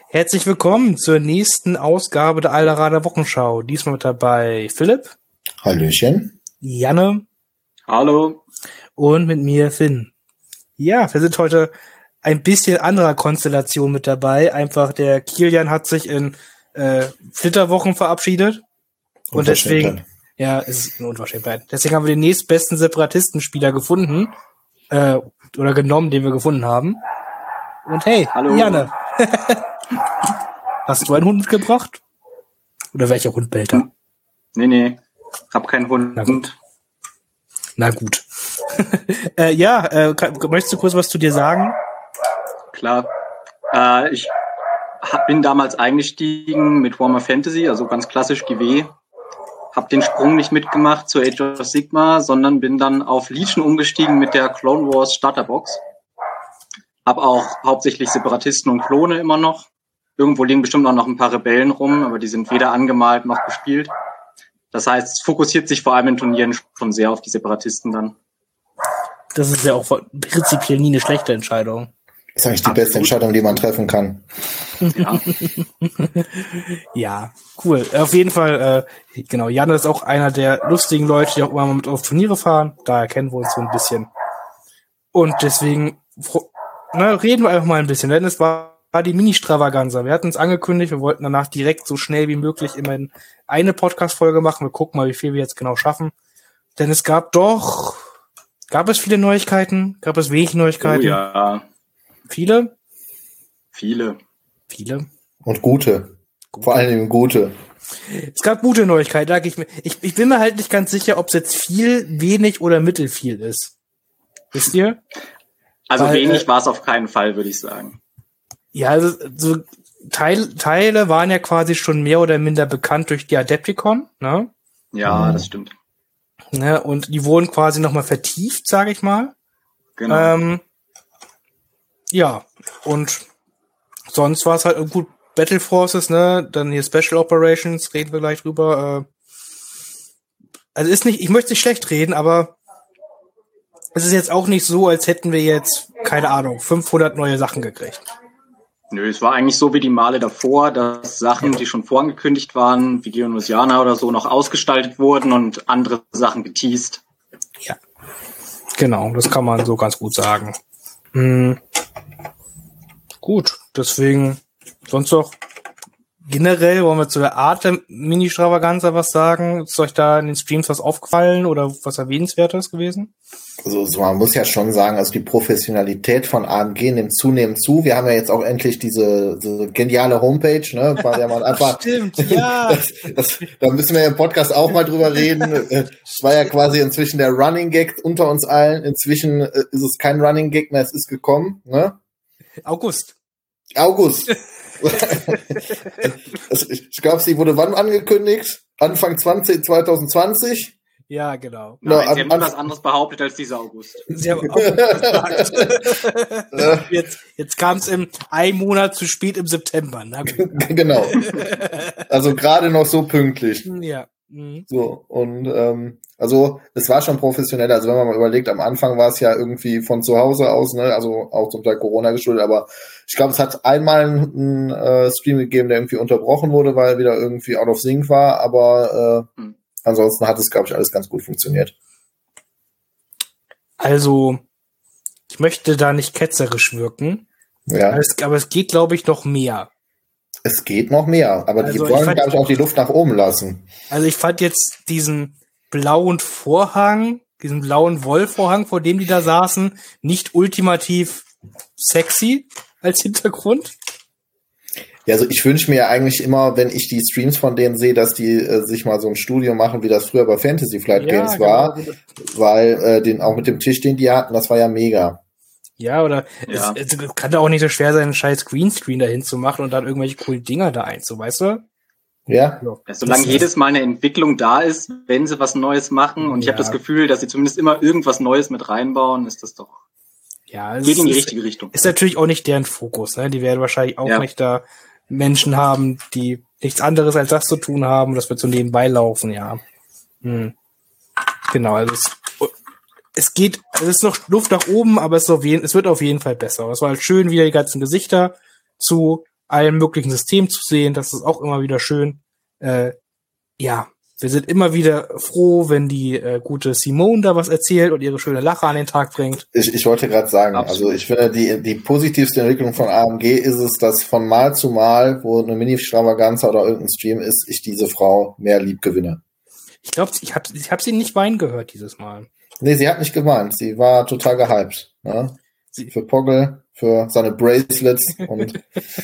Herzlich willkommen zur nächsten Ausgabe der Alderader Wochenschau. Diesmal mit dabei Philipp. Hallöchen. Janne. Hallo. Und mit mir Finn. Ja, wir sind heute ein bisschen anderer Konstellation mit dabei. Einfach der Kilian hat sich in Flitterwochen verabschiedet. Und deswegen, ja, es ist eine Unverschämtheit. Deswegen haben wir den nächstbesten Separatistenspieler gefunden. Oder genommen, den wir gefunden haben. Und hey, hallo. Janne. Hast du einen Hund mitgebracht? Oder welcher Hund bellt da? Nee. Hab keinen Hund. Na gut. Möchtest du kurz was zu dir sagen? Klar. Ich bin damals eingestiegen mit Warhammer Fantasy, also ganz klassisch GW. Hab den Sprung nicht mitgemacht zur Age of Sigmar, sondern bin dann auf Legion umgestiegen mit der Clone Wars Starterbox. Hab auch hauptsächlich Separatisten und Klone immer noch. Irgendwo liegen bestimmt auch noch ein paar Rebellen rum, aber die sind weder angemalt noch gespielt. Das heißt, es fokussiert sich vor allem in Turnieren schon sehr auf die Separatisten dann. Das ist ja auch prinzipiell nie eine schlechte Entscheidung. Das ist eigentlich die beste Entscheidung, die man treffen kann. Ja, ja, cool. Auf jeden Fall, genau, Jan ist auch einer der lustigen Leute, die auch immer mal mit auf Turniere fahren. Daher kennen wir uns so ein bisschen. Und deswegen reden wir einfach mal ein bisschen, denn es war die Mini-Stravaganza. Wir hatten es angekündigt, wir wollten danach direkt so schnell wie möglich immerhin eine Podcast-Folge machen. Wir gucken mal, wie viel wir jetzt genau schaffen. Denn es gab es viele Neuigkeiten? Gab es wenig Neuigkeiten? Oh ja. Viele? Viele. Und gute. Vor allem gute. Es gab gute Neuigkeiten, sag ich mir. Ich bin mir halt nicht ganz sicher, ob es jetzt viel, wenig oder mittelfiel ist. Wisst ihr? Also wenig war es auf keinen Fall, würde ich sagen. Ja, also so Teile waren ja quasi schon mehr oder minder bekannt durch die Adepticon, ne? Ja, das stimmt. Ne? Und die wurden quasi nochmal vertieft, sage ich mal. Genau. Ja, und sonst war es halt gut Battle Forces, ne? Dann hier Special Operations, reden wir gleich drüber. Also ist nicht, ich möchte nicht schlecht reden, aber es ist jetzt auch nicht so, als hätten wir jetzt, keine Ahnung, 500 neue Sachen gekriegt. Nö, es war eigentlich so wie die Male davor, dass Sachen, die schon vorangekündigt waren, wie Geonosianer oder so, noch ausgestaltet wurden und andere Sachen geteased. Ja, genau, das kann man so ganz gut sagen. Gut, deswegen sonst noch generell wollen wir zu der Art der Mini-Stravaganza was sagen. Ist euch da in den Streams was aufgefallen oder was Erwähnenswertes gewesen? Also man muss ja schon sagen, also die Professionalität von AMG nimmt zunehmend zu. Wir haben ja jetzt auch endlich diese geniale Homepage, ne? Bei der man einfach Stimmt, ja. Da müssen wir im Podcast auch mal drüber reden. Es war ja quasi inzwischen der Running Gag unter uns allen. Inzwischen ist es kein Running Gag mehr, es ist gekommen, ne? August. Ich glaube, sie wurde wann angekündigt? Anfang 2020? Ja, genau. Nein, sie haben was anderes behauptet als dieser August. Sie haben August gesagt. Jetzt kam es ein Monat zu spät im September. Na gut. Genau. Also gerade noch so pünktlich. Ja. So, und also es war schon professionell, also wenn man mal überlegt, am Anfang war es ja irgendwie von zu Hause aus, ne, also auch zum Teil Corona geschuldet, aber ich glaube, es hat einmal einen Stream gegeben, der irgendwie unterbrochen wurde, weil er wieder irgendwie out of sync war, aber ansonsten hat es, glaube ich, alles ganz gut funktioniert. Also, ich möchte da nicht ketzerisch wirken, ja. aber es geht, glaube ich, noch mehr. Es geht noch mehr, aber die wollen, glaube ich, auch die Luft nach oben lassen. Also ich fand jetzt diesen blauen Wollvorhang, vor dem die da saßen, nicht ultimativ sexy als Hintergrund. Ja, also ich wünsche mir ja eigentlich immer, wenn ich die Streams von denen sehe, dass die sich mal so ein Studio machen, wie das früher bei Fantasy Flight Games war, weil auch mit dem Tisch, den die hatten, das war ja mega. Ja, oder ja. Es kann doch auch nicht so schwer sein, einen scheiß Greenscreen dahin zu machen und dann irgendwelche coolen Dinger da weißt du? Ja. Solange jedes Mal eine Entwicklung da ist, wenn sie was Neues machen und ich habe das Gefühl, dass sie zumindest immer irgendwas Neues mit reinbauen, ist das doch geht in die richtige Richtung. Ist natürlich auch nicht deren Fokus, ne? Die werden wahrscheinlich auch nicht da Menschen haben, die nichts anderes als das zu tun haben, das wird so nebenbei laufen, ja. Genau, also es ist noch Luft nach oben, aber es wird auf jeden Fall besser. Es war halt schön, wieder die ganzen Gesichter zu allen möglichen Systemen zu sehen. Das ist auch immer wieder schön. Ja, wir sind immer wieder froh, wenn die gute Simone da was erzählt und ihre schöne Lache an den Tag bringt. Ich wollte gerade sagen, Absolut. also ich finde, die positivste Entwicklung von AMG ist es, dass von Mal zu Mal, wo eine Mini-Stravaganza oder irgendein Stream ist, ich diese Frau mehr lieb gewinne. Ich glaube, ich hab sie nicht weinen gehört dieses Mal. Nee, sie hat nicht geweint. Sie war total gehypt. Ne? Für Poggle, für seine Bracelets und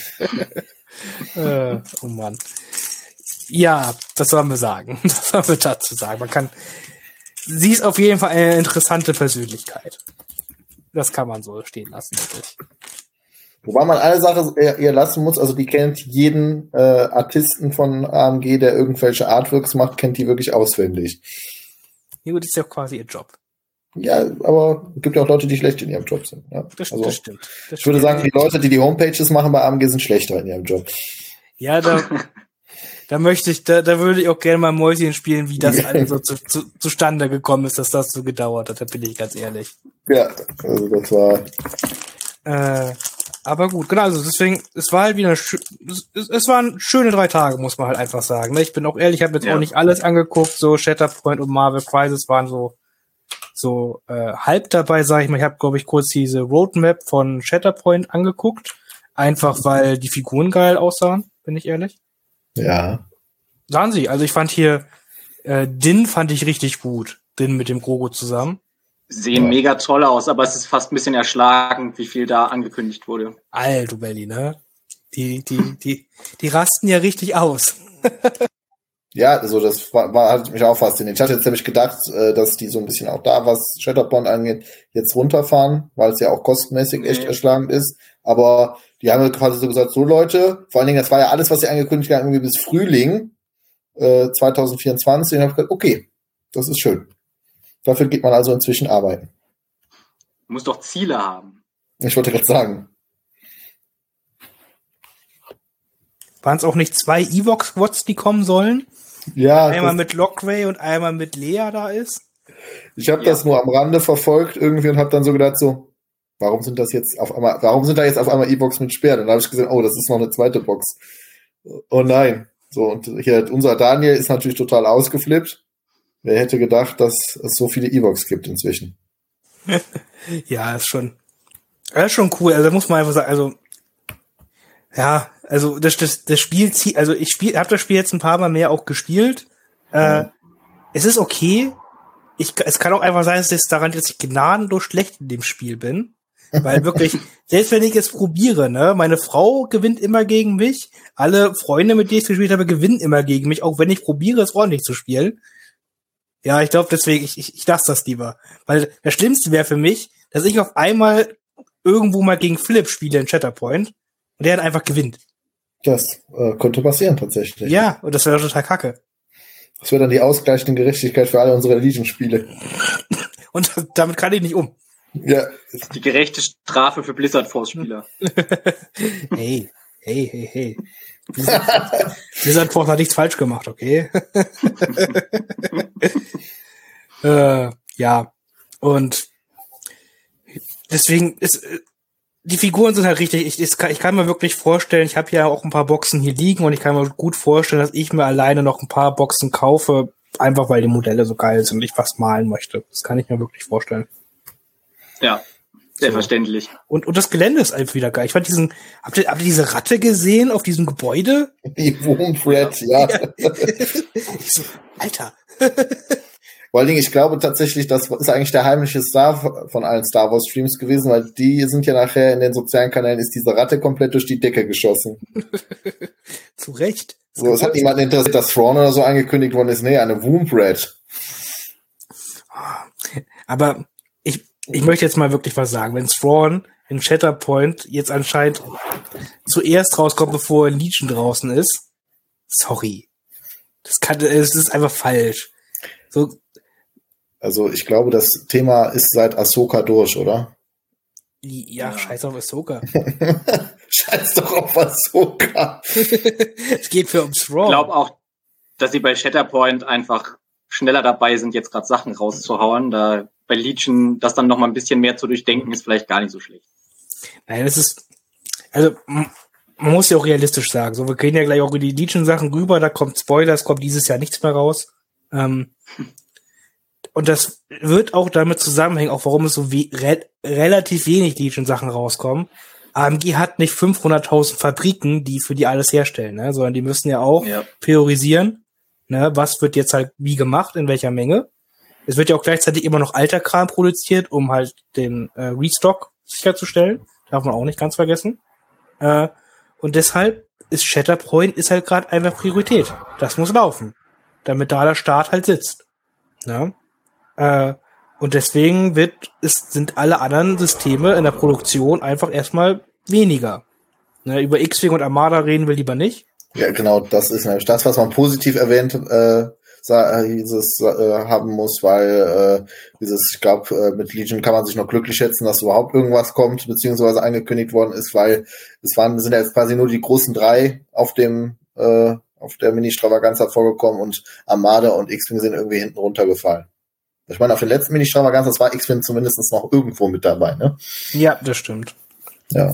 Oh Mann. Ja, das sollen wir sagen. Das sollen wir dazu sagen. Sie ist auf jeden Fall eine interessante Persönlichkeit. Das kann man so stehen lassen, wirklich. wobei man eine Sache ihr lassen muss, also die kennt jeden Artisten von AMG, der irgendwelche Artworks macht, kennt die wirklich auswendig. Ja, gut, das ist ja quasi ihr Job. Ja, aber es gibt ja auch Leute, die schlecht in ihrem Job sind. Ja? Das stimmt. Ich würde sagen, die Leute, die Homepages machen bei AMG, sind schlechter in ihrem Job. Ja, da würde ich auch gerne mal Mäuschen spielen, wie das alles so zustande gekommen ist, dass das so gedauert hat, da bin ich ganz ehrlich. Ja, also das war... Aber gut, genau, also deswegen, es war halt wieder, es waren schöne 3 Tage, muss man halt einfach sagen. Ne? Ich bin auch ehrlich, ich habe jetzt auch nicht alles angeguckt, so Shatterpoint und Marvel Crisis waren so halb dabei, sag ich mal. Ich habe, glaube ich, kurz diese Roadmap von Shatterpoint angeguckt, einfach weil die Figuren geil aussahen, bin ich ehrlich. Ja. Sahen sie, also ich fand hier Din fand ich richtig gut, Din mit dem Grogu zusammen. Sehen mega toll aus, aber es ist fast ein bisschen erschlagend, wie viel da angekündigt wurde. Alter Belli, ne? Die rasten ja richtig aus. Ja, also das hat mich auch fasziniert. Ich hatte jetzt nämlich gedacht, dass die so ein bisschen auch da, was Shatterpoint angeht, jetzt runterfahren, weil es ja auch kostenmäßig echt erschlagend ist. Aber die haben quasi so gesagt, so Leute, vor allen Dingen, das war ja alles, was sie angekündigt haben, irgendwie bis Frühling 2024. Und ich habe gedacht, okay, das ist schön. Dafür geht man also inzwischen arbeiten. Du musst doch Ziele haben. Ich wollte gerade sagen. Waren es auch nicht 2 Evox-Quads, die kommen sollen? Ja. Einmal mit Lockway und einmal mit Lea da ist? Ich habe das nur am Rande verfolgt irgendwie und habe dann so gedacht, so, warum sind da jetzt auf einmal E-Box mit Speer? Dann habe ich gesehen, oh, das ist noch eine zweite Box. Oh nein. So, und hier, unser Daniel ist natürlich total ausgeflippt. Wer hätte gedacht, dass es so viele E-Box gibt inzwischen? Ja, ist schon cool. Also muss man einfach sagen, also ja, also das Spiel zieht, also ich habe das Spiel jetzt ein paar Mal mehr auch gespielt. Es ist okay. Es kann auch einfach sein, dass es daran, dass ich gnadenlos schlecht in dem Spiel bin. Weil wirklich, selbst wenn ich es probiere, ne, meine Frau gewinnt immer gegen mich, alle Freunde, mit denen ich gespielt habe, gewinnen immer gegen mich, auch wenn ich probiere, es ordentlich zu spielen. Ja, ich glaube deswegen, ich lasse das lieber. Weil das Schlimmste wäre für mich, dass ich auf einmal irgendwo mal gegen Philipp spiele in Shatterpoint und der dann einfach gewinnt. Das könnte passieren tatsächlich. Ja, und das wäre total kacke. Das wäre dann die ausgleichende Gerechtigkeit für alle unsere Legion-Spiele. Und damit kann ich nicht um. Ja. Die gerechte Strafe für Blizzard-Force-Spieler. Hey. Blizzard Force hat nichts falsch gemacht, okay? Ja. Und deswegen ist die Figuren sind halt richtig, ich kann mir wirklich vorstellen, ich habe ja auch ein paar Boxen hier liegen und ich kann mir gut vorstellen, dass ich mir alleine noch ein paar Boxen kaufe, einfach weil die Modelle so geil sind und ich was malen möchte. Das kann ich mir wirklich vorstellen. Ja, selbstverständlich. Und das Gelände ist einfach wieder geil. Ich fand habt ihr diese Ratte gesehen auf diesem Gebäude? Die Wurmfred, ja. Ich so, Alter. Vor allen Dingen, ich glaube tatsächlich, das ist eigentlich der heimliche Star von allen Star Wars Streams gewesen, weil die sind ja nachher in den sozialen Kanälen, ist diese Ratte komplett durch die Decke geschossen. Zu Recht. So, es hat niemanden interessiert, dass Thrawn oder so angekündigt worden ist. Nee, eine Wurmfred. Aber ich möchte jetzt mal wirklich was sagen. Wenn Thrawn in Shatterpoint jetzt anscheinend zuerst rauskommt, bevor Legion draußen ist, sorry. Es ist einfach falsch. So. Also ich glaube, das Thema ist seit Ahsoka durch, oder? Ja, scheiß auf Ahsoka. Scheiß doch auf Ahsoka. Es geht für Thrawn. Ich glaube auch, dass sie bei Shatterpoint einfach schneller dabei sind, jetzt gerade Sachen rauszuhauen. Da bei Legion das dann noch mal ein bisschen mehr zu durchdenken, ist vielleicht gar nicht so schlecht. Nein, das ist, also man muss ja auch realistisch sagen. So, wir gehen ja gleich auch über die Legion-Sachen rüber, da kommt Spoiler, es kommt dieses Jahr nichts mehr raus. Und das wird auch damit zusammenhängen, auch warum es so relativ wenig Legion-Sachen rauskommen. AMG hat nicht 500.000 Fabriken, die für die alles herstellen, ne? Sondern die müssen ja auch priorisieren, ne? Was wird jetzt halt wie gemacht, in welcher Menge. Es wird ja auch gleichzeitig immer noch alter Kram produziert, um halt den Restock sicherzustellen. Darf man auch nicht ganz vergessen. Und deshalb ist Shatterpoint ist halt gerade einfach Priorität. Das muss laufen, damit da der Start halt sitzt. Ja? Und deswegen sind alle anderen Systeme in der Produktion einfach erstmal weniger. Ne? Über X-Wing und Armada reden wir lieber nicht. Ja, genau, das ist nämlich das, was man positiv erwähnt haben muss, weil ich glaube, mit Legion kann man sich noch glücklich schätzen, dass überhaupt irgendwas kommt, beziehungsweise angekündigt worden ist, weil sind ja jetzt quasi nur die großen 3 auf der Mini-Stravaganza vorgekommen und Armada und X-Wing sind irgendwie hinten runtergefallen. Ich meine, auf der letzten Mini-Stravaganza war X-Wing zumindest noch irgendwo mit dabei, ne? Ja, das stimmt. Ja.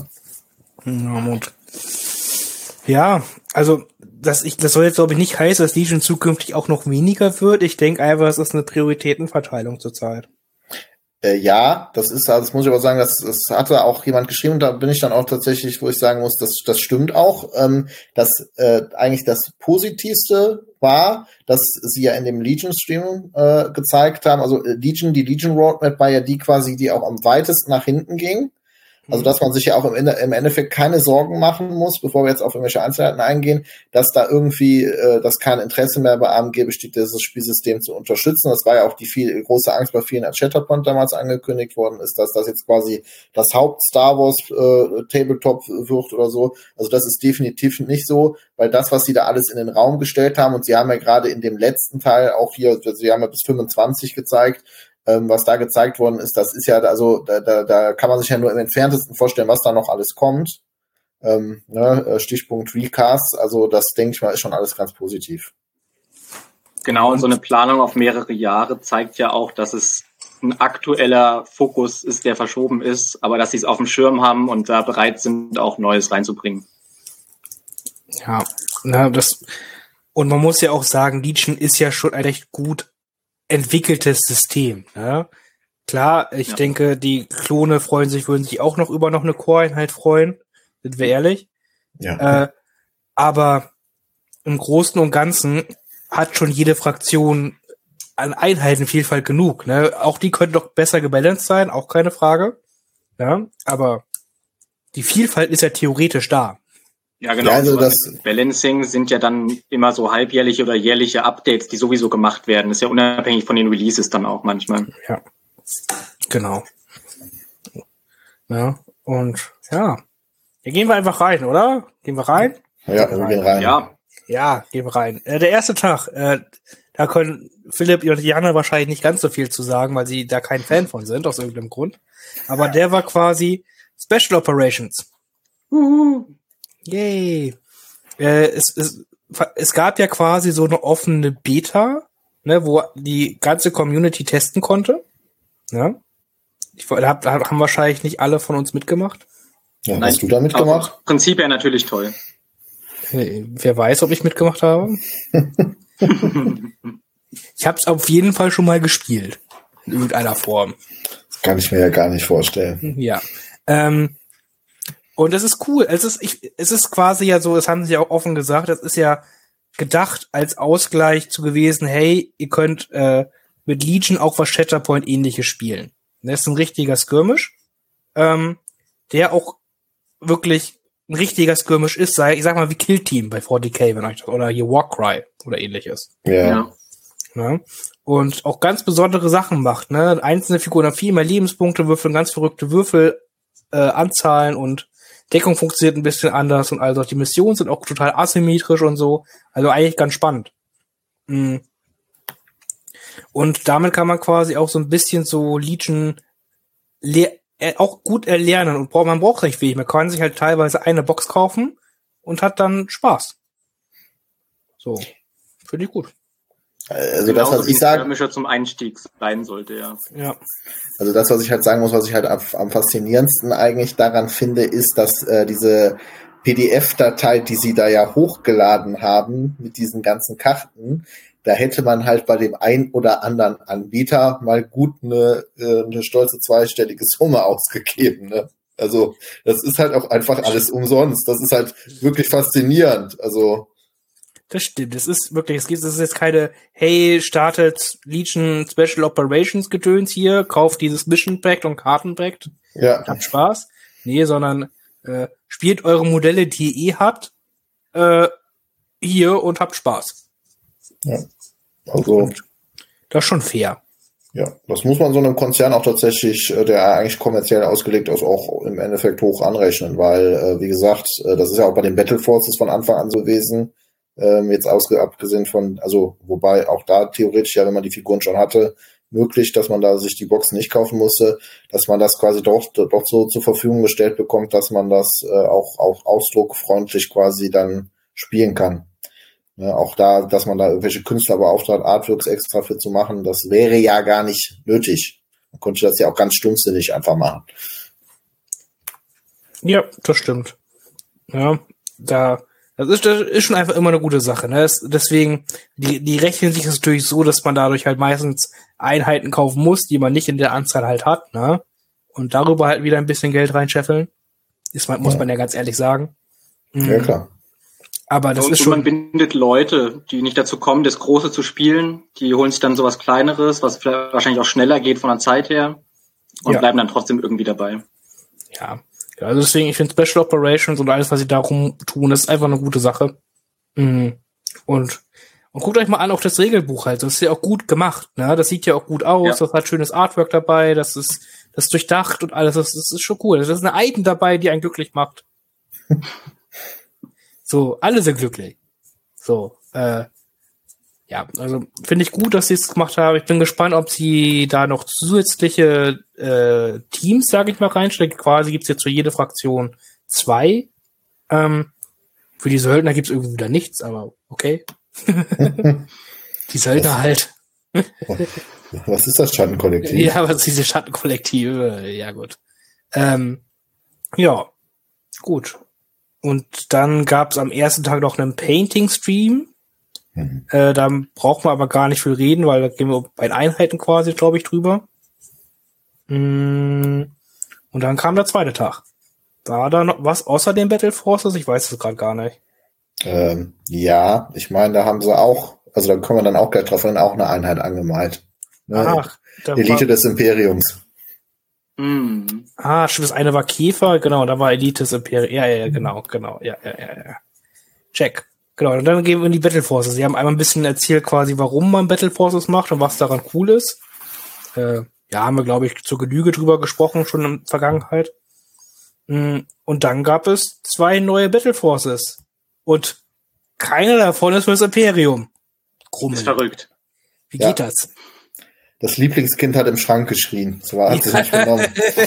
Ja, also das soll jetzt, glaube ich, nicht heißen, dass Legion zukünftig auch noch weniger wird. Ich denke einfach, es ist eine Prioritätenverteilung zurzeit. Ja, das muss ich aber sagen, das hatte auch jemand geschrieben, da bin ich dann auch tatsächlich, wo ich sagen muss, das stimmt auch, dass eigentlich das Positivste war, dass sie ja in dem Legion-Stream gezeigt haben, also die Legion Roadmap war ja die quasi, die auch am weitesten nach hinten ging. Also, dass man sich ja auch im Endeffekt keine Sorgen machen muss, bevor wir jetzt auf irgendwelche Einzelheiten eingehen, dass da irgendwie, dass kein Interesse mehr bei AMG besteht, dieses Spielsystem zu unterstützen. Das war ja auch die große Angst bei vielen, als Shatterpoint damals angekündigt worden ist, dass das jetzt quasi das Haupt-Star Wars Tabletop wird oder so. Also, das ist definitiv nicht so, weil das, was sie da alles in den Raum gestellt haben, und sie haben ja gerade in dem letzten Teil auch hier, sie haben ja bis 25 gezeigt, was da gezeigt worden ist, das ist ja, also da kann man sich ja nur im Entferntesten vorstellen, was da noch alles kommt. Stichpunkt Recast, also das, denke ich mal, ist schon alles ganz positiv. Genau, und so eine Planung auf mehrere Jahre zeigt ja auch, dass es ein aktueller Fokus ist, der verschoben ist, aber dass sie es auf dem Schirm haben und da bereit sind, auch Neues reinzubringen. Ja, und man muss ja auch sagen, Legion ist ja schon ein recht gut entwickeltes System. Ja? Klar, ich denke, die Klone würden sich auch noch über eine Core-Einheit freuen, sind wir ehrlich. Ja. Aber im Großen und Ganzen hat schon jede Fraktion an Einheitenvielfalt genug. Ne? Auch die können doch besser gebalanced sein, auch keine Frage. Ja, aber die Vielfalt ist ja theoretisch da. Ja, genau. Ja, also das Balancing sind ja dann immer so halbjährliche oder jährliche Updates, die sowieso gemacht werden. Das ist ja unabhängig von den Releases dann auch manchmal. Ja, genau. Ja, und ja. Hier gehen wir einfach rein, oder? Gehen wir rein? Ja, wir gehen rein. Ja, gehen wir rein. Der erste Tag, da können Philipp und Jana wahrscheinlich nicht ganz so viel zu sagen, weil sie da kein Fan von sind, aus irgendeinem Grund. Aber der war quasi Special Operations. Yay. Es gab ja quasi so eine offene Beta, ne, wo die ganze Community testen konnte. Ja. Da haben wahrscheinlich nicht alle von uns mitgemacht. Ja, hast du da mitgemacht? Prinzip ja natürlich toll. Wer weiß, ob ich mitgemacht habe. Ich habe es auf jeden Fall schon mal gespielt. In irgendeiner Form. Das kann ich mir ja gar nicht vorstellen. Ja. Und es ist cool. Es ist quasi ja so, das haben sie ja auch offen gesagt, das ist ja gedacht als Ausgleich zu gewesen, hey, ihr könnt mit Legion auch was Shatterpoint-ähnliches spielen. Das ist ein richtiger Skirmish, der auch wirklich ein richtiger Skirmish ist, ich sag mal wie Kill Team bei 40k, wenn euch das, oder hier Warcry oder ähnliches. Ja. Und auch ganz besondere Sachen macht, ne? Einzelne Figuren haben viel mehr Lebenspunkte, würfeln ganz verrückte Würfel, Anzahlen und Deckung funktioniert ein bisschen anders und also die Missionen sind auch total asymmetrisch und so. Also eigentlich ganz spannend. Und damit kann man quasi auch so ein bisschen so Legion auch gut erlernen und man braucht nicht viel. Man kann sich halt teilweise eine Box kaufen und hat dann Spaß. So. Finde ich gut. Also das, was ich sage, zum Einstieg sein sollte, ja. Ja. Also das, was ich halt sagen muss, was ich halt am faszinierendsten eigentlich daran finde, ist, dass diese PDF-Datei, die sie da ja hochgeladen haben mit diesen ganzen Karten, da hätte man halt bei dem ein oder anderen Anbieter mal gut eine stolze zweistellige Summe ausgegeben, ne? Also, das ist halt auch einfach alles umsonst. Das ist halt wirklich faszinierend. Also. Das stimmt. Das ist wirklich, das ist jetzt keine, hey, startet Legion Special Operations Gedöns hier, kauft dieses Mission Pack und Karten Pack. Ja. Habt Spaß. Nee, sondern, spielt eure Modelle, die ihr habt, hier und habt Spaß. Ja. Also. Und das ist schon fair. Ja, das muss man so einem Konzern auch tatsächlich, der eigentlich kommerziell ausgelegt ist, auch im Endeffekt hoch anrechnen, weil, wie gesagt, das ist ja auch bei den Battle Forces von Anfang an so gewesen, jetzt abgesehen von, also, wobei auch da theoretisch ja, wenn man die Figuren schon hatte, möglich, dass man da sich die Boxen nicht kaufen musste, dass man das quasi doch so zur Verfügung gestellt bekommt, dass man das auch ausdruckfreundlich quasi dann spielen kann. Ja, auch da, dass man da irgendwelche Künstler beauftragt, Artworks extra für zu machen, das wäre ja gar nicht nötig. Man konnte das ja auch ganz stumpfsinnig einfach machen. Ja, das stimmt. Ja, das ist schon einfach immer eine gute Sache, ne? Deswegen, die rechnen sich das natürlich so, dass man dadurch halt meistens Einheiten kaufen muss, die man nicht in der Anzahl halt hat, ne? Und darüber halt wieder ein bisschen Geld reinscheffeln. Muss man ja ganz ehrlich sagen. Ja, klar. Aber das und ist schon. Man bindet Leute, die nicht dazu kommen, das Große zu spielen. Die holen sich dann sowas Kleineres, was vielleicht wahrscheinlich auch schneller geht von der Zeit her. Und bleiben dann trotzdem irgendwie dabei. Ja. Also deswegen, ich finde Special Operations und alles, was sie darum tun, das ist einfach eine gute Sache. Und guckt euch mal an, auch das Regelbuch halt. Das ist ja auch gut gemacht, ne? Das sieht ja auch gut aus. Ja. Das hat schönes Artwork dabei. Das ist durchdacht und alles. Das ist schon cool. Das ist eine Item dabei, die einen glücklich macht. So, alle sind glücklich. So, ja, also finde ich gut, dass sie es gemacht haben. Ich bin gespannt, ob sie da noch zusätzliche Teams, sage ich mal, reinstecken. Quasi gibt's jetzt für jede Fraktion 2. Für die Söldner gibt's irgendwie wieder nichts, aber okay. Die Söldner halt. Was ist das Schattenkollektiv? Ja, was ist diese Schattenkollektive? Ja, gut. Ja, gut. Und dann gab's am ersten Tag noch einen Painting-Stream. Da braucht man aber gar nicht viel reden, weil da gehen wir bei Einheiten quasi, glaube ich, drüber. Und dann kam der zweite Tag. War da noch was außer den Battle Forces? Ich weiß es gerade gar nicht. Ja, ich meine, da haben sie auch, also da können wir dann auch gleich drauf hin, auch eine Einheit angemalt. Ne? Ach, Elite des Imperiums. Stimmt, das eine war Käfer, genau, da war Elite des Imperiums. Ja, genau, ja. Check. Genau, und dann gehen wir in die Battle Forces. Sie haben einmal ein bisschen erzählt quasi, warum man Battle Forces macht und was daran cool ist. Ja, haben wir, glaube ich, zur Genüge drüber gesprochen, schon in der Vergangenheit. Und dann gab es 2 neue Battle Forces. Und keiner davon ist für das Imperium. Krummel. Ist verrückt. Wie geht das? Das Lieblingskind hat im Schrank geschrien. So hat sie nicht genommen.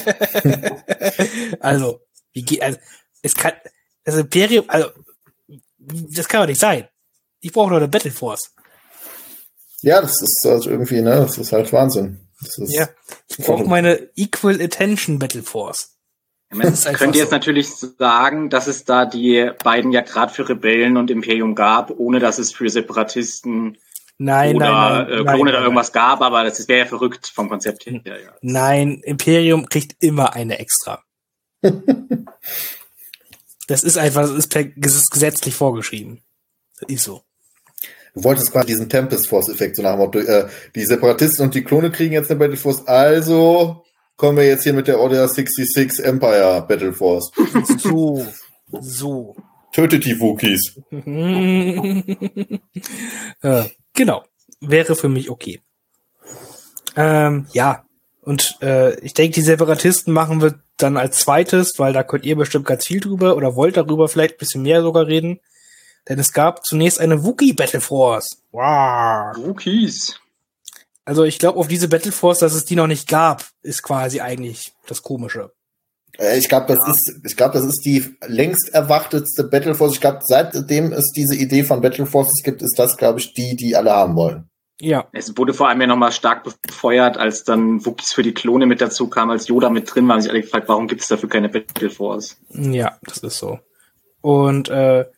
Also, es kann, das Imperium, also, das kann doch nicht sein. Ich brauche noch eine Battle Force. Ja, das ist also irgendwie, ne, das ist halt Wahnsinn. Ja, ich brauche meine Equal Attention Battle Force. Man könnte jetzt natürlich sagen, dass es da die beiden ja gerade für Rebellen und Imperium gab, ohne dass es für Separatisten Klone da irgendwas gab, aber das wäre ja verrückt vom Konzept her. Ja. Nein, Imperium kriegt immer eine extra. Das ist einfach, das ist gesetzlich vorgeschrieben. Das ist so. Du wolltest quasi diesen Tempest Force-Effekt so nach dem Motto, die Separatisten und die Klone kriegen jetzt eine Battle Force, also kommen wir jetzt hier mit der Order 66 Empire Battle Force. So. Tötet die Wookiees. Genau. Wäre für mich okay. Ja. Und ich denke, die Separatisten machen wir dann als zweites, weil da könnt ihr bestimmt ganz viel drüber oder wollt darüber vielleicht ein bisschen mehr sogar reden. Denn es gab zunächst eine Wookiee Battle Force. Wow. Wookies. Also ich glaube, auf diese Battle Force, dass es die noch nicht gab, ist quasi eigentlich das Komische. Ich glaube, das ist die längst erwartetste Battle Force. Ich glaube, seitdem es diese Idee von Battle Forces gibt, ist das, glaube ich, die alle haben wollen. Ja. Es wurde vor allem ja nochmal stark befeuert, als dann Wookiees für die Klone mit dazu kam, als Yoda mit drin war, haben sich alle gefragt, warum gibt es dafür keine Battle Force? Ja, das ist so. Und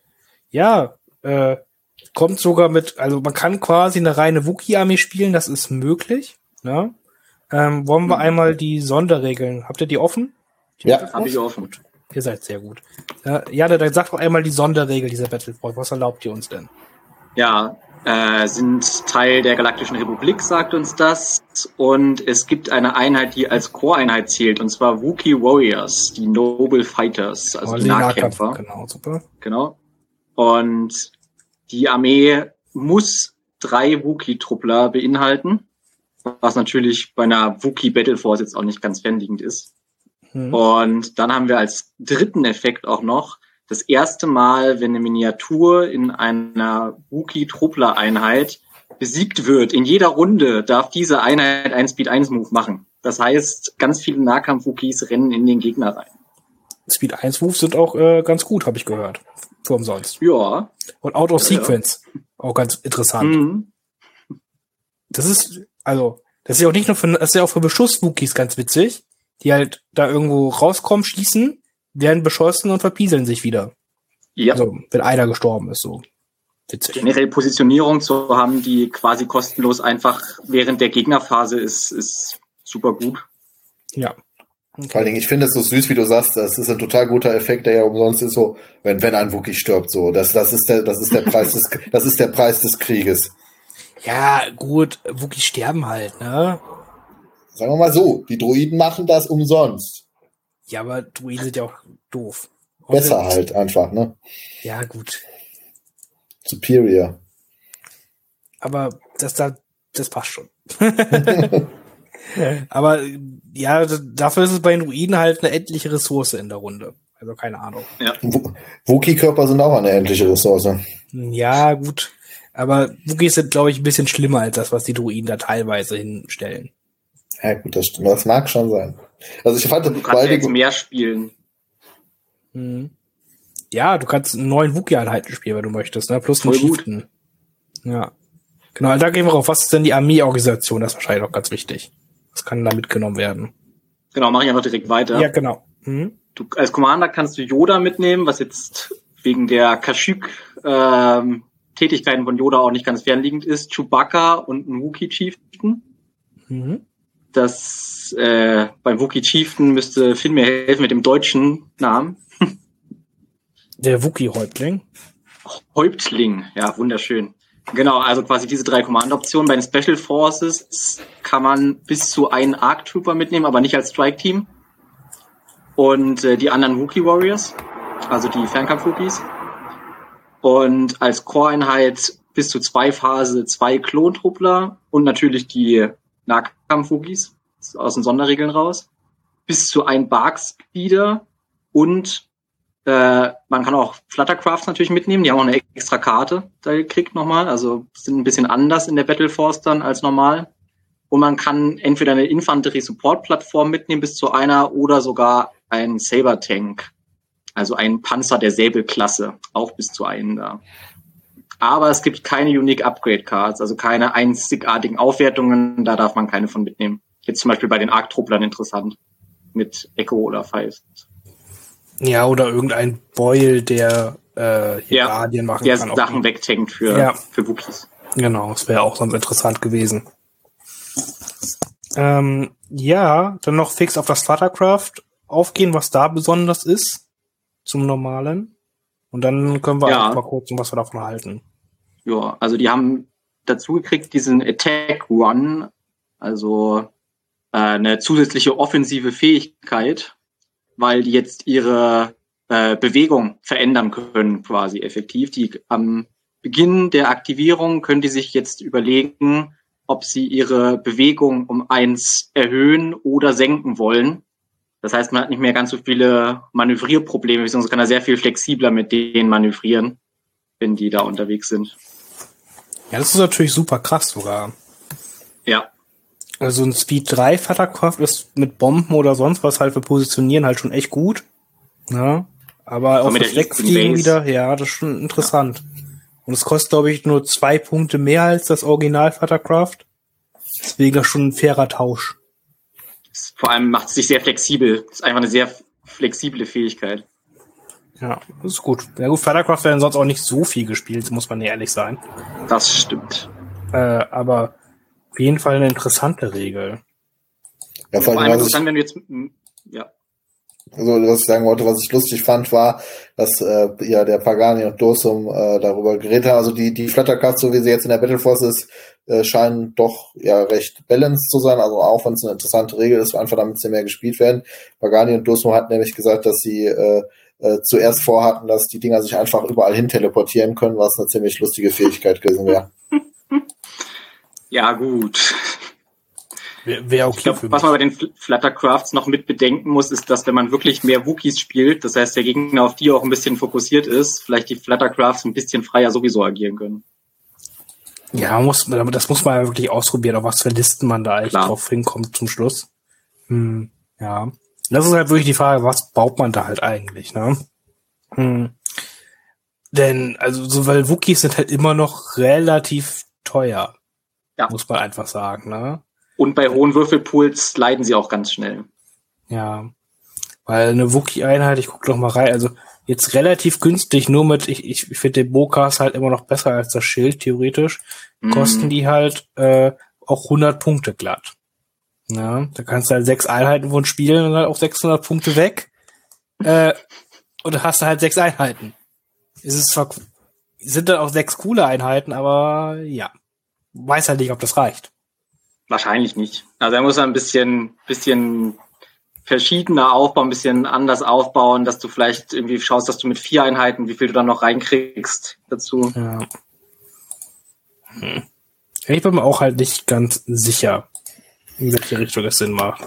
kommt sogar also man kann quasi eine reine Wookiee-Armee spielen, das ist möglich. Ne? Wollen wir einmal die Sonderregeln, habt ihr die offen? Ja. Habe ich offen. Ihr seid sehr gut. Jana, dann sagt doch einmal die Sonderregel dieser Battlefield. Was erlaubt ihr uns denn? Ja, sind Teil der Galaktischen Republik, sagt uns das. Und es gibt eine Einheit, die als Core-Einheit zählt, und zwar Wookiee Warriors, die Noble Fighters, also die Nahkämpfer. Genau, super. Genau. Und die Armee muss 3 Wookiee-Truppler beinhalten, was natürlich bei einer Wookiee Battle Force jetzt auch nicht ganz fernliegend ist. Und dann haben wir als dritten Effekt auch noch das erste Mal, wenn eine Miniatur in einer Wookiee-Truppler-Einheit besiegt wird, in jeder Runde darf diese Einheit einen Speed-1-Move machen. Das heißt, ganz viele Nahkampf-Wookies rennen in den Gegner rein. Speed-1-Moves sind auch ganz gut, habe ich gehört. Für umsonst. Ja. Und Out of Sequence. Auch ganz interessant. Mhm. Das ist ja auch nicht nur das ist ja auch für Beschuss-Wookies ganz witzig, die halt da irgendwo rauskommen, schießen, werden beschossen und verpieseln sich wieder. Ja. Also, wenn einer gestorben ist, so. Witzig. Generell Positionierung zu haben, die quasi kostenlos einfach während der Gegnerphase ist super gut. Ja. Vor allen Dingen, ich finde es so süß, wie du sagst, das ist ein total guter Effekt, der ja umsonst ist, so, wenn ein Wookiee stirbt, so, das ist der Preis des Krieges. Ja, gut, Wookiees sterben halt, ne? Sagen wir mal so, die Droiden machen das umsonst. Ja, aber Druiden sind ja auch doof. Besser halt einfach, ne? Ja, gut. Superior. Aber das passt schon. Aber ja, dafür ist es bei den Druiden halt eine endliche Ressource in der Runde. Also keine Ahnung. Ja. Wookiee-Körper sind auch eine endliche Ressource. Ja, gut. Aber Wookiees sind, glaube ich, ein bisschen schlimmer als das, was die Druiden da teilweise hinstellen. Ja gut, das stimmt. Das mag schon sein. Also ich fand, Du kannst ja jetzt mehr spielen. Ja, du kannst 9 Wookiee-Einheiten spielen, wenn du möchtest, ne? Plus einen Voll gut. Chieftain. Ja. Genau, da gehen wir drauf. Was ist denn die Armeeorganisation? Das ist wahrscheinlich auch ganz wichtig. Was kann da mitgenommen werden? Genau, mache ich einfach direkt weiter. Ja, genau. Mhm. Du als Commander kannst du Yoda mitnehmen, was jetzt wegen der Kashyyyk-Tätigkeiten von Yoda auch nicht ganz fernliegend ist. Chewbacca und ein Wookiee-Chieftain. Mhm. Das beim Wookiee-Chieftain müsste Finn mir helfen mit dem deutschen Namen. Der Wookiee-Häuptling. Häuptling, ja, wunderschön. Genau, also quasi diese 3 Command-Optionen. Bei den Special Forces kann man bis zu einen Arc Trooper mitnehmen, aber nicht als Strike-Team. Und die anderen Wookiee Warriors, also die Fernkampf-Wookies. Und als Core-Einheit bis zu 2 Phase 2 Klontruppler und natürlich die Nahkampf-Wookies aus den Sonderregeln raus. Bis zu ein Bark-Speeder und man kann auch Fluttercrafts natürlich mitnehmen, die haben auch eine extra Karte da gekriegt nochmal, also sind ein bisschen anders in der Battle Force dann als normal. Und man kann entweder eine Infanterie-Support-Plattform mitnehmen bis zu einer oder sogar einen Saber-Tank, also einen Panzer der Säbelklasse, auch bis zu einen da. Aber es gibt keine Unique Upgrade Cards, also keine einzigartigen Aufwertungen, da darf man keine von mitnehmen. Jetzt zum Beispiel bei den Arc-Trupplern interessant, mit Echo oder Feist. Ja, oder irgendein Boil, der Guardian machen der kann. Der Sachen wegtankt für Wookiees. Genau, das wäre auch sonst interessant gewesen. Ja, dann noch fix auf das Fluttercraft aufgehen, was da besonders ist zum Normalen. Und dann können wir auch mal gucken, was wir davon halten. Ja, also die haben dazu gekriegt diesen Attack Run, also eine zusätzliche offensive Fähigkeit, weil die jetzt ihre Bewegung verändern können, quasi effektiv. Die am Beginn der Aktivierung können die sich jetzt überlegen, ob sie ihre Bewegung um 1 erhöhen oder senken wollen. Das heißt, man hat nicht mehr ganz so viele Manövrierprobleme, sondern kann da sehr viel flexibler mit denen manövrieren, wenn die da unterwegs sind. Ja, das ist natürlich super krass sogar. Ja. Also ein Speed 3 Fluttercraft ist mit Bomben oder sonst was halt für Positionieren halt schon echt gut. Ja. Aber auch das Wegfliegen wieder, ja, das ist schon interessant. Ja. Und es kostet, glaube ich, nur 2 Punkte mehr als das Original Fluttercraft. Deswegen das schon ein fairer Tausch. Vor allem macht es sich sehr flexibel. Das ist einfach eine sehr flexible Fähigkeit. Ja, das ist gut. Ja gut, Fluttercraft werden sonst auch nicht so viel gespielt, muss man ja ehrlich sein. Das stimmt. Aber auf jeden Fall eine interessante Regel. Ja, Vor allem was interessant, wenn du jetzt, ja. Also, was ich sagen wollte, was ich lustig fand, war, dass der Pagani und Dorsum darüber geredet haben. Also die Fluttercraft, so wie sie jetzt in der Battleforce ist, scheinen doch ja recht balanced zu sein. Also auch wenn es eine interessante Regel ist, einfach damit sie mehr gespielt werden. Pagani und Dorsum hatten nämlich gesagt, dass sie zuerst vorhatten, dass die Dinger sich einfach überall hin teleportieren können, was eine ziemlich lustige Fähigkeit gewesen wäre. Ja, gut. Wäre okay. Ich glaube, was man bei den Fluttercrafts noch mit bedenken muss, ist, dass wenn man wirklich mehr Wookies spielt, das heißt, der Gegner auf die auch ein bisschen fokussiert ist, vielleicht die Fluttercrafts ein bisschen freier sowieso agieren können. Ja, das muss man ja wirklich ausprobieren, auf was für Listen man da eigentlich drauf hinkommt zum Schluss. Ja. Das ist halt wirklich die Frage, was baut man da halt eigentlich, ne? Denn, also, weil Wookiees sind halt immer noch relativ teuer. Ja. Muss man einfach sagen, ne? Und bei hohen Würfelpools leiden sie auch ganz schnell. Ja. Weil eine Wookie-Einheit, ich gucke doch mal rein, also jetzt relativ günstig, nur mit, ich finde den Bokas halt immer noch besser als das Schild, theoretisch. Kosten die halt auch 100 Punkte glatt. Ja, da kannst du halt 6 Einheiten von spielen und halt auch 600 Punkte weg. Und hast du halt 6 Einheiten. Sind dann auch 6 coole Einheiten, aber ja. Weiß halt nicht, ob das reicht. Wahrscheinlich nicht. Also er muss ein bisschen verschiedener aufbauen, ein bisschen anders aufbauen, dass du vielleicht irgendwie schaust, dass du mit 4 Einheiten, wie viel du dann noch reinkriegst dazu. Ja. Ich bin mir auch halt nicht ganz sicher, in welche Richtung es Sinn macht.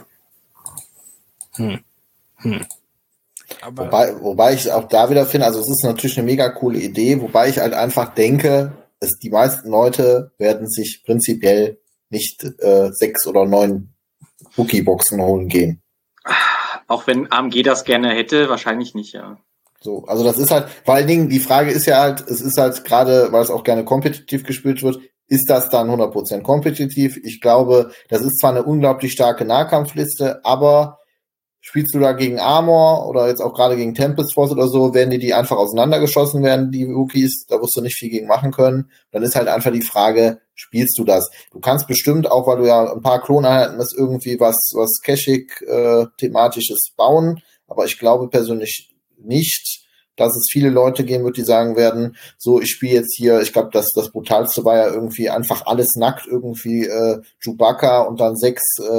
Aber wobei ich auch da wieder finde, also es ist natürlich eine mega coole Idee, wobei ich halt einfach denke, die meisten Leute werden sich prinzipiell nicht 6 oder 9 Wookie-Boxen holen gehen. Auch wenn AMG das gerne hätte, wahrscheinlich nicht, ja. So, also das ist halt, vor allen Dingen, die Frage ist ja halt, es ist halt gerade, weil es auch gerne kompetitiv gespielt wird, ist das dann 100% kompetitiv? Ich glaube, das ist zwar eine unglaublich starke Nahkampfliste, aber spielst du da gegen Armor oder jetzt auch gerade gegen Tempest Force oder so, werden die einfach auseinandergeschossen werden, die Wookies, da wirst du nicht viel gegen machen können. Dann ist halt einfach die Frage, spielst du das? Du kannst bestimmt auch, weil du ja ein paar Kloneinheiten hast, irgendwie was Cashig-thematisches bauen, aber ich glaube persönlich nicht, dass es viele Leute geben wird, die sagen werden, so, ich spiele jetzt hier, ich glaube, das Brutalste war ja irgendwie einfach alles nackt, irgendwie Chewbacca und dann 6,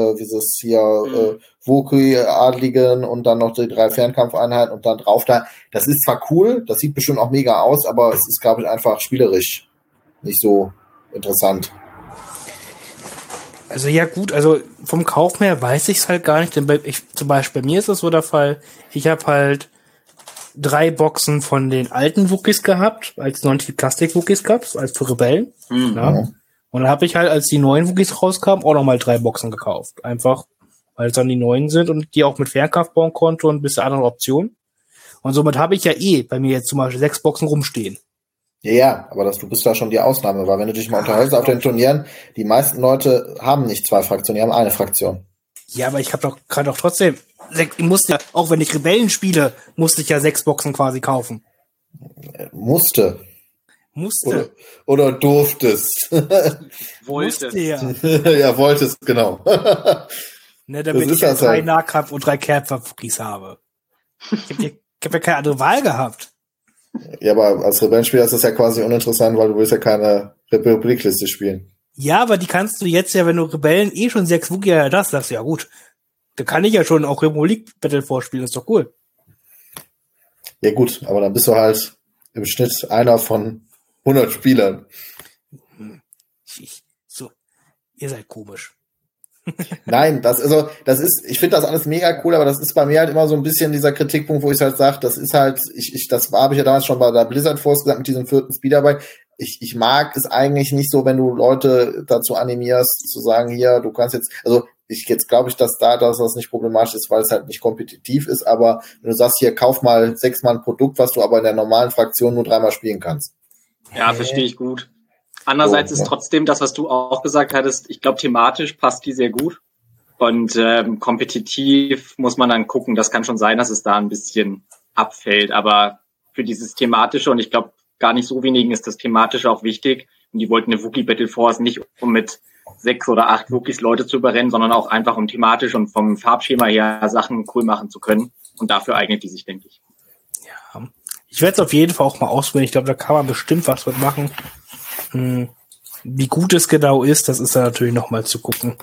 Wookiee-Adligen und dann noch die 3 Fernkampfeinheiten und dann drauf da. Das ist zwar cool, das sieht bestimmt auch mega aus, aber es ist, glaube ich, einfach spielerisch nicht so interessant. Also ja gut, also vom Kauf her weiß ich es halt gar nicht, denn zum Beispiel bei mir ist es so der Fall, ich habe halt 3 Boxen von den alten Wookiees gehabt, als Non-Plastik-Wookies gehabt, als für Rebellen. Ja. Und dann habe ich halt, als die neuen Wookies rauskamen, auch nochmal 3 Boxen gekauft. Einfach, weil es dann die neuen sind und die auch mit Fernkampf bauen konnte und ein bisschen andere Optionen. Und somit habe ich ja bei mir jetzt zum Beispiel 6 Boxen rumstehen. Ja, aber du bist da schon die Ausnahme, weil wenn du dich mal unterhältst auf den Turnieren, die meisten Leute haben nicht 2 Fraktionen, die haben eine Fraktion. Ja, aber kann doch trotzdem, ich musste ja, auch wenn ich Rebellen spiele, musste ich ja 6 Boxen quasi kaufen. Musste. Oder durftest. Wollte. Musste ja. Ja, wolltest, genau. Ne, damit ich ja 3 Nahkampf- und 3 Kämpfer-Fookies habe. Ich hab ja keine andere Wahl gehabt. Ja, aber als Rebellenspieler ist das ja quasi uninteressant, weil du willst ja keine Republikliste spielen. Ja, aber die kannst du jetzt ja, wenn du Rebellen schon 6 Wookiee hast, sagst du, ja gut, da kann ich ja schon auch Republik Battle vorspielen, ist doch cool. Ja gut, aber dann bist du halt im Schnitt einer von 100 Spielern. Ihr seid komisch. Nein, ich finde das alles mega cool, aber das ist bei mir halt immer so ein bisschen dieser Kritikpunkt, wo ich halt sage, das ist halt, das habe ich ja damals schon bei der Blizzard Force gesagt, mit diesem 4. Speederbike. Ich mag es eigentlich nicht so, wenn du Leute dazu animierst, zu sagen, hier, du kannst jetzt, also jetzt glaube ich, dass das nicht problematisch ist, weil es halt nicht kompetitiv ist, aber wenn du sagst, hier, kauf mal 6-mal ein Produkt, was du aber in der normalen Fraktion nur 3-mal spielen kannst. Ja, verstehe ich gut. Andererseits ist trotzdem das, was du auch gesagt hattest, ich glaube, thematisch passt die sehr gut. Und kompetitiv muss man dann gucken, das kann schon sein, dass es da ein bisschen abfällt, aber für dieses Thematische und ich glaube, gar nicht so wenigen ist das Thematische auch wichtig. Und die wollten eine Wookiee Battle Force nicht, um mit 6 oder 8 Wookiees Leute zu überrennen, sondern auch einfach um thematisch und vom Farbschema her Sachen cool machen zu können. Und dafür eignet die sich, denke ich. Ja, ich werde es auf jeden Fall auch mal ausprobieren. Ich glaube, da kann man bestimmt was mit machen. Wie gut es genau ist, das ist dann natürlich noch mal zu gucken.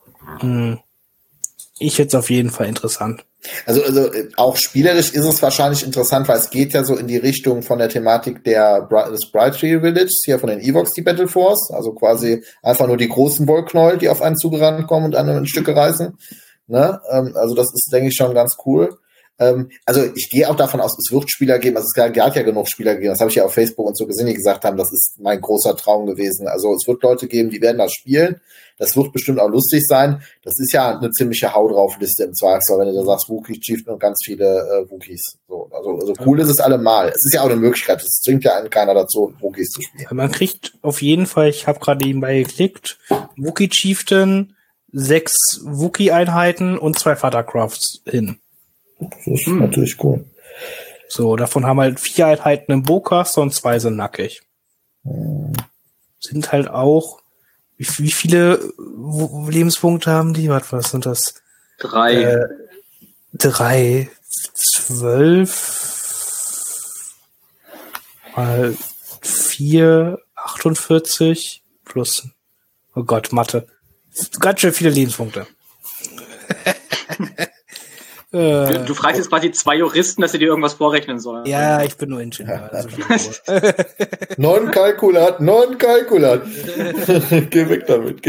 Ich finde es auf jeden Fall interessant. Also auch spielerisch ist es wahrscheinlich interessant, weil es geht ja so in die Richtung von der Thematik des Brightree Village, hier von den Evox, die Battle Force, also quasi einfach nur die großen Wollknäuel, die auf einen zugerannt kommen und einen in Stücke reißen. Ne? Also das ist, denke ich, schon ganz cool. Also ich gehe auch davon aus, es wird Spieler geben, also es hat ja genug Spieler gegeben, das habe ich ja auf Facebook und so gesehen, die gesagt haben, das ist mein großer Traum gewesen. Also es wird Leute geben, die werden das spielen. Das wird bestimmt auch lustig sein. Das ist ja eine ziemliche Hau drauf Liste im Zweifelsfall, wenn du da sagst, Wookiee, Chieftain und ganz viele Wookies. So, also cool ist es allemal. Es ist ja auch eine Möglichkeit. Es zwingt ja einen keiner dazu, Wookies zu spielen. Man kriegt auf jeden Fall, ich habe gerade nebenbei geklickt, Wookiee Chieftain, 6 Wookiee-Einheiten und 2 Vatercrafts hin. Das ist natürlich cool. So, davon haben halt 4 Einheiten im Bowcaster und 2 sind nackig. Sind halt auch, wie viele Lebenspunkte haben die? Was sind das? 3. 3, 12 mal 4, 48 plus, oh Gott, Mathe. Ganz schön viele Lebenspunkte. Du fragst jetzt quasi 2 Juristen, dass sie dir irgendwas vorrechnen sollen. Ja, ich bin nur Ingenieur. Also Non-Kalkulat. Geh weg damit.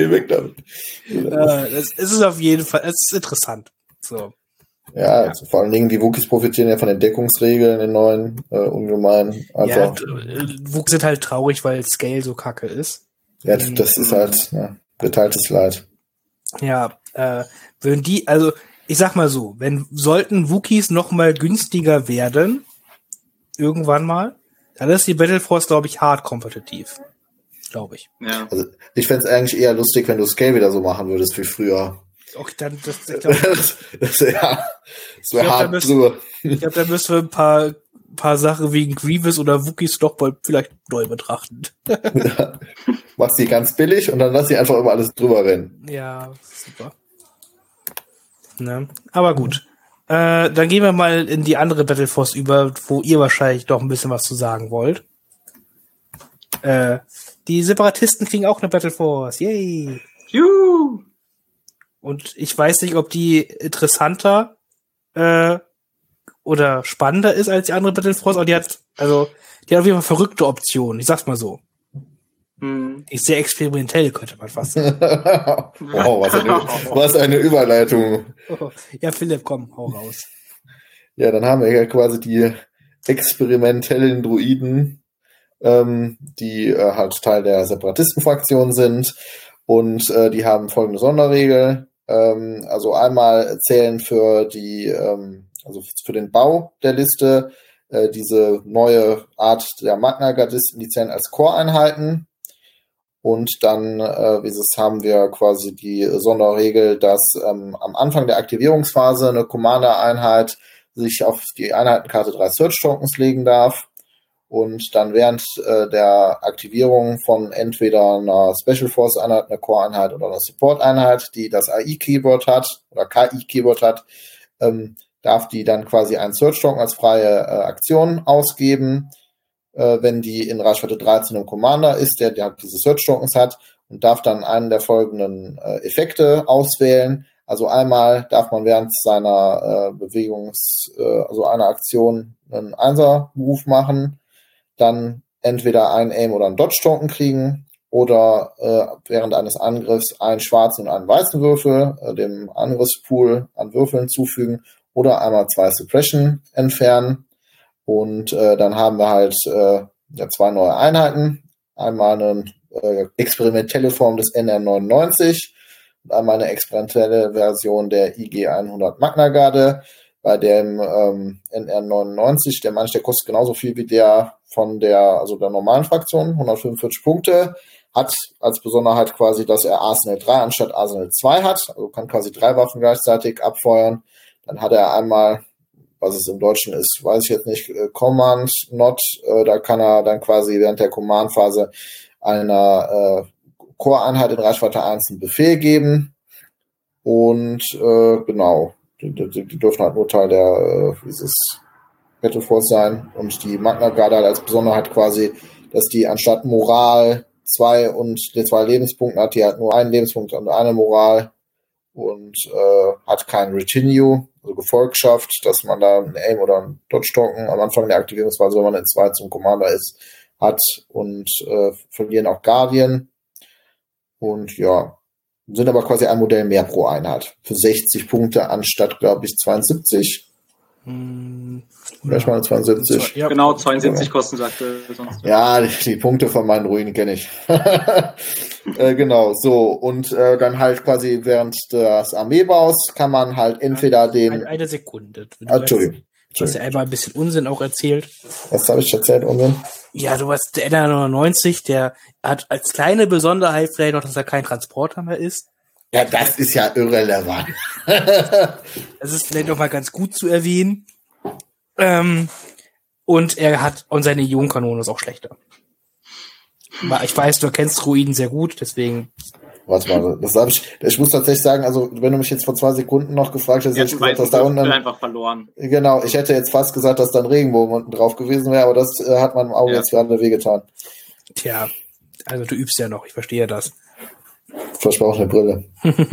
es ist auf jeden Fall, es ist interessant. So. Ja, also vor allen Dingen, die Wookies profitieren ja von den Deckungsregeln, den neuen, ungemein. Einfach. Ja, Wookies sind halt traurig, weil Scale so kacke ist. Ja, das ist halt, geteiltes Leid. Ja, würden die, also, ich sag mal so, sollten Wookies noch mal günstiger werden, irgendwann mal, dann ist die Battle Force, glaube ich, hart kompetitiv. Glaube ich. Ja. Also, ich fände es eigentlich eher lustig, wenn du Scale wieder so machen würdest wie früher. Okay, dann, das wäre hart drüber. Ich glaube, da müssen wir ein paar Sachen wegen Grievous oder Wookies doch mal vielleicht neu betrachten. Machst die ganz billig und dann lass sie einfach über alles drüber rennen. Ja, super. Ne? Aber gut. Dann gehen wir mal in die andere Battle Force über, wo ihr wahrscheinlich doch ein bisschen was zu sagen wollt. Die Separatisten kriegen auch eine Battle Force. Yay! Juhu! Und ich weiß nicht, ob die interessanter oder spannender ist als die andere Battle Force, aber die hat auf jeden Fall verrückte Optionen. Ich sag's mal so. Ist sehr experimentell, könnte man fast sagen. Wow, was eine Überleitung. Ja, Philipp, komm, hau raus. Ja, dann haben wir ja quasi die experimentellen Druiden, die halt Teil der Separatistenfraktion sind und die haben folgende Sonderregel. Also einmal zählen für für den Bau der Liste diese neue Art der Magna-Gardisten, die zählen als Core-Einheiten. Und dann haben wir quasi die Sonderregel, dass am Anfang der Aktivierungsphase eine Commander-Einheit sich auf die Einheitenkarte 3 Search-Tokens legen darf und dann während der Aktivierung von entweder einer Special Force-Einheit, einer Core-Einheit oder einer Support-Einheit, die das AI-Keyboard hat oder KI-Keyboard hat, darf die dann quasi einen Search-Token als freie Aktion ausgeben, wenn die in Reichweite 13 im Commander ist, der halt diese Search-Tokens hat und darf dann einen der folgenden Effekte auswählen. Also einmal darf man während seiner also einer Aktion einen 1er-Move machen, dann entweder einen Aim oder einen Dodge-Token kriegen oder während eines Angriffs einen schwarzen und einen weißen Würfel dem Angriffspool an Würfeln zufügen oder einmal 2 Suppression entfernen. Und dann haben wir halt 2 neue Einheiten. Einmal eine experimentelle Form des NR99 und einmal eine experimentelle Version der IG100 Magna Garde. Bei dem NR99, der kostet genauso viel wie der von der normalen Fraktion, 145 Punkte. Hat als Besonderheit quasi, dass er Arsenal 3 anstatt Arsenal 2 hat. Also kann quasi 3 Waffen gleichzeitig abfeuern. Dann hat er einmal was es im Deutschen ist, weiß ich jetzt nicht, Command Not, da kann er dann quasi während der Command-Phase einer Core-Einheit in Reichweite 1 einen Befehl geben und genau, die dürfen halt nur Teil der dieses Battle Force sein und die Magna Guard halt als Besonderheit quasi, dass die anstatt Moral 2 und den 2 Lebenspunkten hat, die halt nur einen Lebenspunkt und eine Moral und hat kein Retinue, also Gefolgschaft, dass man da einen Aim oder einen Dodge-Token am Anfang der Aktivierungsphase, wenn man in 2 zum Commander ist, hat und verlieren auch Guardian und ja, sind aber quasi ein Modell mehr pro Einheit. Für 60 Punkte anstatt, glaube ich, 72. Vielleicht mal 72. Ja, genau, 72 Kosten, sagte sonst. Ja, die Punkte von meinen Ruinen kenne ich. Genau, so. Und dann halt quasi während des Armeebaus kann man halt entweder den... Eine Sekunde. Entschuldigung. Du hast ja einmal ein bisschen Unsinn auch erzählt. Was habe ich erzählt, Unsinn? Ja, du hast der NR99, der hat als kleine Besonderheit vielleicht noch, dass er kein Transporter mehr ist. Ja, das ist ja irrelevant. Das ist vielleicht noch mal ganz gut zu erwähnen. Und seine Ionenkanone ist auch schlechter. Ich weiß, du kennst Ruinen sehr gut, deswegen. Warte mal, das habe ich muss tatsächlich sagen, also wenn du mich jetzt vor 2 Sekunden noch gefragt hättest, hätte ich gesagt, dass da unten einfach verloren. Genau, ich hätte jetzt fast gesagt, dass da ein Regenbogen unten drauf gewesen wäre, aber das hat meinem Auge jetzt für andere wehgetan. Tja, also du übst ja noch, ich verstehe das. Versprochene Brille.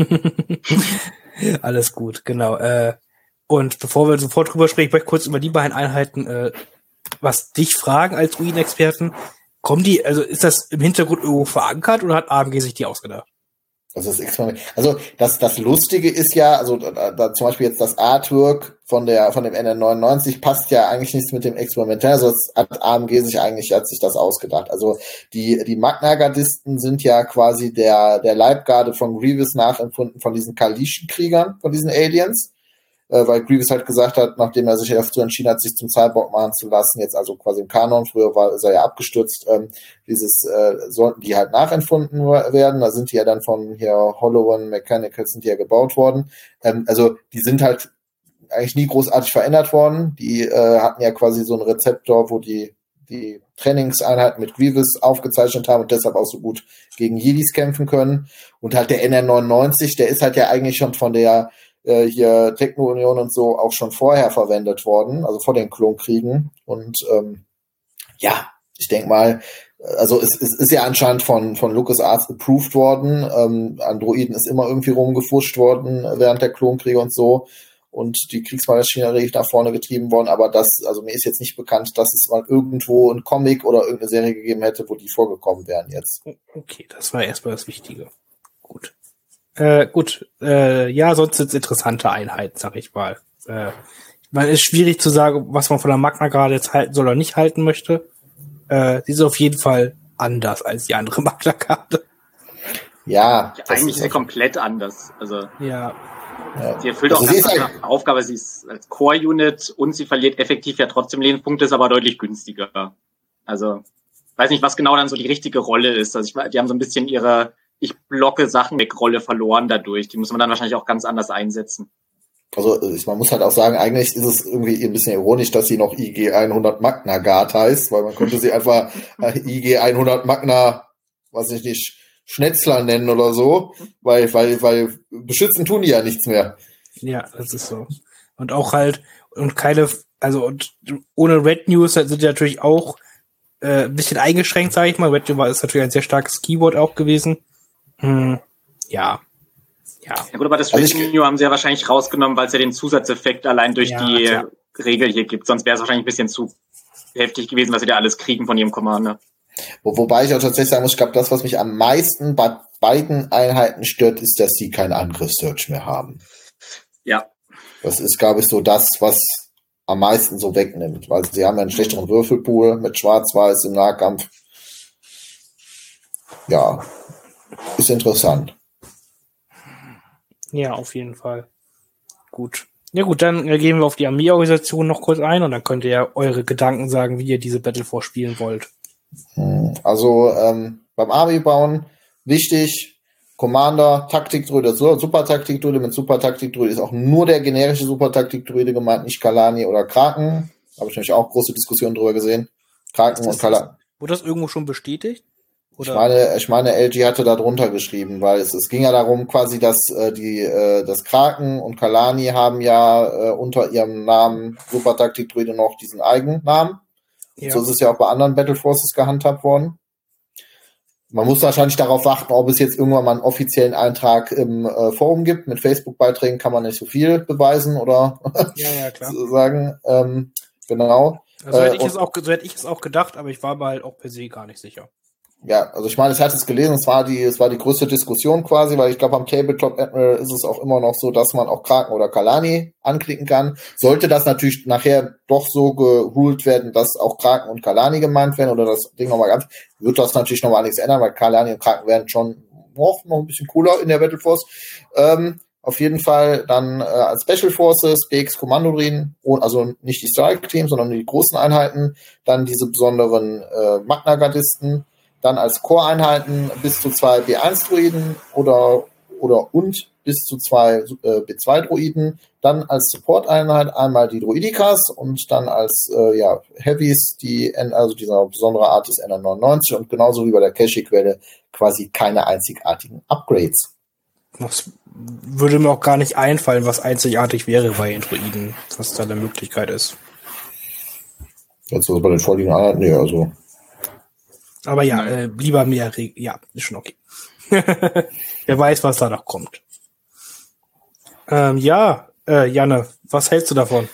Alles gut, genau. Und bevor wir sofort drüber sprechen, möchte ich kurz über die beiden Einheiten was dich fragen als Ruinen-Experten. Kommen die, also ist das im Hintergrund irgendwo verankert oder hat AMG sich die ausgedacht? Also das Lustige ist ja, also da zum Beispiel jetzt das Artwork von dem NR99 passt ja eigentlich nichts mit dem Experimentell, also hat AMG hat sich das ausgedacht. Also die Magna-Gardisten sind ja quasi der Leibgarde von Grievous nachempfunden von diesen Kalishen-Kriegern, von diesen Aliens, weil Grievous halt gesagt hat, nachdem er sich dazu entschieden hat, sich zum Cyborg machen zu lassen, jetzt also quasi im Kanon, früher ist er ja abgestürzt, sollten die halt nachempfunden werden, da sind die ja dann von hier Hollowan Mechanicals sind die ja gebaut worden, also die sind halt eigentlich nie großartig verändert worden, die hatten ja quasi so einen Rezeptor, wo die Trainingseinheiten mit Grievous aufgezeichnet haben und deshalb auch so gut gegen Jedis kämpfen können und halt der NR99, der ist halt ja eigentlich schon von der hier Techno-Union und so auch schon vorher verwendet worden, also vor den Klonkriegen. Und ja, ich denke mal, also es ist ja anscheinend von LucasArts approved worden. Androiden ist immer irgendwie rumgefuscht worden während der Klonkriege und so. Und die Kriegsmaschinerie nach vorne getrieben worden. Aber also mir ist jetzt nicht bekannt, dass es mal irgendwo ein Comic oder irgendeine Serie gegeben hätte, wo die vorgekommen wären jetzt. Okay, das war erstmal das Wichtige. Gut. Ja, sonst sind es interessante Einheiten, sag ich mal. Man ist schwierig zu sagen, was man von der Magna gerade jetzt halten soll oder nicht halten möchte. Sie ist auf jeden Fall anders als die andere Magna Karte. Ja. Eigentlich ist sie komplett anders. Also. Ja. Sie erfüllt auch eine Aufgabe, sie ist als Core-Unit und sie verliert effektiv ja trotzdem Lebenspunkte, ist aber deutlich günstiger. Also, weiß nicht, was genau dann so die richtige Rolle ist. Also, die haben so ein bisschen ihre ich blocke Sachen weg Rolle verloren dadurch. Die muss man dann wahrscheinlich auch ganz anders einsetzen. Also man muss halt auch sagen, eigentlich ist es irgendwie ein bisschen ironisch, dass sie noch IG 100 Magna Guard heißt, weil man könnte sie einfach IG 100 Magna, weiß ich nicht, Schnetzler nennen oder so, weil beschützen tun die ja nichts mehr. Ja, das ist so. Und auch halt, und ohne Red News sind die natürlich auch ein bisschen eingeschränkt, sage ich mal. Red News ist natürlich ein sehr starkes Keyword auch gewesen. Ja. Ja gut, aber das Retinue haben sie ja wahrscheinlich rausgenommen, weil es ja den Zusatzeffekt allein durch die Regel hier gibt. Sonst wäre es wahrscheinlich ein bisschen zu heftig gewesen, was sie da alles kriegen von ihrem Commander. Wobei ich auch tatsächlich sagen muss, ich glaube, das, was mich am meisten bei beiden Einheiten stört, ist, dass sie keinen Angriffssearch mehr haben. Ja. Das ist, glaube ich, so das, was am meisten so wegnimmt, weil sie haben ja einen schlechteren Würfelpool mit Schwarz-Weiß im Nahkampf. Ja, ist interessant. Ja, auf jeden Fall. Gut. Ja gut, dann gehen wir auf die Armeeorganisation noch kurz ein und dann könnt ihr ja eure Gedanken sagen, wie ihr diese Battle Force spielen wollt. Also beim Army bauen wichtig, Commander, Taktikdruide, Super-Taktikdruide. Mit Super-Taktikdruide ist auch nur der generische Super-Taktikdruide gemeint, nicht Kalani oder Kraken. Habe ich nämlich auch große Diskussionen drüber gesehen. Kraken und Kalani. Wurde das irgendwo schon bestätigt? Oder? Ich meine, LG hatte da drunter geschrieben, weil es ging ja darum quasi, dass das Kraken und Kalani haben ja unter ihrem Namen Super-Taktikdruide noch diesen Eigennamen. Ja. So ist es ja auch bei anderen Battle Forces gehandhabt worden. Man muss wahrscheinlich darauf warten, ob es jetzt irgendwann mal einen offiziellen Eintrag im Forum gibt. Mit Facebook-Beiträgen kann man nicht so viel beweisen oder klar. sagen. Genau. So hätte ich es auch gedacht, aber ich war mir halt auch per se gar nicht sicher. Ja, also ich meine, ich hatte es gelesen, es war die größte Diskussion quasi, weil ich glaube, am Tabletop Admiral ist es auch immer noch so, dass man auch Kraken oder Kalani anklicken kann. Sollte das natürlich nachher doch so geruled werden, dass auch Kraken und Kalani gemeint werden oder das Ding nochmal ganz, wird das natürlich nochmal nichts ändern, weil Kalani und Kraken werden schon noch ein bisschen cooler in der Battle Force. Auf jeden Fall dann als Special Forces, BX Kommandodroiden, also nicht die Strike Teams, sondern die großen Einheiten, dann diese besonderen Magna-Gardisten, dann als Core-Einheiten bis zu 2 B1-Droiden oder bis zu 2 B2-Droiden, dann als Support-Einheit einmal die Droidikas und dann als Heavies, also dieser besondere Art des NR99 und genauso wie bei der Cache-Quelle quasi keine einzigartigen Upgrades. Das würde mir auch gar nicht einfallen, was einzigartig wäre bei den Droiden, was da eine Möglichkeit ist. Jetzt also bei den vorliegenden Einheiten, nee, also. Aber lieber mehr ist schon okay. Wer weiß, was da noch kommt. Janne, was hältst du davon?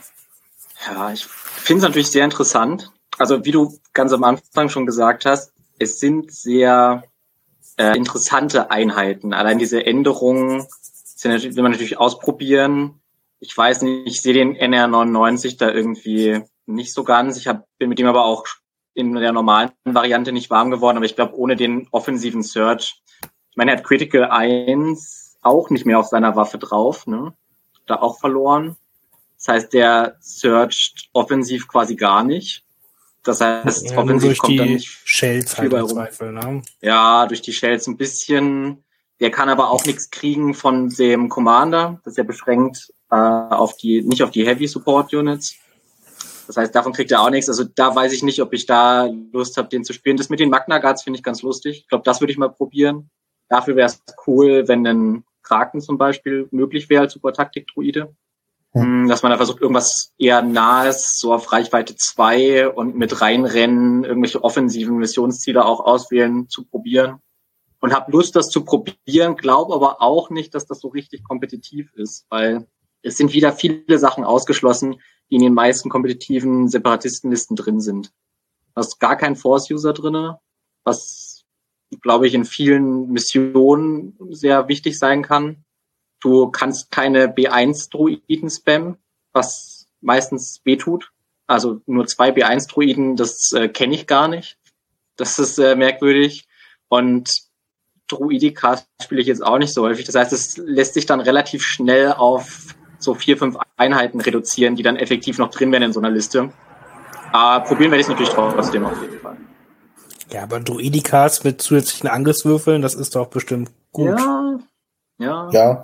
Ja, ich finde es natürlich sehr interessant. Also wie du ganz am Anfang schon gesagt hast, es sind sehr interessante Einheiten. Allein diese Änderungen will man natürlich ausprobieren. Ich weiß nicht, ich sehe den NR99 da irgendwie nicht so ganz. Bin mit dem aber auch in der normalen Variante nicht warm geworden, aber ich glaube, ohne den offensiven Search, ich meine, er hat Critical 1 auch nicht mehr auf seiner Waffe drauf, ne? Da auch verloren. Das heißt, der searcht offensiv quasi gar nicht. Das heißt, offensiv kommt dann nicht Shells halt im Zweifel, ne? Ja, durch die Shells ein bisschen. Der kann aber auch nichts kriegen von dem Commander. Das ist ja beschränkt nicht auf die Heavy Support Units. Das heißt, davon kriegt er auch nichts. Also da weiß ich nicht, ob ich da Lust habe, den zu spielen. Das mit den Magna Guards finde ich ganz lustig. Ich glaube, das würde ich mal probieren. Dafür wäre es cool, wenn ein Kraken zum Beispiel möglich wäre als Super-Taktik-Druide. Dass man da versucht, irgendwas eher Nahes, so auf Reichweite 2 und mit reinrennen, irgendwelche offensiven Missionsziele auch auswählen, zu probieren. Und habe Lust, das zu probieren, glaube aber auch nicht, dass das so richtig kompetitiv ist, weil es sind wieder viele Sachen ausgeschlossen, die in den meisten kompetitiven Separatistenlisten drin sind. Du hast gar keinen Force-User drinne, was, glaube ich, in vielen Missionen sehr wichtig sein kann. Du kannst keine B1-Droiden spammen, was meistens wehtut. Also nur 2 B1-Droiden, das kenne ich gar nicht. Das ist merkwürdig. Und Droidika spiele ich jetzt auch nicht so häufig. Das heißt, es lässt sich dann relativ schnell auf so 4, 5 Einheiten reduzieren, die dann effektiv noch drin wären in so einer Liste. Probieren werde ich es natürlich trotzdem auf jeden Fall. Ja, aber Droidikas mit zusätzlichen Angriffswürfeln, das ist doch bestimmt gut. Ja.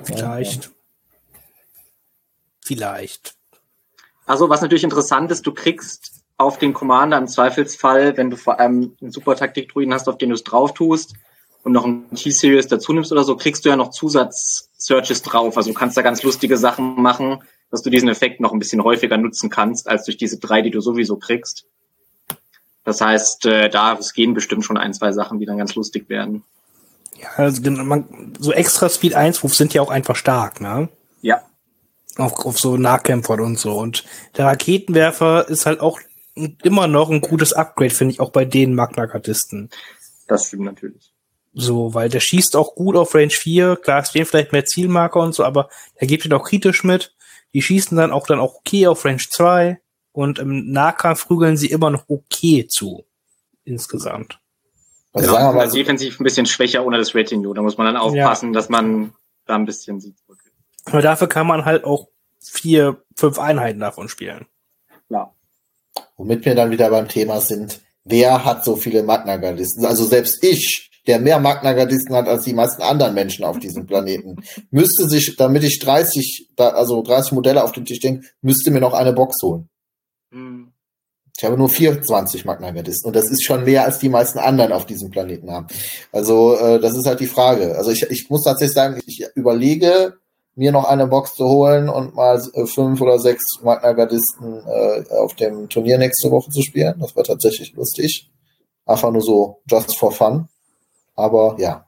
Vielleicht. Also was natürlich interessant ist, du kriegst auf den Commander im Zweifelsfall, wenn du vor allem einen Super-Taktik-Druiden hast, auf den du es drauf tust und noch einen T-Series dazu nimmst oder so, kriegst du ja noch Zusatz-Searches drauf. Also du kannst da ganz lustige Sachen machen, dass du diesen Effekt noch ein bisschen häufiger nutzen kannst, als durch diese 3, die du sowieso kriegst. Das heißt, es gehen bestimmt schon 1, 2 Sachen, die dann ganz lustig werden. Ja, also so extra Speed 1-Ruf sind ja auch einfach stark, ne? Ja. Auf so Nahkämpfern und so. Und der Raketenwerfer ist halt auch immer noch ein gutes Upgrade, finde ich, auch bei den Magna-Gardisten. Das stimmt natürlich. So, weil der schießt auch gut auf Range 4, klar, es stehen vielleicht mehr Zielmarker und so, aber der gibt ihn auch kritisch mit. Die schießen dann auch okay auf Range 2 und im Nahkampf prügeln sie immer noch okay zu. Insgesamt. Also sagen wir mal defensiv ein bisschen schwächer ohne das Retinue. Da muss man dann aufpassen, dass man da ein bisschen sieht. Aber dafür kann man halt auch 4, 5 Einheiten davon spielen. Ja. Womit wir dann wieder beim Thema sind, wer hat so viele Magna-Gardisten? Also selbst ich, der mehr Magna-Gardisten hat als die meisten anderen Menschen auf diesem Planeten, müsste sich, damit ich 30 Modelle auf den Tisch denke, müsste mir noch eine Box holen. Hm. Ich habe nur 24 Magna-Gardisten und das ist schon mehr als die meisten anderen auf diesem Planeten haben. Also das ist halt die Frage. Also ich muss tatsächlich sagen, ich überlege, mir noch eine Box zu holen und mal 5 oder 6 Magna-Gardisten auf dem Turnier nächste Woche zu spielen. Das war tatsächlich lustig. Einfach nur so just for fun. Aber ja,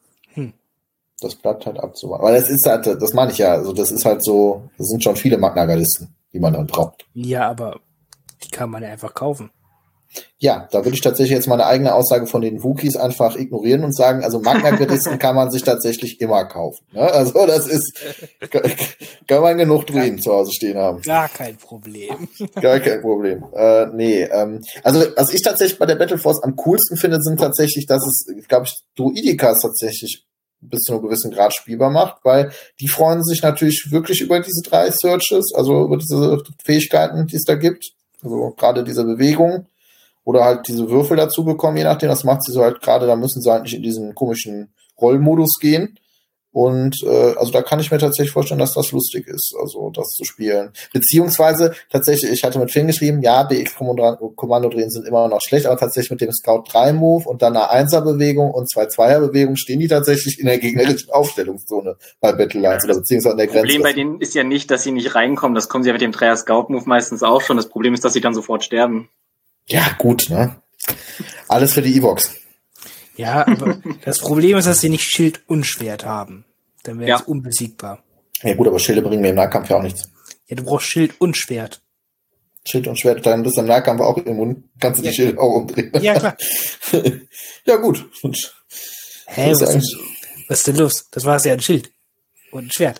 das bleibt halt abzuwarten. Weil das ist halt, das meine ich ja, also das ist halt so, das sind schon viele Magna-Gardisten, die man dann braucht. Ja, aber die kann man ja einfach kaufen. Ja, da würde ich tatsächlich jetzt meine eigene Aussage von den Wookies einfach ignorieren und sagen, also Magna-Gardisten kann man sich tatsächlich immer kaufen. Ne? Also das ist, kann man genug Druiden zu Hause stehen haben. Gar kein Problem. Gar kein Problem. Also was ich tatsächlich bei der Battle Force am coolsten finde, sind tatsächlich, dass es, glaube ich, Druidikas tatsächlich bis zu einem gewissen Grad spielbar macht, weil die freuen sich natürlich wirklich über diese 3 Searches, also über diese Fähigkeiten, die es da gibt. Also gerade diese Bewegung. Oder halt diese Würfel dazu bekommen, je nachdem, das macht sie so halt gerade, da müssen sie halt nicht in diesen komischen Rollmodus gehen. Und also da kann ich mir tatsächlich vorstellen, dass das lustig ist, also das zu spielen. Beziehungsweise tatsächlich, ich hatte mit Finn geschrieben, ja, BX-Kommando-Drehen sind immer noch schlecht, aber tatsächlich mit dem Scout-3-Move und dann einer 1er-Bewegung und 2 2er-Bewegungen stehen die tatsächlich in der gegnerischen Aufstellungszone bei Battle Lines oder beziehungsweise an der Grenze. Das Problem bei denen ist ja nicht, dass sie nicht reinkommen, das kommen sie ja mit dem 3er-Scout-Move meistens auch schon. Das Problem ist, dass sie dann sofort sterben. Ja, gut, ne? Alles für die Evox. Ja, aber das Problem ist, dass sie nicht Schild und Schwert haben. Dann wäre es unbesiegbar. Ja gut, aber Schilde bringen mir im Nahkampf ja auch nichts. Ja, du brauchst Schild und Schwert. Schild und Schwert, dann bist du im Nahkampf auch immun. Kannst du die Schilde auch umdrehen. Ja, klar. Ja, gut. Hä, was ist denn los? Das war ja ein Schild. Und ein Schwert.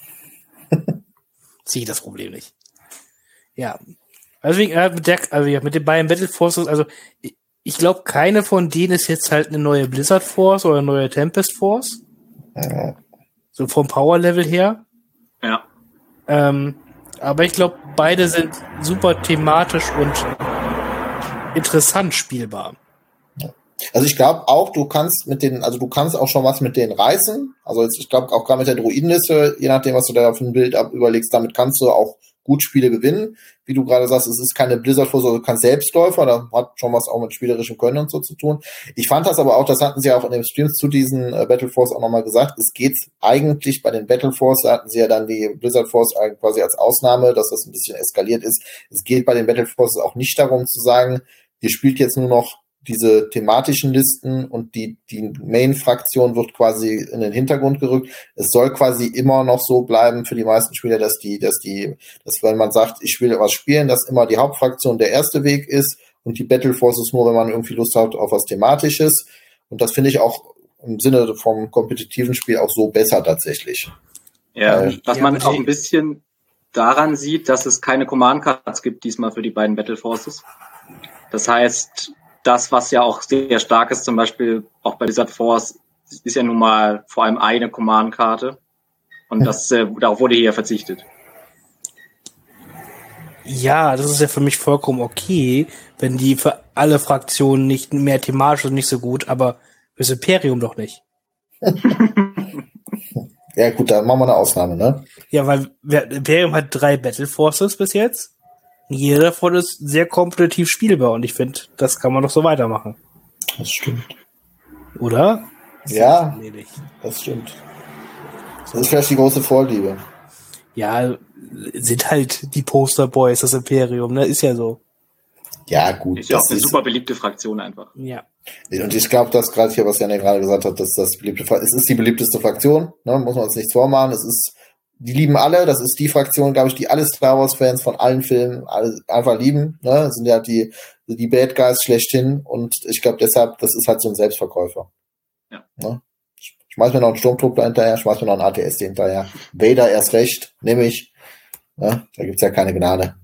Sehe ich das Problem nicht. Ja. Deswegen, mit den beiden Battle Forces, also ich glaube, keine von denen ist jetzt halt eine neue Blizzard Force oder eine neue Tempest Force. Ja. So vom Power Level her. Ja. Aber ich glaube, beide sind super thematisch und interessant spielbar. Also ich glaube auch, du kannst auch schon was mit denen reißen. Also jetzt, ich glaube auch gerade mit der Druidenliste, je nachdem, was du da für ein Bild überlegst, damit kannst du auch gut Spiele gewinnen. Wie du gerade sagst, es ist keine Blizzard-Force, also kein Selbstläufer, da hat schon was auch mit spielerischem Können und so zu tun. Ich fand das aber auch, das hatten sie ja auch in den Streams zu diesen Battle Force auch nochmal gesagt, es geht eigentlich bei den Battle Force, da hatten sie ja dann die Blizzard Force quasi als Ausnahme, dass das ein bisschen eskaliert ist. Es geht bei den Battle Forces auch nicht darum zu sagen, ihr spielt jetzt nur noch diese thematischen Listen und die Main-Fraktion wird quasi in den Hintergrund gerückt. Es soll quasi immer noch so bleiben für die meisten Spieler, dass wenn man sagt, ich will was spielen, dass immer die Hauptfraktion der erste Weg ist und die Battle Forces nur, wenn man irgendwie Lust hat auf was Thematisches. Und das finde ich auch im Sinne vom kompetitiven Spiel auch so besser tatsächlich. Ja, was man auch ein bisschen daran sieht, dass es keine Command-Cards gibt diesmal für die beiden Battle Forces. Das heißt, das, was ja auch sehr stark ist, zum Beispiel auch bei Blizzard Force, ist ja nun mal vor allem eine Command-Karte. Und darauf wurde hier verzichtet. Ja, das ist ja für mich vollkommen okay, wenn die für alle Fraktionen nicht mehr thematisch und nicht so gut, aber fürs Imperium doch nicht. Ja gut, dann machen wir eine Ausnahme, ne? Ja, weil Imperium hat 3 Battle Forces bis jetzt. Jeder davon ist sehr kompetitiv spielbar und ich finde, das kann man doch so weitermachen. Das stimmt. Oder? Ja, das stimmt. Das ist vielleicht die große Vorliebe. Ja, sind halt die Posterboys, das Imperium, ne? Ist ja so. Ja, gut. Ist ja auch eine super beliebte Fraktion einfach. Ja. Und ich glaube, dass gerade hier, was Janne gerade gesagt hat, dass es ist die beliebteste Fraktion, ne? Muss man uns nichts vormachen. Die lieben alle, das ist die Fraktion, glaube ich, die alle Star Wars-Fans von allen Filmen einfach lieben, ne? Das sind ja die Bad Guys schlechthin und ich glaube deshalb, das ist halt so ein Selbstverkäufer. Ja. Ne? Schmeiß mir noch einen Sturmtruppler hinterher, schmeiß mir noch einen ATSD hinterher. Vader erst recht, nehme ich. Ne? Da gibt's ja keine Gnade.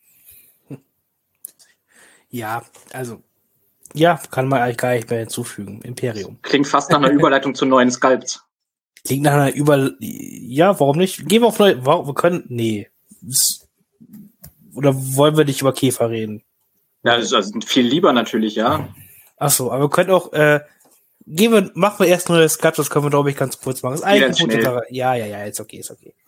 Ja, also, ja, kann man eigentlich gar nicht mehr hinzufügen. Imperium. Klingt fast nach einer Überleitung zu neuen Sculpts. Klingt nach einer ja, warum nicht? Gehen wir auf neue, wir können, nee. Oder wollen wir nicht über Käfer reden? Ja, das ist also viel lieber natürlich, ja. Ach so, aber wir können auch, machen wir erst nur das Cut, das können wir, glaube ich, ganz kurz machen. Das ist eigentlich eine gute Sache. Ja, ist okay.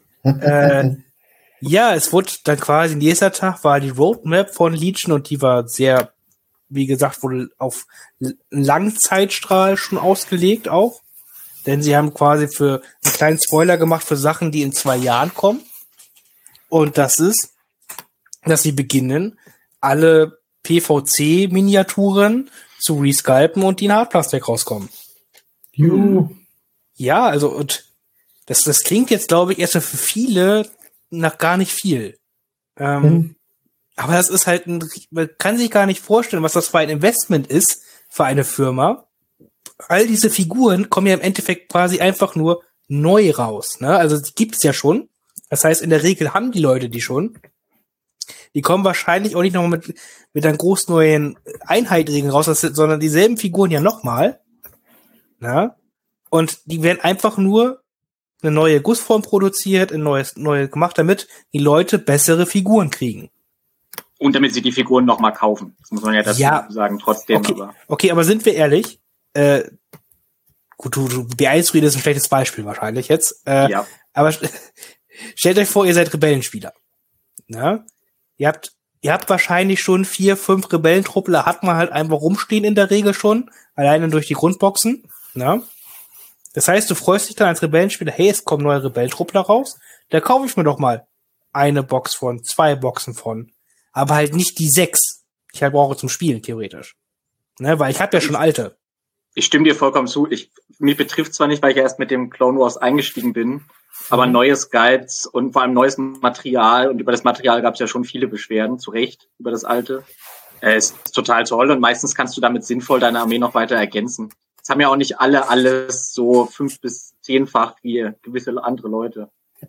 Ja, es wurde dann quasi, nächster Tag war die Roadmap von Legion und die war sehr, wie gesagt, wohl auf Langzeitstrahl schon ausgelegt auch. Denn sie haben quasi für einen kleinen Spoiler gemacht für Sachen, die in 2 Jahren kommen. Und das ist, dass sie beginnen, alle PVC-Miniaturen zu resculpen und die in Hartplastik rauskommen. Ja, also, und das klingt jetzt, glaube ich, erstmal für viele nach gar nicht viel. Aber das ist halt man kann sich gar nicht vorstellen, was das für ein Investment ist für eine Firma. All diese Figuren kommen ja im Endeffekt quasi einfach nur neu raus, ne? Also, die gibt's ja schon. Das heißt, in der Regel haben die Leute die schon. Die kommen wahrscheinlich auch nicht nochmal mit einer groß neuen Einheitregeln raus, sondern dieselben Figuren ja nochmal. Ne? Und die werden einfach nur eine neue Gussform produziert, neue gemacht, damit die Leute bessere Figuren kriegen. Und damit sie die Figuren nochmal kaufen. Das muss man ja dazu sagen, trotzdem. Okay, aber sind wir ehrlich, gut, B1-Friede ist ein schlechtes Beispiel wahrscheinlich jetzt. Aber stellt euch vor, ihr seid Rebellenspieler. Na? Ihr habt wahrscheinlich schon 4, 5 Rebellentruppler, hat man halt einfach rumstehen in der Regel schon, alleine durch die Grundboxen. Na? Das heißt, du freust dich dann als Rebellenspieler, hey, es kommen neue Rebellentruppler raus, da kaufe ich mir doch mal eine Box von, 2 Boxen von. Aber halt nicht die 6, die ich halt brauche zum Spielen, theoretisch. Ne, weil ich habe ja schon alte. Ich stimme dir vollkommen zu. Mich betrifft zwar nicht, weil ich ja erst mit dem Clone Wars eingestiegen bin, aber neues Guides und vor allem neues Material, und über das Material gab es ja schon viele Beschwerden, zu Recht, über das alte. Ist total toll und meistens kannst du damit sinnvoll deine Armee noch weiter ergänzen. Das haben ja auch nicht alle alles so 5- bis 10-fach wie gewisse andere Leute.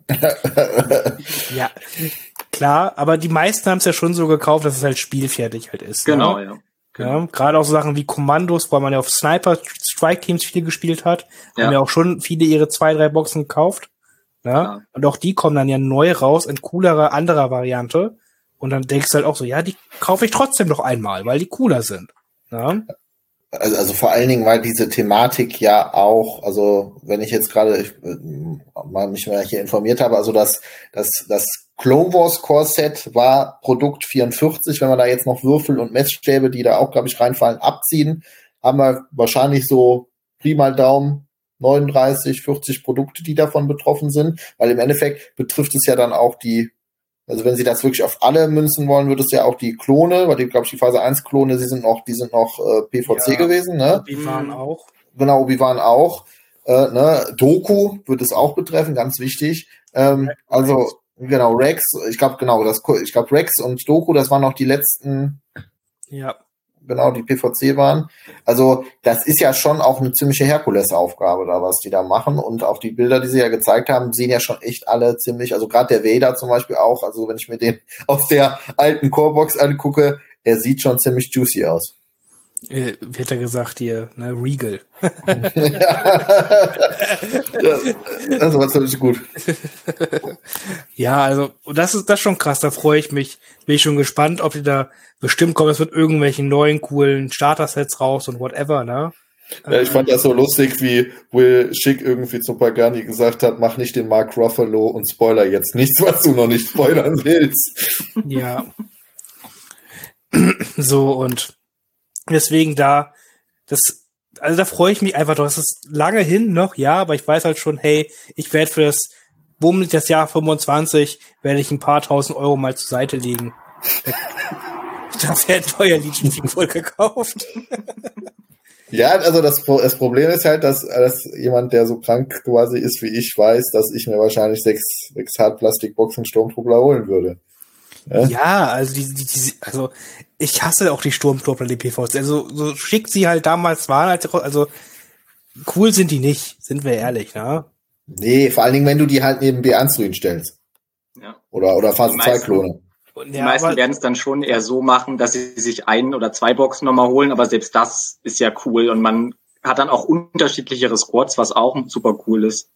Ja, klar, aber die meisten haben es ja schon so gekauft, dass es halt spielfertig halt ist. Genau, ne? Ja, gerade auch so Sachen wie Kommandos, weil man ja auf Sniper-Strike-Teams viel gespielt hat, haben ja auch schon viele ihre 2, 3 Boxen gekauft. Ja? Und auch die kommen dann ja neu raus in coolerer, anderer Variante. Und dann denkst du halt auch so, ja, die kaufe ich trotzdem noch einmal, weil die cooler sind. Ja? Also vor allen Dingen, weil diese Thematik ja auch, also wenn ich jetzt gerade mich mal hier informiert habe, also das Clone Wars Core Set war Produkt 44, wenn wir da jetzt noch Würfel und Messstäbe, die da auch, glaube ich, reinfallen, abziehen, haben wir wahrscheinlich so Pi mal Daumen 39, 40 Produkte, die davon betroffen sind, weil im Endeffekt betrifft es ja dann auch also wenn sie das wirklich auf alle münzen wollen, wird es ja auch die Klone, weil die, glaube ich, die Phase 1 Klone, die sind noch PVC gewesen, ne? Obi-Wan auch. Genau, Obi-Wan auch. Ne? Doku wird es auch betreffen, ganz wichtig. Also, genau, Rex, ich glaube Rex und Doku, das waren noch die letzten, genau, die PVC waren. Also, das ist ja schon auch eine ziemliche Herkulesaufgabe da, was die da machen. Und auch die Bilder, die sie ja gezeigt haben, sehen ja schon echt alle ziemlich, also gerade der Vader zum Beispiel auch, also wenn ich mir den aus der alten Corebox angucke, er sieht schon ziemlich juicy aus. Wird ja gesagt hier, ne, Regal. Also was ist gut. Ja, also das ist schon krass, da freue ich mich. Bin ich schon gespannt, ob die da bestimmt kommen. Es wird irgendwelchen neuen, coolen Starter-Sets raus und whatever, ne? Ja, ich fand das so lustig, wie Will Schick irgendwie zu Pagani gesagt hat, mach nicht den Mark Ruffalo und spoiler jetzt nichts, was du noch nicht spoilern willst. Ja. So, und deswegen da freue ich mich einfach drauf. Es ist lange hin noch, ja, aber ich weiß halt schon, hey, ich werde für das Jahr 25 werde ich ein paar 1000 Euro mal zur Seite legen. Da werden neue Legion-Figuren gekauft. Ja, also das Problem ist halt, dass jemand, der so krank quasi ist wie ich, weiß, dass ich mir wahrscheinlich 6 Hartplastikboxen Sturmtruppler holen würde. Ja, also also ich hasse auch die Sturmtruppler, die PVs. Also so schick sie halt damals waren, also cool sind die nicht, sind wir ehrlich, ne? Nee, vor allen Dingen, wenn du die halt neben B1 stellst. Ja. Oder Phase 2 Klone. Die meisten werden es dann schon eher so machen, dass sie sich 1 oder 2 Boxen nochmal holen, aber selbst das ist ja cool und man hat dann auch unterschiedlichere Squads, was auch super cool ist.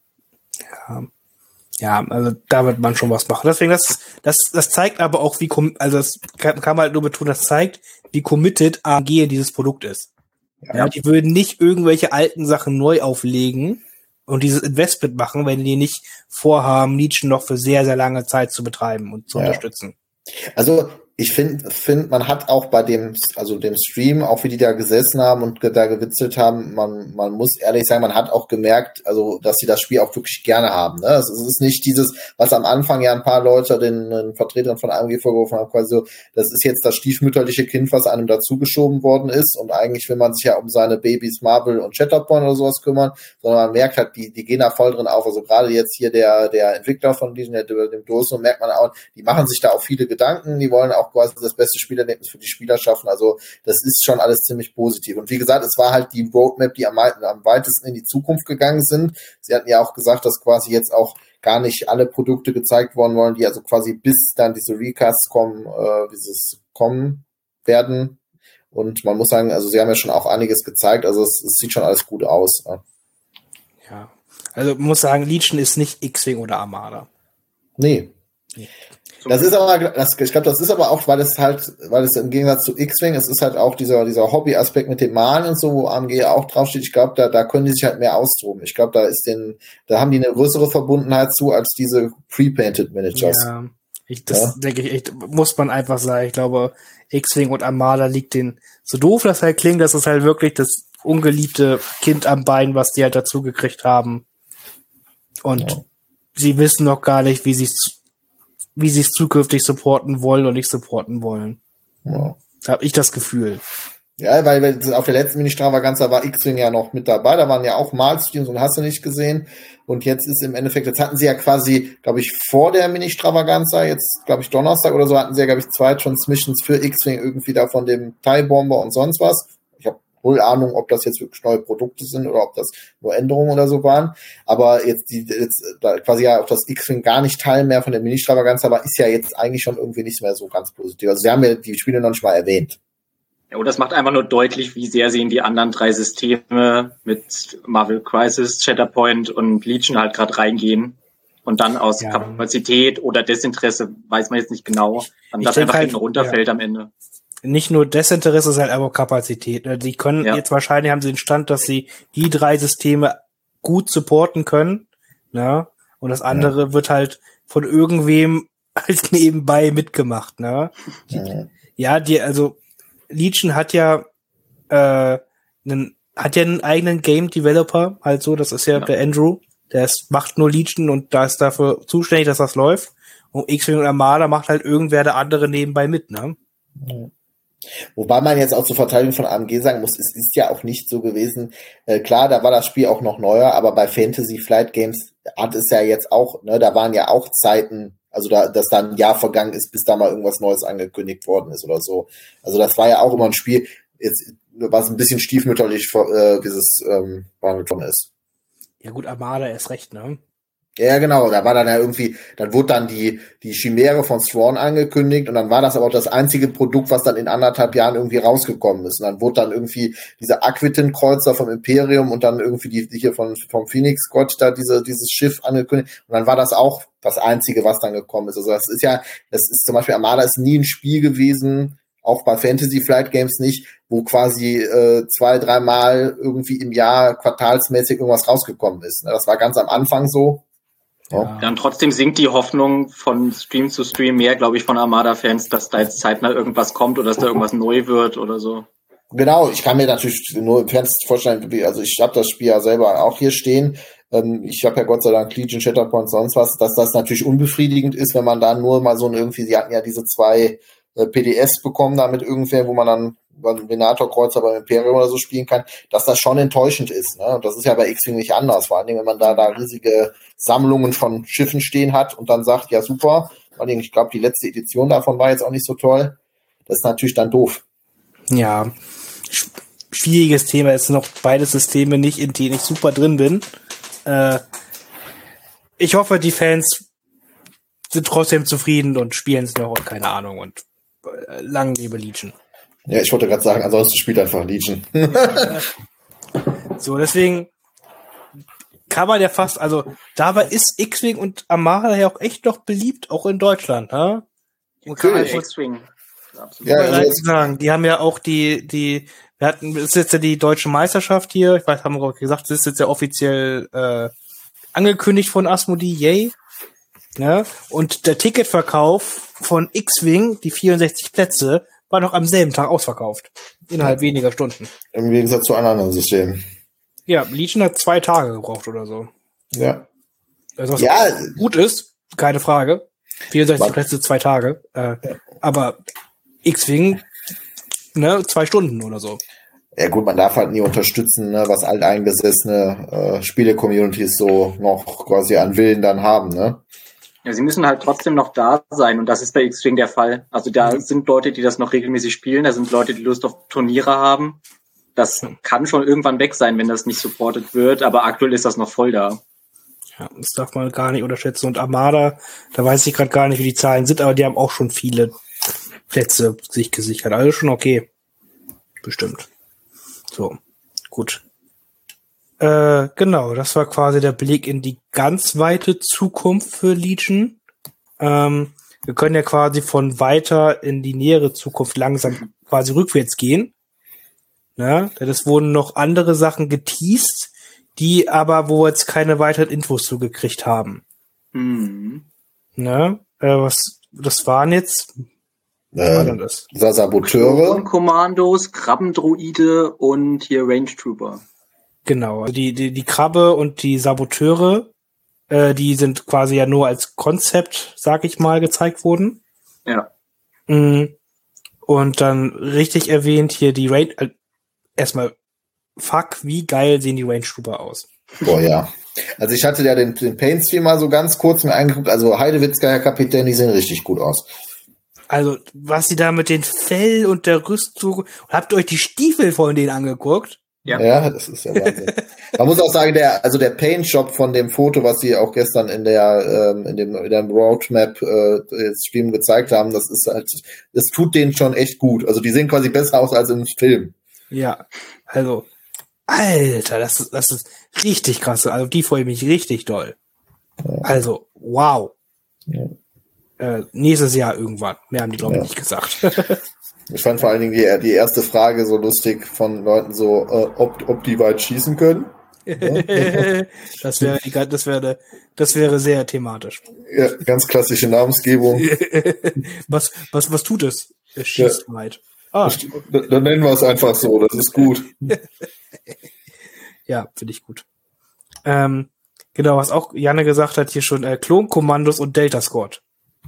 Ja, also da wird man schon was machen. Deswegen, das zeigt aber auch, das kann man halt nur betonen, das zeigt, wie committed AMG in dieses Produkt ist. Ja, die würden nicht irgendwelche alten Sachen neu auflegen und dieses Investment machen, wenn die nicht vorhaben, Legion noch für sehr, sehr lange Zeit zu betreiben und zu unterstützen. Also ich finde, man hat auch bei dem Stream, auch wie die da gesessen haben und da gewitzelt haben, man muss ehrlich sagen, man hat auch gemerkt, also dass sie das Spiel auch wirklich gerne haben. Ne? Es ist nicht dieses, was am Anfang ja ein paar Leute den Vertretern von AMG vorgeworfen haben, quasi so, das ist jetzt das stiefmütterliche Kind, was einem dazugeschoben worden ist und eigentlich will man sich ja um seine Babys Marble und Shatterpoint oder sowas kümmern, sondern man merkt halt, die gehen da voll drin auf. Also gerade jetzt hier der Entwickler von Legion, dem Doso, merkt man auch, die machen sich da auch viele Gedanken, die wollen auch quasi das beste Spielerlebnis für die Spieler schaffen. Also das ist schon alles ziemlich positiv. Und wie gesagt, es war halt die Roadmap, die am weitesten in die Zukunft gegangen sind. Sie hatten ja auch gesagt, dass quasi jetzt auch gar nicht alle Produkte gezeigt worden wollen, die also quasi bis dann diese Recasts kommen, kommen werden. Und man muss sagen, also sie haben ja schon auch einiges gezeigt. Also es sieht schon alles gut aus. Ja. Also man muss sagen, Legion ist nicht X-Wing oder Armada. Nee. Das ist aber, ich glaube, das ist aber auch, weil es im Gegensatz zu X-Wing, es ist halt auch dieser Hobby-Aspekt mit dem Malen und so, wo AMG auch draufsteht. Ich glaube, da können die sich halt mehr austoben. Ich glaube, da haben die eine größere Verbundenheit zu als diese Pre-Painted Managers. Ja, denke ich echt, muss man einfach sagen. Ich glaube, X-Wing und Armada liegt den, so doof das halt klingt, das ist halt wirklich das ungeliebte Kind am Bein, was die halt dazu gekriegt haben. Und sie wissen noch gar nicht, wie sie es zukünftig supporten wollen und nicht supporten wollen. Ja. Da habe ich das Gefühl. Ja, weil auf der letzten Mini-Stravaganza war X-Wing ja noch mit dabei, da waren ja auch Malstreams und hast du nicht gesehen. Und jetzt ist im Endeffekt, jetzt hatten sie ja quasi, glaube ich, vor der Mini-Stravaganza, jetzt, glaube ich, Donnerstag oder so, hatten sie ja, glaube ich, 2 Transmissions für X-Wing irgendwie da von dem TIE Bomber und sonst was. Ich habe wohl Ahnung, ob das jetzt wirklich neue Produkte sind oder ob das nur Änderungen oder so waren. Aber jetzt quasi ja auch das X-Wing gar nicht Teil mehr von der Mini-Stravaganza, aber ist ja jetzt eigentlich schon irgendwie nicht mehr so ganz positiv. Also sie haben ja die Spiele noch nicht mal erwähnt. Ja, und das macht einfach nur deutlich, wie sehr sie in die anderen 3 Systeme mit Marvel Crisis, Shatterpoint und Legion halt gerade reingehen. Und dann aus Kapazität oder Desinteresse, weiß man jetzt nicht genau, dann das einfach hinten runterfällt am Ende. Nicht nur Desinteresse, es ist halt aber Kapazität. Die können jetzt wahrscheinlich, haben sie den Stand, dass sie die 3 Systeme gut supporten können. Ne? Und das andere wird halt von irgendwem halt nebenbei mitgemacht. Ne? Also Legion hat ja einen eigenen Game Developer, halt so, das ist ja der Andrew, macht nur Legion und da ist dafür zuständig, dass das läuft. Und X-Wing und Armada macht halt irgendwer der andere nebenbei mit, ne? Wobei man jetzt auch zur Verteidigung von AMG sagen muss, es ist ja auch nicht so gewesen. Klar, da war das Spiel auch noch neuer, aber bei Fantasy Flight Games hat es ja jetzt auch, ne, da waren ja auch Zeiten, also dass da ein Jahr vergangen ist, bis da mal irgendwas Neues angekündigt worden ist oder so. Also das war ja auch immer ein Spiel, jetzt, was ein bisschen stiefmütterlich dieses behandelt worden ist. Ja gut, Armada ist recht, ne? Ja, genau, da war dann ja irgendwie, dann wurde dann die Chimäre von Thrawn angekündigt und dann war das aber auch das einzige Produkt, was dann in 1,5 Jahren irgendwie rausgekommen ist. Und dann wurde dann irgendwie dieser Aquitin-Kreuzer vom Imperium und dann irgendwie die hier vom Phoenix Gott da dieses Schiff angekündigt. Und dann war das auch das einzige, was dann gekommen ist. Also das ist zum Beispiel Armada ist nie ein Spiel gewesen, auch bei Fantasy Flight Games nicht, wo quasi 2-3 Mal irgendwie im Jahr quartalsmäßig irgendwas rausgekommen ist. Das war ganz am Anfang so. Ja, und trotzdem sinkt die Hoffnung von Stream zu Stream mehr, glaube ich, von Armada-Fans, dass da jetzt zeitnah irgendwas kommt oder dass da irgendwas neu wird oder so. Genau, ich kann mir natürlich nur Fans vorstellen, also ich habe das Spiel ja selber auch hier stehen. Ich habe ja Gott sei Dank Legion, Shatterpoint, sonst was, dass das natürlich unbefriedigend ist, wenn man da nur mal so irgendwie, sie hatten ja diese 2 PDFs bekommen, damit irgendwer, wo man dann einen Venator-Kreuzer beim Imperium oder so spielen kann, dass das schon enttäuschend ist. Ne? Und das ist ja bei X-Wing nicht anders. Vor allen Dingen, wenn man da riesige Sammlungen von Schiffen stehen hat und dann sagt, ja super, vor allen Dingen, ich glaube, die letzte Edition davon war jetzt auch nicht so toll. Das ist natürlich dann doof. Ja, schwieriges Thema ist noch beide Systeme nicht, in denen ich super drin bin. Ich hoffe, die Fans sind trotzdem zufrieden und spielen es noch und keine Ahnung und lang lebe Legion. Ja, ich wollte gerade sagen, ansonsten spielt einfach Legion. So, deswegen kann man ja fast, also dabei ist X-Wing und Armada ja auch echt noch beliebt, auch in Deutschland, ne? X-Wing. Absolut. Ja, also sagen, die haben ja auch wir hatten, es ist jetzt ja die deutsche Meisterschaft hier, ich weiß, haben wir gesagt, es ist jetzt ja offiziell angekündigt von Asmodee, yay. Ne? Und der Ticketverkauf von X-Wing, die 64 Plätze, war noch am selben Tag ausverkauft. Innerhalb weniger Stunden. im Gegensatz zu anderen Systemen. Ja, Legion hat 2 Tage gebraucht oder so. Ja. Also was Ja. gut ist, keine Frage. 64 Plätze, 2 Tage. Aber X-Wing, ne, 2 Stunden oder so. Ja gut, man darf halt nie unterstützen, ne, was alteingesessene Spiele-Communities so noch quasi an Willen dann haben, ne? Ja, sie müssen halt trotzdem noch da sein und das ist bei X-Wing der Fall. Also da sind Leute, die das noch regelmäßig spielen, da sind Leute, die Lust auf Turniere haben. Das kann schon irgendwann weg sein, wenn das nicht supported wird, aber aktuell ist das noch voll da. Ja, das darf man gar nicht unterschätzen. Und Armada, da weiß ich gerade gar nicht, wie die Zahlen sind, aber die haben auch schon viele Plätze sich gesichert. Also schon okay. Bestimmt. So, gut. Genau, das war quasi der Blick in die ganz weite Zukunft für Legion. Wir können ja quasi von weiter in die nähere Zukunft langsam quasi rückwärts gehen. Ne? Denn es wurden noch andere Sachen geteased, die aber, wo wir jetzt keine weiteren Infos zugekriegt haben. Mhm. Ne? Das waren jetzt, was war denn das? Saboteure. Kommandos, Krabbendruide und hier Range Trooper. Genau, also die Krabbe und die Saboteure, die sind quasi ja nur als Konzept, sag ich mal, gezeigt worden. Ja. Und dann richtig erwähnt hier die Range, erstmal, fuck, wie geil sehen die Range Trooper aus. Boah, ja. Also ich hatte ja den Paint-Stream mal so ganz kurz mir angeguckt, also Heidewitzka, Herr Kapitän, die sehen richtig gut aus. Also, was sie da mit den Fell und der Rüstung, habt ihr euch die Stiefel von denen angeguckt? Ja, das ist ja Wahnsinn. Man muss auch sagen, der Paint-Shop von dem Foto, was sie auch gestern in dem Roadmap-Stream gezeigt haben, das ist halt, das tut denen schon echt gut. Also die sehen quasi besser aus als im Film. Ja, also, Alter, das ist richtig krass. Also die freue ich mich richtig doll. Ja. Also, wow. Ja. Nächstes Jahr irgendwann. Mehr haben die, glaube ich, nicht gesagt. Ich fand vor allen Dingen die erste Frage so lustig von Leuten so, ob die weit schießen können. Ja. Das wäre sehr thematisch. Ja, ganz klassische Namensgebung. Was tut es? Es schießt weit. Dann nennen wir es einfach so, das ist gut. Ja, finde ich gut. Genau, was auch Janne gesagt hat, hier schon Klonkommandos und Delta Squad.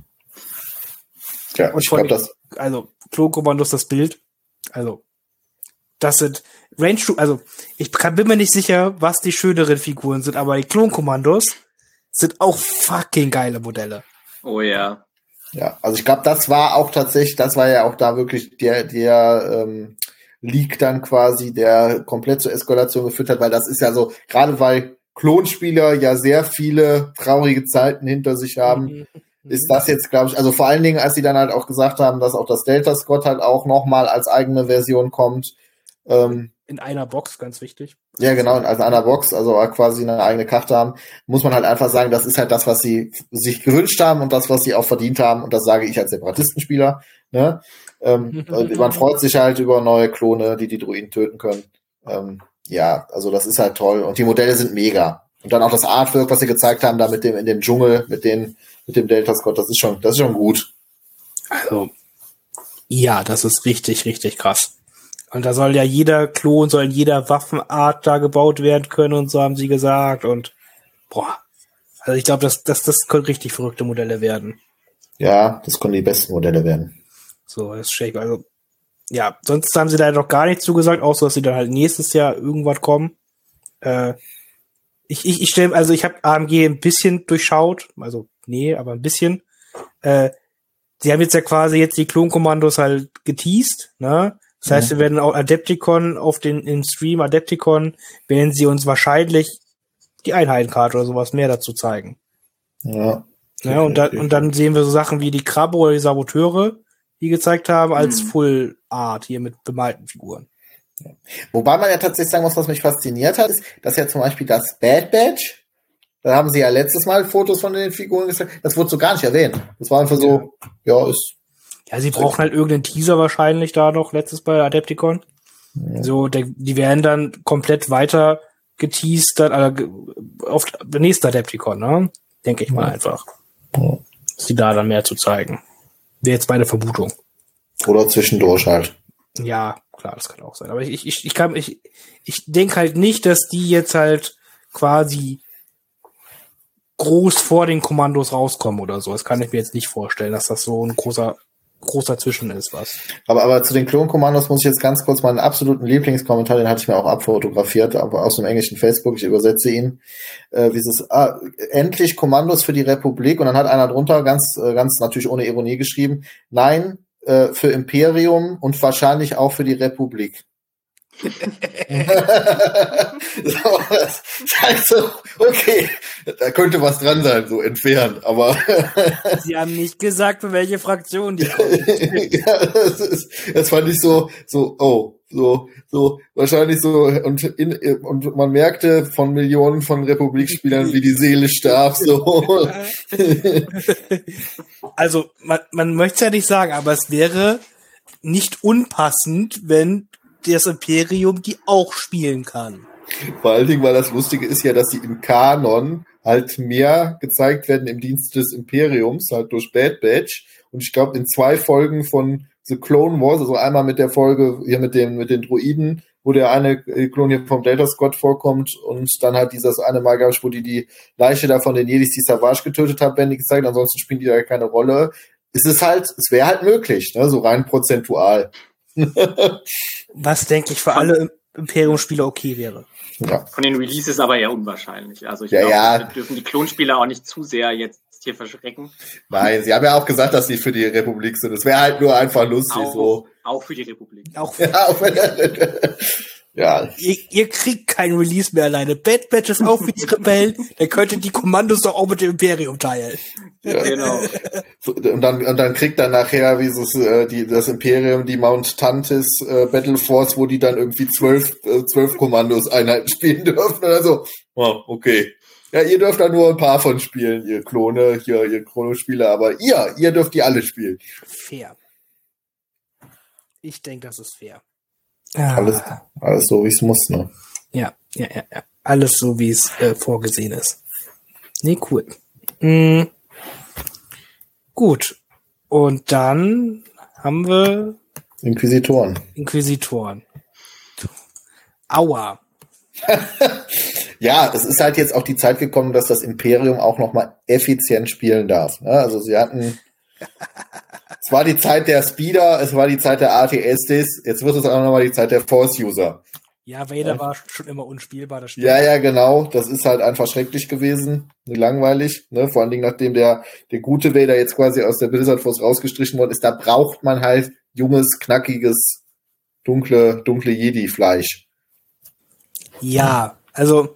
Ja, und ich glaube, also Klonkommandos, das Bild. Also, das sind Range Trooper, also bin mir nicht sicher, was die schöneren Figuren sind, aber die Klonkommandos sind auch fucking geile Modelle. Oh ja. Ja, also ich glaube, das war ja auch da wirklich der Leak dann quasi, der komplett zur Eskalation geführt hat, weil das ist ja so, gerade weil Klonspieler ja sehr viele traurige Zeiten hinter sich haben, ist das jetzt, glaube ich, also vor allen Dingen, als sie dann halt auch gesagt haben, dass auch das Delta Squad halt auch nochmal als eigene Version kommt. In einer Box, ganz wichtig. Ja, genau, in einer Box, also quasi eine eigene Karte haben, muss man halt einfach sagen, das ist halt das, was sie sich gewünscht haben und das, was sie auch verdient haben, und das sage ich als Separatistenspieler, ne? Man freut sich halt über neue Klone, die Druiden töten können. Ja, also das ist halt toll und die Modelle sind mega. Und dann auch das Artwork, was sie gezeigt haben, da mit dem in dem Dschungel, mit dem Delta Squad, das ist schon gut. Also, ja, das ist richtig, richtig krass. Und da soll ja jeder Klon, soll in jeder Waffenart da gebaut werden können und so haben sie gesagt und also ich glaube, das können richtig verrückte Modelle werden. Ja, das können die besten Modelle werden. So, das ist schräg. Also, ja, sonst haben sie da noch gar nichts zugesagt, außer dass sie dann halt nächstes Jahr irgendwas kommen. Ich habe AMG ein bisschen durchschaut, also nee, aber ein bisschen. Sie haben jetzt ja quasi die Klonkommandos halt geteased, ne? Das heißt, wir werden auch Adepticon im Stream Adepticon, werden sie uns wahrscheinlich die Einheitenkarte oder sowas mehr dazu zeigen. Ja. Und dann sehen wir so Sachen wie die Krabbe oder die Saboteure, die gezeigt haben, als Full Art hier mit bemalten Figuren. Ja. Wobei man ja tatsächlich sagen muss, was mich fasziniert hat, ist, dass ja zum Beispiel das Bad Batch, da haben sie ja letztes Mal Fotos von den Figuren gezeigt, das wurde so gar nicht erwähnt. Das war einfach so, ja ist. Ja, sie brauchen halt irgendeinen Teaser wahrscheinlich da noch, letztes bei Adepticon. Ja. So, die werden dann komplett weiter geteased, dann auf der nächsten Adepticon, ne? Denke ich mal einfach. Ja. Sie da dann mehr zu zeigen. Wäre jetzt meine Vermutung. Oder zwischendurch halt. Ja, klar, das kann auch sein. Aber ich denke halt nicht, dass die jetzt halt quasi groß vor den Kommandos rauskommen oder so. Das kann ich mir jetzt nicht vorstellen, dass das so ein großer Zwischen ist, was. Aber zu den Klonkommandos muss ich jetzt ganz kurz meinen absoluten Lieblingskommentar, den hatte ich mir auch abfotografiert, aber aus dem englischen Facebook, ich übersetze ihn, endlich Kommandos für die Republik, und dann hat einer drunter ganz natürlich ohne Ironie geschrieben, nein, für Imperium und wahrscheinlich auch für die Republik. Also, okay, da könnte was dran sein, so entfernt, aber Sie haben nicht gesagt, für welche Fraktion die kommen. Ja, das fand ich so wahrscheinlich so, und man merkte von Millionen von Republikspielern, wie die Seele starb, so. Also, man möchte es ja nicht sagen, aber es wäre nicht unpassend, wenn das Imperium die auch spielen kann. Vor allen Dingen, weil das Lustige ist ja, dass sie im Kanon halt mehr gezeigt werden im Dienst des Imperiums, halt durch Bad Batch. Und ich glaube, in 2 Folgen von The Clone Wars, also einmal mit der Folge hier mit den Droiden, wo der eine Klon hier vom Delta Squad vorkommt, und dann halt dieses eine Mal, glaube ich, wo die Leiche da von den Jedis, die Savage getötet haben, werden die gezeigt, ansonsten spielen die da keine Rolle. Es wäre halt möglich, ne, so rein prozentual. Was, denke ich, für alle Imperium-Spieler okay wäre. Ja. Von den Releases aber eher unwahrscheinlich. Also ich glaube, wir dürfen die Klonspieler auch nicht zu sehr jetzt hier verschrecken. Nein, sie haben ja auch gesagt, dass sie für die Republik sind. Es wäre halt nur einfach lustig. Auch für die Republik. Ja. Ihr kriegt kein Release mehr alleine. Bad Batch ist auch für die Rebellen. Dann könntet die Kommandos doch auch mit dem Imperium teilen. Ja, genau. Und dann kriegt dann nachher das Imperium die Mount Tantis Battle Force, wo die dann irgendwie 12 Kommandos-Einheiten spielen dürfen. Also, okay. Ja, ihr dürft da nur ein paar von spielen, ihr Klone, ihr Chronospieler, aber ihr dürft die alle spielen. Fair. Ich denke, das ist fair. Alles so, wie es muss, ne? Ja. Alles so, wie es vorgesehen ist. Nee, cool. Gut. Und dann haben wir Inquisitoren. Aua. Ja, es ist halt jetzt auch die Zeit gekommen, dass das Imperium auch nochmal effizient spielen darf. Also sie hatten, es war die Zeit der Speeder, es war die Zeit der ATSTs, jetzt wird es auch nochmal die Zeit der Force-User. Ja, Vader war schon immer unspielbar. Das stimmt. Ja, genau. Das ist halt einfach schrecklich gewesen. Langweilig. Ne? Vor allen Dingen, nachdem der gute Vader jetzt quasi aus der Blizzard Force rausgestrichen worden ist, da braucht man halt junges, knackiges, dunkle Jedi-Fleisch. Ja, also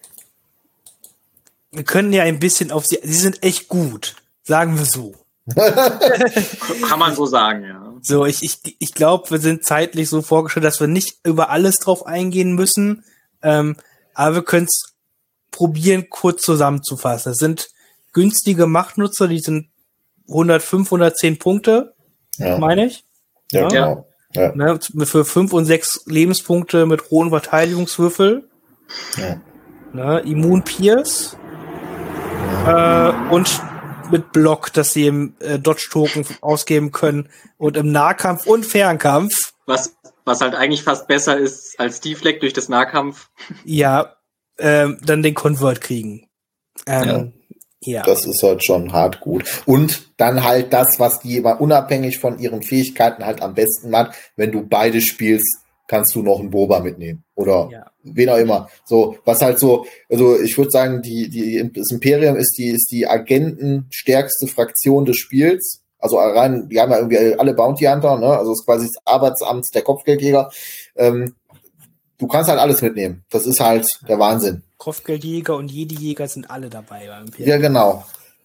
wir können ja ein bisschen auf sie sind echt gut, sagen wir so. Kann man so sagen, ja. So, ich glaube, wir sind zeitlich so vorgestellt, dass wir nicht über alles drauf eingehen müssen, aber wir können es probieren, kurz zusammenzufassen. Das sind günstige Machtnutzer, die sind 105, 110 Punkte, meine ich. Ja, genau. Ja. Ne, für 5 und 6 Lebenspunkte mit hohen Verteidigungswürfel. Ja. Ne, Immun-Pierce. Und mit Block, dass sie im Dodge-Token ausgeben können und im Nahkampf und Fernkampf. Was halt eigentlich fast besser ist als Deflect durch das Nahkampf. Ja, dann den Convert kriegen. Ja. Das ist halt schon hart gut. Und dann halt das, was die immer unabhängig von ihren Fähigkeiten halt am besten macht, wenn du beide spielst, kannst du noch einen Boba mitnehmen. Oder wen auch immer. So, was halt so, also ich würde sagen, das Imperium ist die agentenstärkste Fraktion des Spiels. Also rein, die haben ja irgendwie alle Bounty Hunter, ne? Also es ist quasi das Arbeitsamt der Kopfgeldjäger. Du kannst halt alles mitnehmen. Das ist halt der Wahnsinn. Kopfgeldjäger und Jedi-Jäger sind alle dabei beim Imperium. Ja, genau.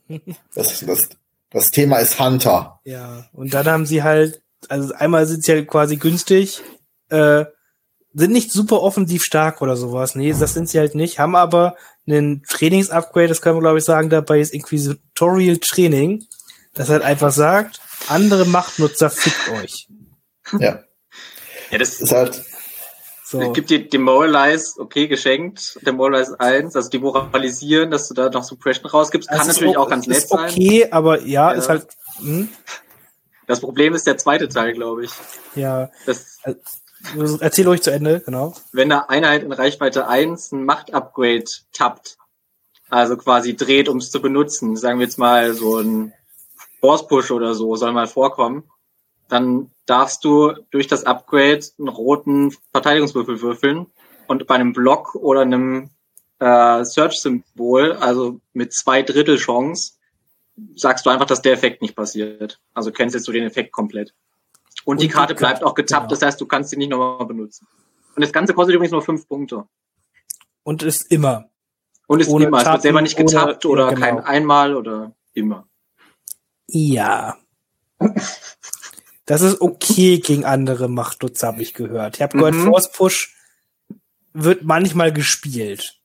Das Thema ist Hunter. Ja, und dann haben sie halt, also einmal sind sie halt quasi günstig, sind nicht super offensiv stark oder sowas. Nee, das sind sie halt nicht, haben aber einen Trainings-Upgrade, das können wir glaube ich sagen, dabei ist Inquisitorial Training, das halt einfach sagt, andere Machtnutzer fickt euch. Ja. Ja, das ist halt. So. Es gibt die Demoralize, okay, geschenkt. Demoralize 1, also demoralisieren, dass du da noch Suppression rausgibst, kann natürlich auch ganz nett sein. Okay, aber ja, ist halt. Das Problem ist der zweite Teil, glaube ich. Ja. Erzähl euch zu Ende, genau. Wenn eine Einheit in Reichweite 1 ein Macht-Upgrade tappt, also quasi dreht, um es zu benutzen, sagen wir jetzt mal so ein Force-Push oder so, soll mal vorkommen, dann darfst du durch das Upgrade einen roten Verteidigungswürfel würfeln und bei einem Block oder einem Search-Symbol, also mit 2/3 Chance, sagst du einfach, dass der Effekt nicht passiert. Also kennst du den Effekt komplett. Und die Karte bleibt auch getappt, genau. Das heißt, du kannst sie nicht nochmal benutzen. Und das Ganze kostet übrigens nur 5 Punkte. Und ist immer. Und ist ohne immer. Tappen, es wird selber nicht getappt oder genau. kein Einmal oder immer. Ja. Das ist okay gegen andere Machtnutzer, habe ich gehört. Ich habe gehört, Force Push wird manchmal gespielt.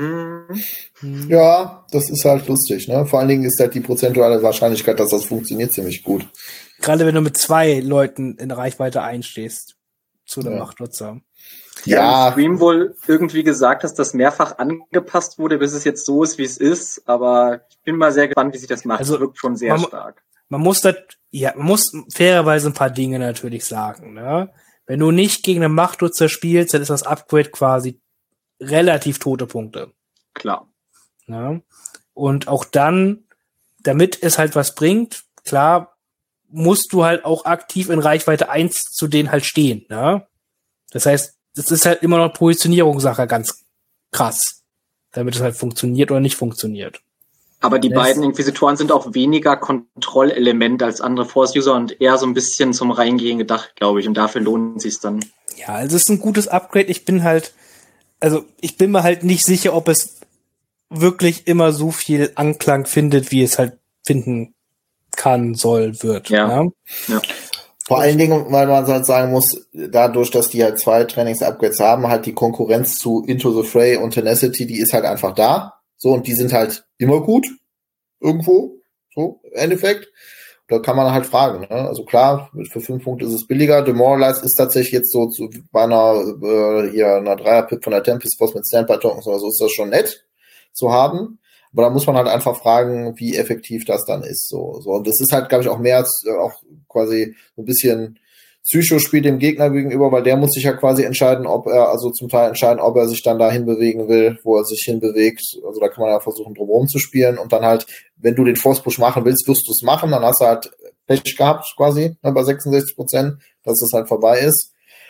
Ja, das ist halt lustig, ne? Vor allen Dingen ist halt die prozentuale Wahrscheinlichkeit, dass das funktioniert, ziemlich gut. Gerade wenn du mit 2 Leuten in Reichweite einstehst zu einem Machtnutzer. Ja. Im Stream wohl irgendwie gesagt, dass das mehrfach angepasst wurde, bis es jetzt so ist, wie es ist. Aber ich bin mal sehr gespannt, wie sich das macht. Also, es wirkt schon sehr stark. Man muss fairerweise ein paar Dinge natürlich sagen, ne? Wenn du nicht gegen einen Machtnutzer spielst, dann ist das Upgrade quasi relativ tote Punkte. Klar. Ja? Und auch dann, damit es halt was bringt, klar, musst du halt auch aktiv in Reichweite 1 zu denen halt stehen, ne? Das heißt, das ist halt immer noch Positionierungssache ganz krass, damit es halt funktioniert oder nicht funktioniert. Aber die beiden Inquisitoren sind auch weniger Kontrollelement als andere Force-User und eher so ein bisschen zum Reingehen gedacht, glaube ich. Und dafür lohnt es sich dann. Ja, also es ist ein gutes Upgrade. Ich bin mir halt nicht sicher, ob es wirklich immer so viel Anklang findet, wie es halt finden kann, wird. Ja. Vor allen Dingen, weil man halt sagen muss, dadurch, dass die halt 2 Trainings-Upgrades haben, halt die Konkurrenz zu Into the Fray und Tenacity, die ist halt einfach da. So, und die sind halt immer gut. Irgendwo. So, im Endeffekt. Da kann man halt fragen, ne? Also klar, für 5 Punkte ist es billiger. Demoralize ist tatsächlich jetzt so bei einer Dreier-Pip von der Tempest Force mit Standby-Tokens oder so, ist das schon nett zu haben. Aber da muss man halt einfach fragen, wie effektiv das dann ist. So. Und das ist halt, glaube ich, auch mehr als auch quasi so ein bisschen Psychospiel dem Gegner gegenüber, weil der muss sich ja quasi entscheiden, ob er sich dann dahin bewegen will, wo er sich hinbewegt. Also da kann man ja versuchen, drumherum zu spielen. Und dann halt, wenn du den Force-Push machen willst, wirst du es machen. Dann hast du halt Pech gehabt, quasi, bei 66%, dass das halt vorbei ist.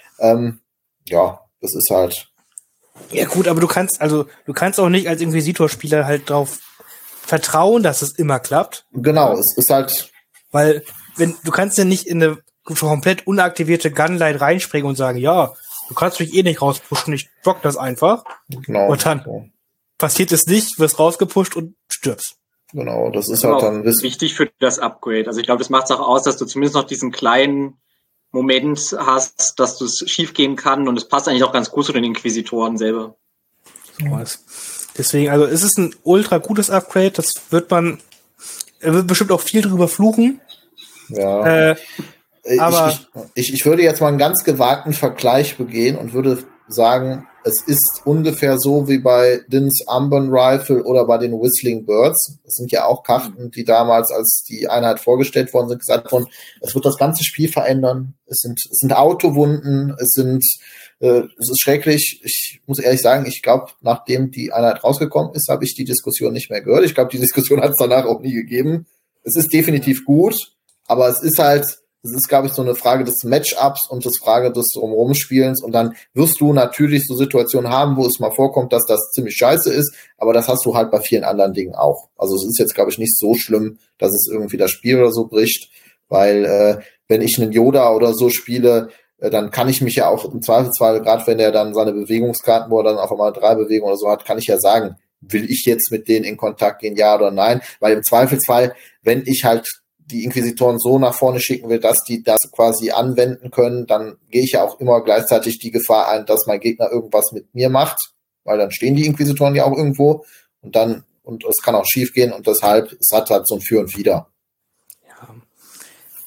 Das ist halt. Ja gut, aber du kannst auch nicht als Inquisitor-Spieler halt drauf vertrauen, dass es immer klappt. Genau, es ist halt. Weil, du kannst ja nicht in eine komplett unaktivierte Gunline reinspringen und sagen, ja, du kannst mich eh nicht rauspushen, ich block das einfach. Genau. Und dann passiert es nicht, wirst rausgepusht und stirbst. Genau, das ist halt dann wichtig für das Upgrade. Also ich glaube, das macht es auch aus, dass du zumindest noch diesen kleinen Moment hast, dass du es schief gehen kann und es passt eigentlich auch ganz gut zu den Inquisitoren selber. Deswegen, also es ist ein ultra gutes Upgrade, er wird bestimmt auch viel drüber fluchen. Ja. Aber ich würde jetzt mal einen ganz gewagten Vergleich begehen und würde sagen, es ist ungefähr so wie bei Din's Umban Rifle oder bei den Whistling Birds. Das sind ja auch Karten, die damals, als die Einheit vorgestellt worden sind, gesagt wurden, es wird das ganze Spiel verändern. Es sind Autowunden, es ist schrecklich. Ich muss ehrlich sagen, ich glaube, nachdem die Einheit rausgekommen ist, habe ich die Diskussion nicht mehr gehört. Ich glaube, die Diskussion hat es danach auch nie gegeben. Es ist definitiv gut, aber es ist, glaube ich, so eine Frage des Matchups und des Frage des Drumherumspielens. Und dann wirst du natürlich so Situationen haben, wo es mal vorkommt, dass das ziemlich scheiße ist. Aber das hast du halt bei vielen anderen Dingen auch. Also es ist jetzt, glaube ich, nicht so schlimm, dass es irgendwie das Spiel oder so bricht. Weil wenn ich einen Yoda oder so spiele, dann kann ich mich ja auch im Zweifelsfall, gerade wenn er dann seine Bewegungskarten, wo er dann auf einmal 3 Bewegungen oder so hat, kann ich ja sagen, will ich jetzt mit denen in Kontakt gehen, ja oder nein? Weil im Zweifelsfall, wenn ich halt die Inquisitoren so nach vorne schicken will, dass die das quasi anwenden können, dann gehe ich ja auch immer gleichzeitig die Gefahr ein, dass mein Gegner irgendwas mit mir macht, weil dann stehen die Inquisitoren ja auch irgendwo und es kann auch schief gehen und deshalb, es hat halt so ein Für und Wider. Ja.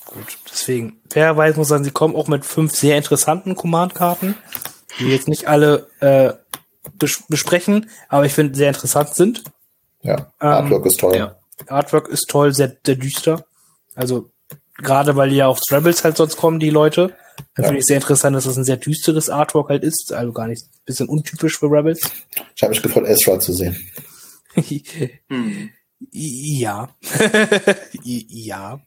Gut, deswegen, fairerweise muss ich sagen, sie kommen auch mit 5 sehr interessanten Command-Karten, die wir jetzt nicht alle besprechen, aber ich finde, sehr interessant sind. Ja, Artwork ist toll. Ja. Artwork ist toll, sehr, sehr düster. Also, gerade weil ja auch Rebels halt sonst kommen, die Leute. Dann finde ich sehr interessant, dass das ein sehr düsteres Artwork halt ist. Also gar nicht, ein bisschen untypisch für Rebels. Ich habe mich gefreut, Ezra zu sehen. Ja. Ja.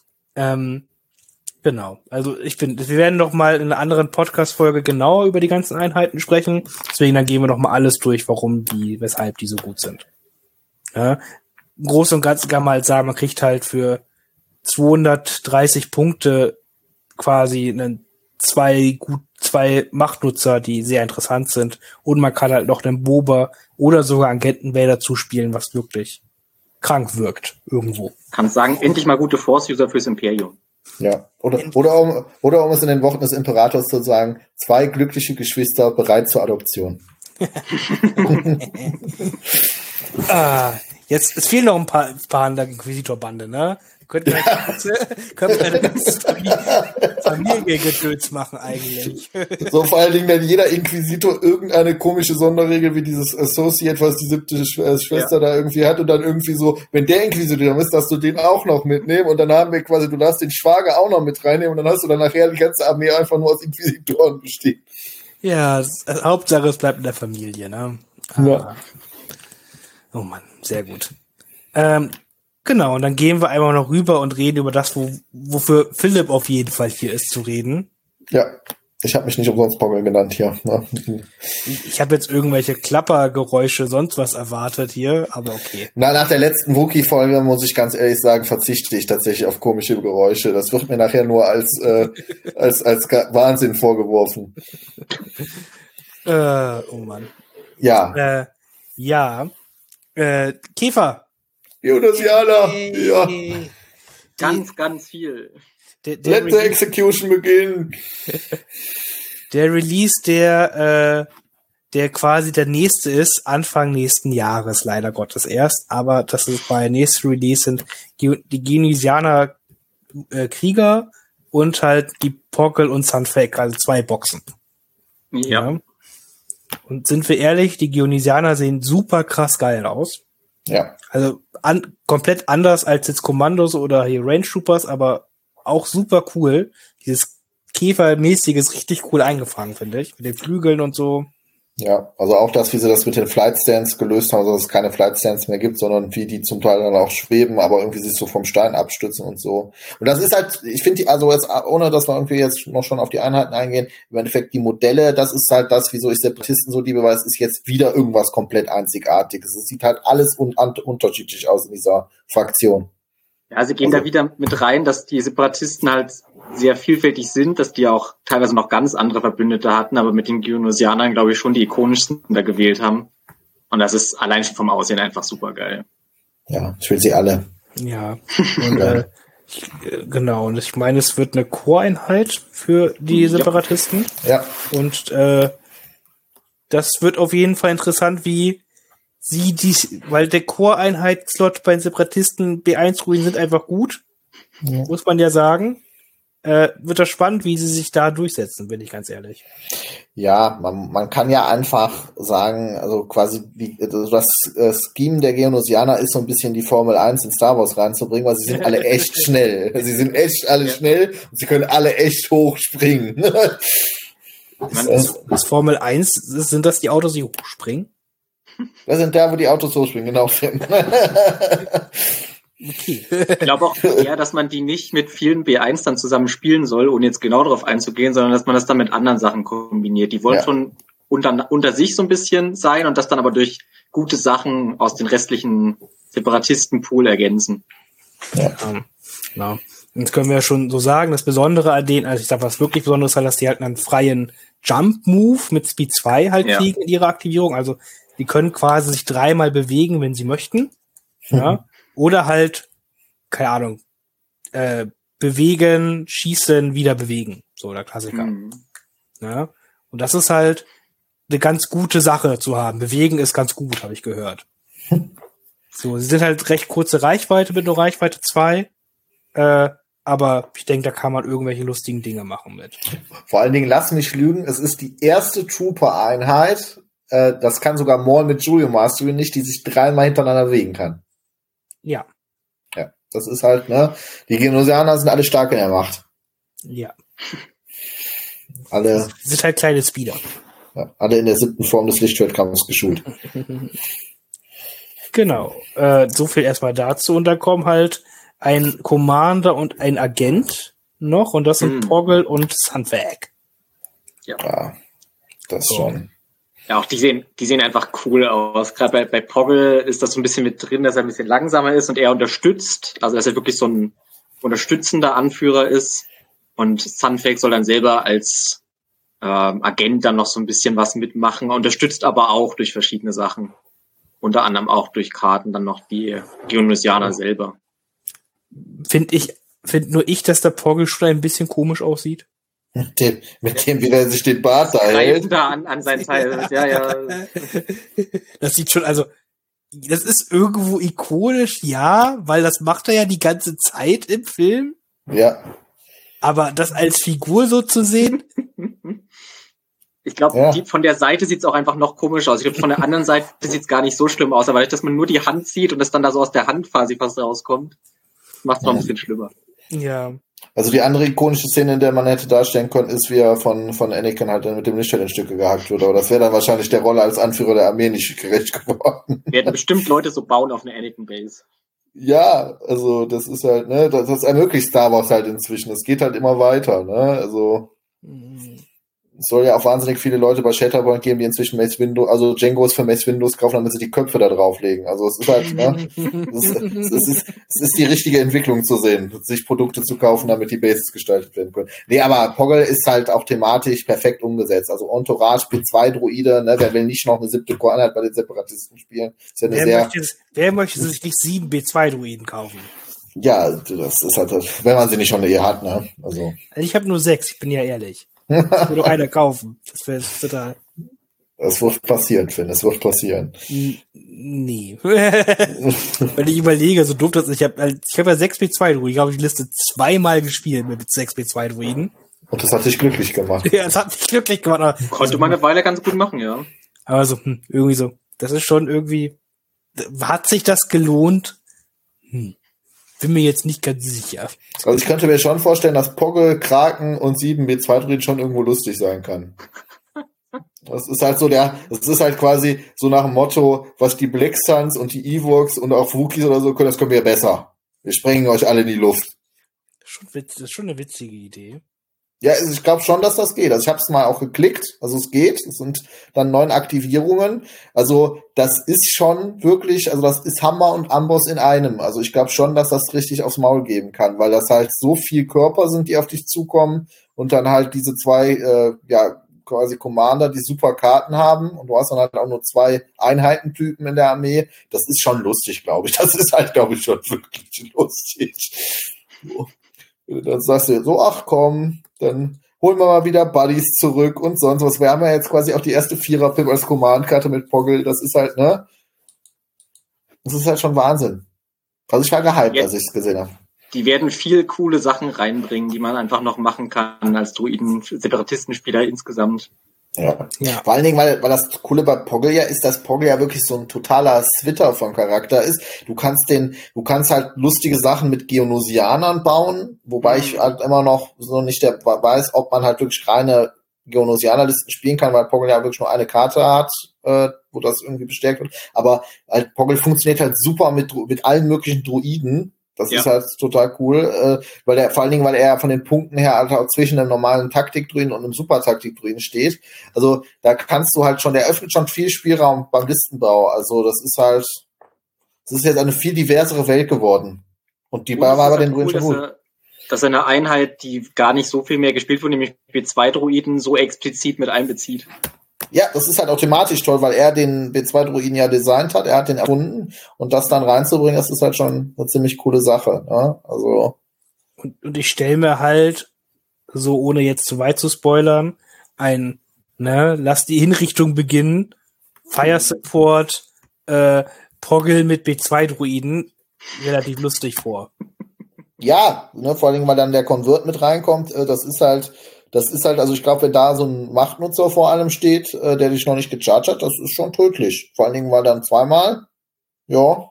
Genau. Also wir werden noch mal in einer anderen Podcast-Folge genauer über die ganzen Einheiten sprechen. Deswegen dann gehen wir noch mal alles durch, weshalb die so gut sind. Ja. Im Großen und Ganzen kann man halt sagen, man kriegt halt für 230 Punkte quasi zwei Machtnutzer, die sehr interessant sind. Und man kann halt noch einen Boba oder sogar Agenten dazu spielen, was wirklich krank wirkt irgendwo. Kann sagen, endlich mal gute Force-User fürs Imperium. Ja, oder um es in den Worten des Imperators zu sagen, 2 glückliche Geschwister bereit zur Adoption. Es fehlen noch ein paar an der Inquisitor-Bande, ne? Könnten wir eine ganze Familiengedöns machen eigentlich. So vor allen Dingen, wenn jeder Inquisitor irgendeine komische Sonderregel wie dieses Associate, was die 7. Schwester da irgendwie hat und dann irgendwie so, wenn der Inquisitor ist, darfst du den auch noch mitnehmen und dann haben wir quasi, du darfst den Schwager auch noch mit reinnehmen und dann hast du dann nachher die ganze Armee einfach nur aus Inquisitoren bestehen. Ja, Hauptsache es bleibt in der Familie, ne? Ja. Oh Mann, sehr gut. Genau, und dann gehen wir einmal noch rüber und reden über das, wofür Philipp auf jeden Fall hier ist zu reden. Ja, ich habe mich nicht umsonst Pommel genannt hier. Ne? Ich habe jetzt irgendwelche Klappergeräusche, sonst was erwartet hier, aber okay. Nach der letzten Wookie-Folge, muss ich ganz ehrlich sagen, verzichte ich tatsächlich auf komische Geräusche. Das wird mir nachher nur als Wahnsinn vorgeworfen. Oh Mann. Ja. Ja. Käfer. Geonosianer, ja. Ganz viel. Let the execution begin. Der Release, der quasi der nächste ist, Anfang nächsten Jahres, leider Gottes erst, aber das ist bei nächsten Release sind die Geonosianer Krieger und halt die Poggle und Sunfake, also 2 Boxen. Ja. Und sind wir ehrlich, die Geonosianer sehen super krass geil aus. Ja. Also komplett anders als jetzt Kommandos oder hier Range Troopers, aber auch super cool. Dieses Käfermäßige ist richtig cool eingefangen, finde ich. Mit den Flügeln und so. Ja, also auch das, wie sie das mit den Flight Stands gelöst haben, also dass es keine Flight Stands mehr gibt, sondern wie die zum Teil dann auch schweben, aber irgendwie sich so vom Stein abstützen und so. Und das ist halt, ich finde, also jetzt, ohne dass wir irgendwie jetzt noch schon auf die Einheiten eingehen, im Endeffekt die Modelle, das ist halt das, wieso ich Separatisten so liebe, weil es ist jetzt wieder irgendwas komplett Einzigartiges. Es sieht halt alles unterschiedlich aus in dieser Fraktion. Ja, sie gehen da wieder mit rein, dass die Separatisten halt sehr vielfältig sind, dass die auch teilweise noch ganz andere Verbündete hatten, aber mit den Geonosianern, glaube ich, schon die ikonischsten da gewählt haben. Und das ist allein schon vom Aussehen einfach super geil. Ja, ich will sie alle. Ja, und genau, und ich meine, es wird eine Core-Einheit für die Separatisten. Ja. Und das wird auf jeden Fall interessant, wie weil der Core-Einheit-Slot bei den Separatisten B1-Ruinen sind einfach gut, muss man ja sagen. Wird das spannend, wie sie sich da durchsetzen, bin ich ganz ehrlich. Ja, man kann ja einfach sagen, also quasi das Scheme der Geonosianer ist so ein bisschen die Formel 1 in Star Wars reinzubringen, weil sie sind alle echt schnell. Sie sind echt alle schnell und sie können alle echt hoch springen. Das Formel 1, sind das die Autos, die hochspringen? Das sind da, wo die Autos hochspringen, genau. Okay. Ich glaube auch eher, dass man die nicht mit vielen B1 dann zusammen spielen soll, ohne jetzt genau darauf einzugehen, sondern dass man das dann mit anderen Sachen kombiniert. Die wollen schon unter sich so ein bisschen sein und das dann aber durch gute Sachen aus den restlichen Separatisten-Pool ergänzen. Ja. Genau. Jetzt können wir ja schon so sagen, das Besondere an denen, also ich sag, was wirklich Besonderes ist halt, dass die halt einen freien Jump-Move mit Speed 2 halt kriegen in ihrer Aktivierung. Also die können quasi sich 3-mal bewegen, wenn sie möchten. Ja. Oder halt, keine Ahnung, bewegen, schießen, wieder bewegen. So, der Klassiker. Ja. Und das ist halt eine ganz gute Sache zu haben. Bewegen ist ganz gut, habe ich gehört. So, sie sind halt recht kurze Reichweite mit nur Reichweite 2. Aber ich denke, da kann man irgendwelche lustigen Dinge machen mit. Vor allen Dingen, lass mich lügen, es ist die erste Trooper-Einheit, das kann sogar Maul mit Julio Mastery nicht, die sich 3-mal hintereinander bewegen kann. Ja. Ja, das ist halt, ne? Die Geonosianer sind alle stark in der Macht. Ja. Alle. Die sind halt kleine Speeder. Ja, alle in der 7. Form des Lichtschwertkampfes geschult. Genau. So viel erstmal dazu. Und dann kommen halt ein Commander und ein Agent noch. Und das sind Poggle und Sandvag. Ja, das schon. Ja, auch die sehen einfach cool aus. Gerade bei Poggle ist das so ein bisschen mit drin, dass er ein bisschen langsamer ist und er unterstützt. Also, dass er wirklich so ein unterstützender Anführer ist. Und Sandvag soll dann selber als Agent dann noch so ein bisschen was mitmachen. Unterstützt aber auch durch verschiedene Sachen. Unter anderem auch durch Karten dann noch die Geonosianer selber. Finde nur ich, dass der Poggle schon ein bisschen komisch aussieht. Mit dem, wie er sich den Bart da hält. Da an sein Teil. Ja. Das sieht schon, also, das ist irgendwo ikonisch, ja, weil das macht er ja die ganze Zeit im Film. Ja. Aber das als Figur so zu sehen. Ich glaube, von der Seite sieht's auch einfach noch komisch aus. Ich glaube, von der anderen Seite sieht's gar nicht so schlimm aus, aber dass man nur die Hand sieht und es dann da so aus der Hand quasi fast rauskommt, macht's noch ein bisschen schlimmer. Ja. Also die andere ikonische Szene, in der man hätte darstellen können, ist, wie er von Anakin halt dann mit dem Lichtschwert in Stücke gehackt wird. Aber das wäre dann wahrscheinlich der Rolle als Anführer der Armee nicht gerecht geworden. Werden bestimmt Leute so bauen auf eine Anakin-Base. Ja, also das ist halt, ne, das ermöglicht Star Wars halt inzwischen. Das geht halt immer weiter, ne? Also es soll ja auch wahnsinnig viele Leute bei Shatterpoint geben, die inzwischen Mace Windu, also Jangos für Mace Windows kaufen, damit sie die Köpfe da drauflegen. Also es ist halt, ne, es ist die richtige Entwicklung zu sehen, sich Produkte zu kaufen, damit die Bases gestaltet werden können. Nee, aber Poggle ist halt auch thematisch perfekt umgesetzt. Also Entourage, P2-Droide, ne, wer will nicht noch eine 7. Core-Einheit bei den Separatisten spielen? Ist ja eine wer möchte sich nicht 7 B2-Droiden kaufen? Ja, das ist halt, wenn man sie nicht schon hat, ne? Also ich habe nur 6, ich bin ja ehrlich. Ich würde doch einer kaufen. Das wäre total. Das wird passieren, Finn. Das wird passieren. Nee. Wenn ich überlege, so doof das ist, ich habe ja 6 B2-Druiden. Ich habe die Liste 2-mal gespielt mit 6 B2-Druiden. Und das hat dich glücklich gemacht. Ja, das hat mich glücklich gemacht. Konnte man eine Weile ganz gut machen, ja. Aber so, irgendwie so. Das ist schon irgendwie. Hat sich das gelohnt? Bin mir jetzt nicht ganz sicher. Also ich könnte mir schon vorstellen, dass Poggle, Kraken und 7 B2-Druiden schon irgendwo lustig sein kann. Das ist halt so das ist halt quasi so nach dem Motto, was die Black Suns und die Ewoks und auch Wookiees oder so können, das können wir besser. Wir sprengen euch alle in die Luft. Das ist schon eine witzige Idee. Ja, also ich glaube schon, dass das geht. Also ich habe es mal auch geklickt. Also es geht. Es sind dann 9 Aktivierungen. Also das ist schon wirklich, also das ist Hammer und Amboss in einem. Also ich glaube schon, dass das richtig aufs Maul geben kann, weil das halt so viel Körper sind, die auf dich zukommen und dann halt diese 2, quasi Commander, die super Karten haben und du hast dann halt auch nur 2 Einheitentypen in der Armee. Das ist schon lustig, glaube ich. Das ist halt, glaube ich, schon wirklich lustig. So. Dann sagst du so, ach komm, dann holen wir mal wieder Buddies zurück und sonst was. Wir haben ja jetzt quasi auch die erste 4er-Pip als Command-Karte mit Poggle. Das ist halt, ne? Das ist halt schon Wahnsinn. Also ich war gehypt, als ich es gesehen habe. Die werden viel coole Sachen reinbringen, die man einfach noch machen kann als Druiden-Separatistenspieler insgesamt. Ja. Vor allen Dingen, weil das Coole bei Poggle ja ist, dass Poggle ja wirklich so ein totaler Switter von Charakter ist. Du kannst halt lustige Sachen mit Geonosianern bauen, wobei ich halt immer noch so nicht weiß, ob man halt wirklich reine Geonosianer-Listen spielen kann, weil Poggle ja wirklich nur eine Karte hat, wo das irgendwie bestärkt wird. Aber halt Poggle funktioniert halt super mit allen möglichen Druiden. Das ist halt total cool, vor allen Dingen, weil er von den Punkten her halt auch zwischen einem normalen Taktikdruiden und einem Super-Taktikdruiden steht. Also da kannst du halt schon, der öffnet schon viel Spielraum beim Listenbau. Also das ist jetzt eine viel diversere Welt geworden. Und die war bei den Druiden schon gut. Dass er eine Einheit, die gar nicht so viel mehr gespielt wurde, nämlich B2-Druiden, so explizit mit einbezieht. Ja, das ist halt auch thematisch toll, weil er den B2-Druiden ja designt hat, er hat den erfunden und das dann reinzubringen, das ist halt schon eine ziemlich coole Sache. Ne? Also und ich stelle mir halt, so ohne jetzt zu weit zu spoilern, lass die Hinrichtung beginnen, Fire Support, Poggle mit B2-Druiden relativ lustig vor. Ja, ne, vor allem, weil dann der Convert mit reinkommt, das ist halt, also ich glaube, wenn da so ein Machtnutzer vor allem steht, der dich noch nicht gecharged hat, das ist schon tödlich. Vor allen Dingen, weil dann zweimal, ja.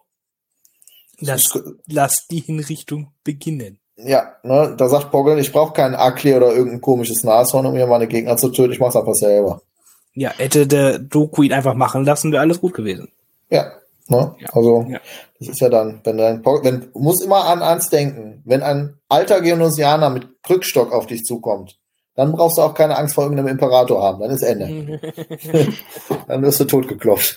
Lass die Hinrichtung beginnen. Ja, ne, da sagt Poggle, ich brauche keinen Akli oder irgendein komisches Nashorn, um hier meine Gegner zu töten, ich mach's einfach selber. Ja, hätte der Doku ihn einfach machen lassen, wäre alles gut gewesen. Ja, ne, Ja. also, Ja. das ist ja dann, wenn muss immer an eins denken, wenn ein alter Geonosianer mit Krückstock auf dich zukommt, dann brauchst du auch keine Angst vor irgendeinem Imperator haben, dann ist Ende. Dann wirst du totgeklopft.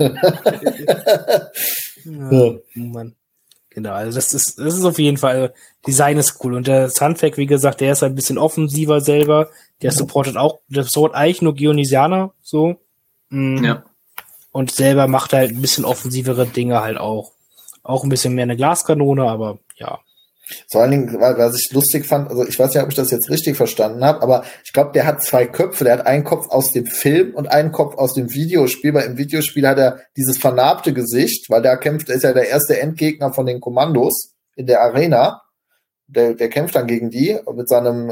Ja, Mann. Genau, also das ist auf jeden Fall, Design ist cool. Und der Sunfac, wie gesagt, der ist ein bisschen offensiver selber. Der supportet eigentlich nur Geonisianer, so. Ja. Und selber macht halt ein bisschen offensivere Dinge halt auch. Auch ein bisschen mehr eine Glaskanone, aber ja. Vor allen Dingen, was ich lustig fand, also ich weiß nicht, ob ich das jetzt richtig verstanden habe, aber ich glaube, der hat zwei Köpfe. Der hat einen Kopf aus dem Film und einen Kopf aus dem Videospiel. Weil im Videospiel hat er dieses vernarbte Gesicht, weil da kämpft, ist ja der erste Endgegner von den Kommandos in der Arena. Der kämpft dann gegen die mit seinem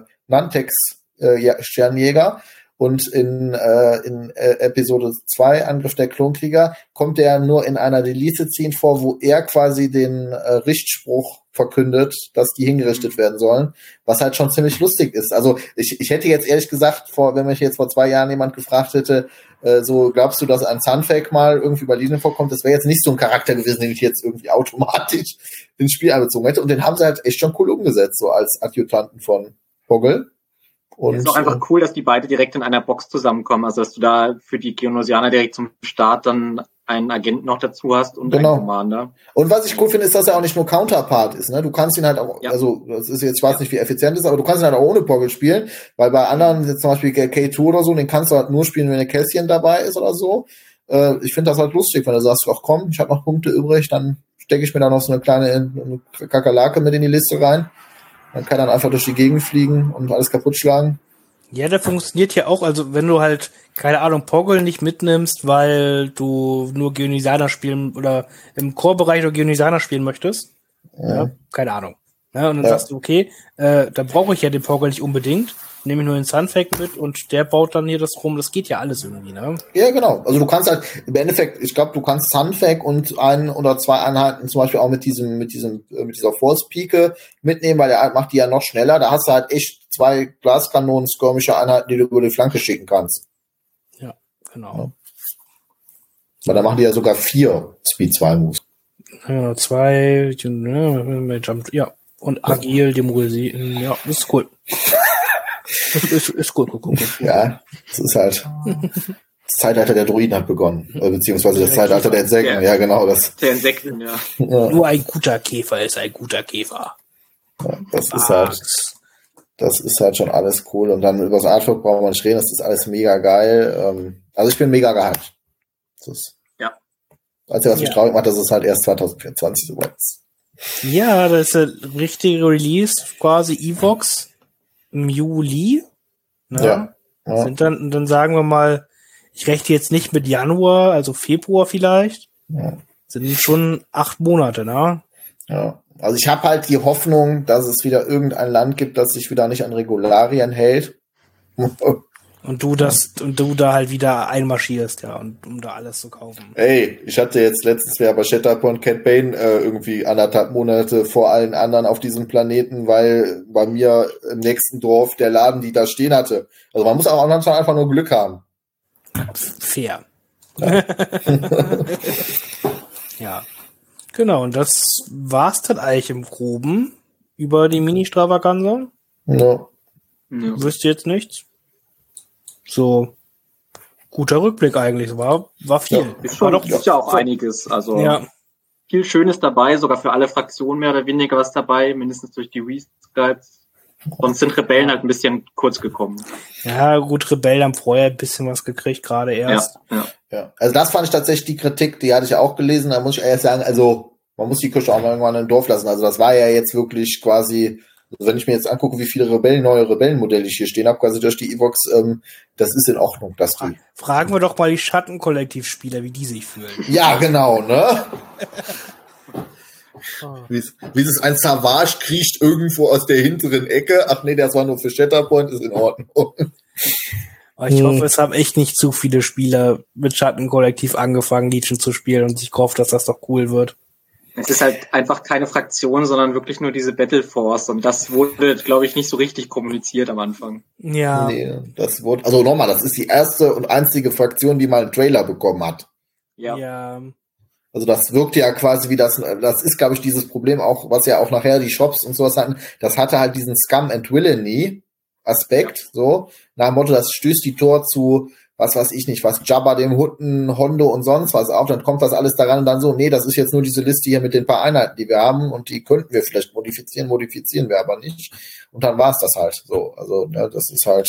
Nantex Sternjäger. Und in Episode 2, Angriff der Klonkrieger, kommt er nur in einer Deleted-Scene vor, wo er quasi den Richtspruch verkündet, dass die hingerichtet werden sollen, was halt schon ziemlich lustig ist. Also ich hätte jetzt ehrlich gesagt, wenn mich jetzt vor 2 Jahren jemand gefragt hätte, so glaubst du, dass ein Sunfac mal irgendwie bei Linien vorkommt, das wäre jetzt nicht so ein Charakter gewesen, den ich jetzt irgendwie automatisch ins Spiel einbezogen hätte. Und den haben sie halt echt schon cool umgesetzt, so als Adjutanten von Poggle. Und es ist auch einfach cool, dass die beide direkt in einer Box zusammenkommen. Also, dass du da für die Geonosianer direkt zum Start dann einen Agenten noch dazu hast und einen Commander. Und was ich cool finde, ist, dass er auch nicht nur Counterpart ist. Ne? Du kannst ihn halt auch, also das ist jetzt, ich weiß nicht, wie effizient ist, aber du kannst ihn halt auch ohne Poggle spielen, weil bei anderen, jetzt zum Beispiel K2 oder so, den kannst du halt nur spielen, wenn der Kässchen dabei ist oder so. Ich finde das halt lustig, wenn du sagst, ach komm, ich habe noch Punkte übrig, dann stecke ich mir da noch so eine kleine Kakerlake mit in die Liste rein. Man kann dann einfach durch die Gegend fliegen und alles kaputt schlagen. Ja, der funktioniert ja auch, also wenn du halt, keine Ahnung, Poggle nicht mitnimmst, weil du nur Geonisianer spielen oder im Core-Bereich nur Geonisianer spielen möchtest, ja, keine Ahnung. Ja, und dann sagst du, okay, da brauche ich ja den Poggle nicht unbedingt, nehme ich nur den Sunfac mit und der baut dann hier das rum, das geht ja alles irgendwie, ne? Ja, genau. Also du kannst halt, im Endeffekt, ich glaube, du kannst Sunfac und 1 oder 2 Einheiten zum Beispiel auch mit dieser Force-Pike mitnehmen, weil der macht die ja noch schneller. Da hast du halt echt 2 Glaskanonen, skirmische Einheiten, die du über die Flanke schicken kannst. Ja, genau. Ja. Weil da machen die ja sogar 4 Speed 2 Moves. Ja, 2, ja, und agil, demoralisieren, ja, ist cool. ist gut. Ja, das ist halt. Das Zeitalter der Druiden hat begonnen. Beziehungsweise das Zeitalter der Insekten. Ja, genau. Der Insekten, ja. Nur ein guter Käfer ist ein guter Käfer. Ja, das ist halt schon alles cool. Und dann über das Artwork brauchen wir nicht reden. Das ist alles mega geil. Also ich bin mega gehypt. Ja. Was mich traurig macht, dass es halt erst 2024 so weit ist. Ja, das ist der richtige Release, quasi Evox im Juli. Ne? Ja. Sind dann sagen wir mal, ich rechne jetzt nicht mit Januar, also Februar vielleicht. Ja. Sind schon 8 Monate, ne? Ja. Also ich habe halt die Hoffnung, dass es wieder irgendein Land gibt, das sich wieder nicht an Regularien hält. Und du da halt wieder einmarschierst, ja, um da alles zu kaufen. Ey, ich hatte jetzt letztes Jahr bei Shatterpoint Cat Bane irgendwie 1,5 Monate vor allen anderen auf diesem Planeten, weil bei mir im nächsten Dorf der Laden, die da stehen hatte. Also man muss auch manchmal einfach nur Glück haben. Fair. Ja. Ja. Genau, und das war's dann eigentlich im Groben über die Mini-Stravaganza. Ja. Wüsste jetzt nichts. So, guter Rückblick eigentlich. War viel. Ja, ist ja auch einiges. Also viel Schönes dabei, sogar für alle Fraktionen mehr oder weniger was dabei, mindestens durch die Rescribes. Sonst sind Rebellen halt ein bisschen kurz gekommen. Ja, gut, Rebellen haben vorher ein bisschen was gekriegt, gerade erst. Ja. Also das fand ich tatsächlich die Kritik, die hatte ich auch gelesen. Da muss ich ehrlich sagen, also man muss die Kirche auch mal irgendwann im Dorf lassen. Also das war ja jetzt wirklich quasi, also wenn ich mir jetzt angucke, wie viele neue Rebellenmodelle ich hier stehen habe, quasi durch die Evox, das ist in Ordnung, dass die. Fragen wir doch mal die Schattenkollektivspieler, wie die sich fühlen. Ja, genau, ne? Wie es ein Savage kriecht irgendwo aus der hinteren Ecke. Ach nee, das war nur für Shatterpoint, ist in Ordnung. Aber ich hoffe, es haben echt nicht zu viele Spieler mit Schattenkollektiv angefangen, Legion zu spielen und sich gehofft, dass das doch cool wird. Es ist halt einfach keine Fraktion, sondern wirklich nur diese Battle Force. Und das wurde, glaube ich, nicht so richtig kommuniziert am Anfang. Ja. Nee, das wurde, also nochmal, das ist die erste und einzige Fraktion, die mal einen Trailer bekommen hat. Ja. Also das wirkte ja quasi wie das ist, glaube ich, dieses Problem auch, was ja auch nachher die Shops und sowas hatten, das hatte halt diesen Scum and Villainy Aspekt, so, nach dem Motto, das stößt die Tor zu, was weiß ich nicht, was Jabba dem Hutten, Hondo und sonst was auf, dann kommt das alles daran und dann so, nee, das ist jetzt nur diese Liste hier mit den paar Einheiten, die wir haben und die könnten wir vielleicht modifizieren wir aber nicht. Und dann war es das halt so. Also, ne, das ist halt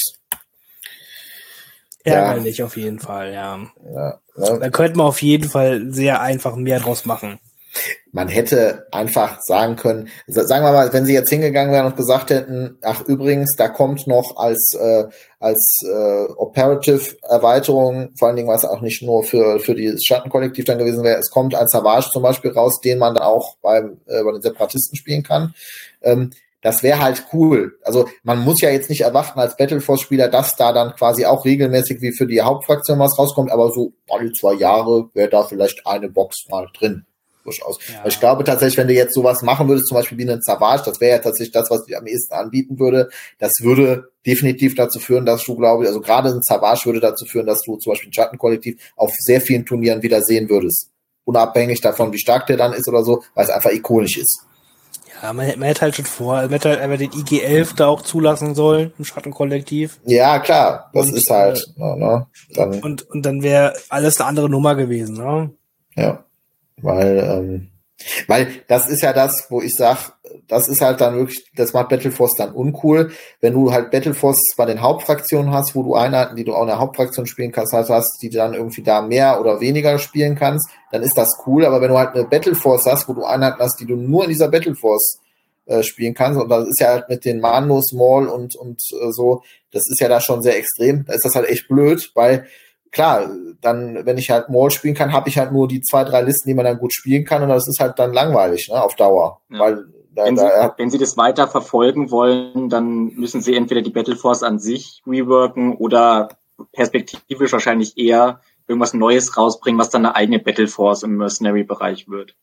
ärgerlich auf jeden Fall, ja. Ja. Da könnte man auf jeden Fall sehr einfach mehr draus machen. Man hätte einfach sagen können, sagen wir mal, wenn sie jetzt hingegangen wären und gesagt hätten, ach übrigens, da kommt noch als Operative-Erweiterung, vor allen Dingen, was auch nicht nur für dieses Schattenkollektiv dann gewesen wäre, es kommt ein Savage zum Beispiel raus, den man dann auch bei den Separatisten spielen kann. Das wäre halt cool. Also man muss ja jetzt nicht erwarten als Battleforce-Spieler, dass da dann quasi auch regelmäßig wie für die Hauptfraktion was rauskommt, aber so alle 2 Jahre wäre da vielleicht eine Box mal drin. Durchaus. Ja. Ich glaube tatsächlich, wenn du jetzt sowas machen würdest, zum Beispiel wie einen Savage, das wäre ja tatsächlich das, was ich am ehesten anbieten würde, das würde definitiv dazu führen, dass du, glaube ich, also gerade ein Savage würde dazu führen, dass du zum Beispiel ein Schattenkollektiv auf sehr vielen Turnieren wieder sehen würdest. Unabhängig davon, wie stark der dann ist oder so, weil es einfach ikonisch ist. Ja, man hätte halt schon man hätte halt einfach den IG-11 da auch zulassen sollen, im Schattenkollektiv. Ja, klar, das und, ist halt, ne, dann, und dann wäre alles eine andere Nummer gewesen, ne? Ja. Weil das ist ja das, wo ich sag, das ist halt dann wirklich, das macht Battleforce dann uncool, wenn du halt Battleforce bei den Hauptfraktionen hast, wo du Einheiten, die du auch in der Hauptfraktion spielen kannst, hast, die du dann irgendwie da mehr oder weniger spielen kannst, dann ist das cool, aber wenn du halt eine Battleforce hast, wo du Einheiten hast, die du nur in dieser Battleforce spielen kannst, und das ist ja halt mit den Manos, Maul und so, das ist ja da schon sehr extrem, da ist das halt echt blöd, weil klar, dann, wenn ich halt Maul spielen kann, habe ich halt nur die 2, 3 Listen, die man dann gut spielen kann und das ist halt dann langweilig, ne, auf Dauer. Ja. Weil wenn Sie das weiter verfolgen wollen, dann müssen Sie entweder die Battleforce an sich reworken oder perspektivisch wahrscheinlich eher irgendwas Neues rausbringen, was dann eine eigene Battleforce im Mercenary-Bereich wird.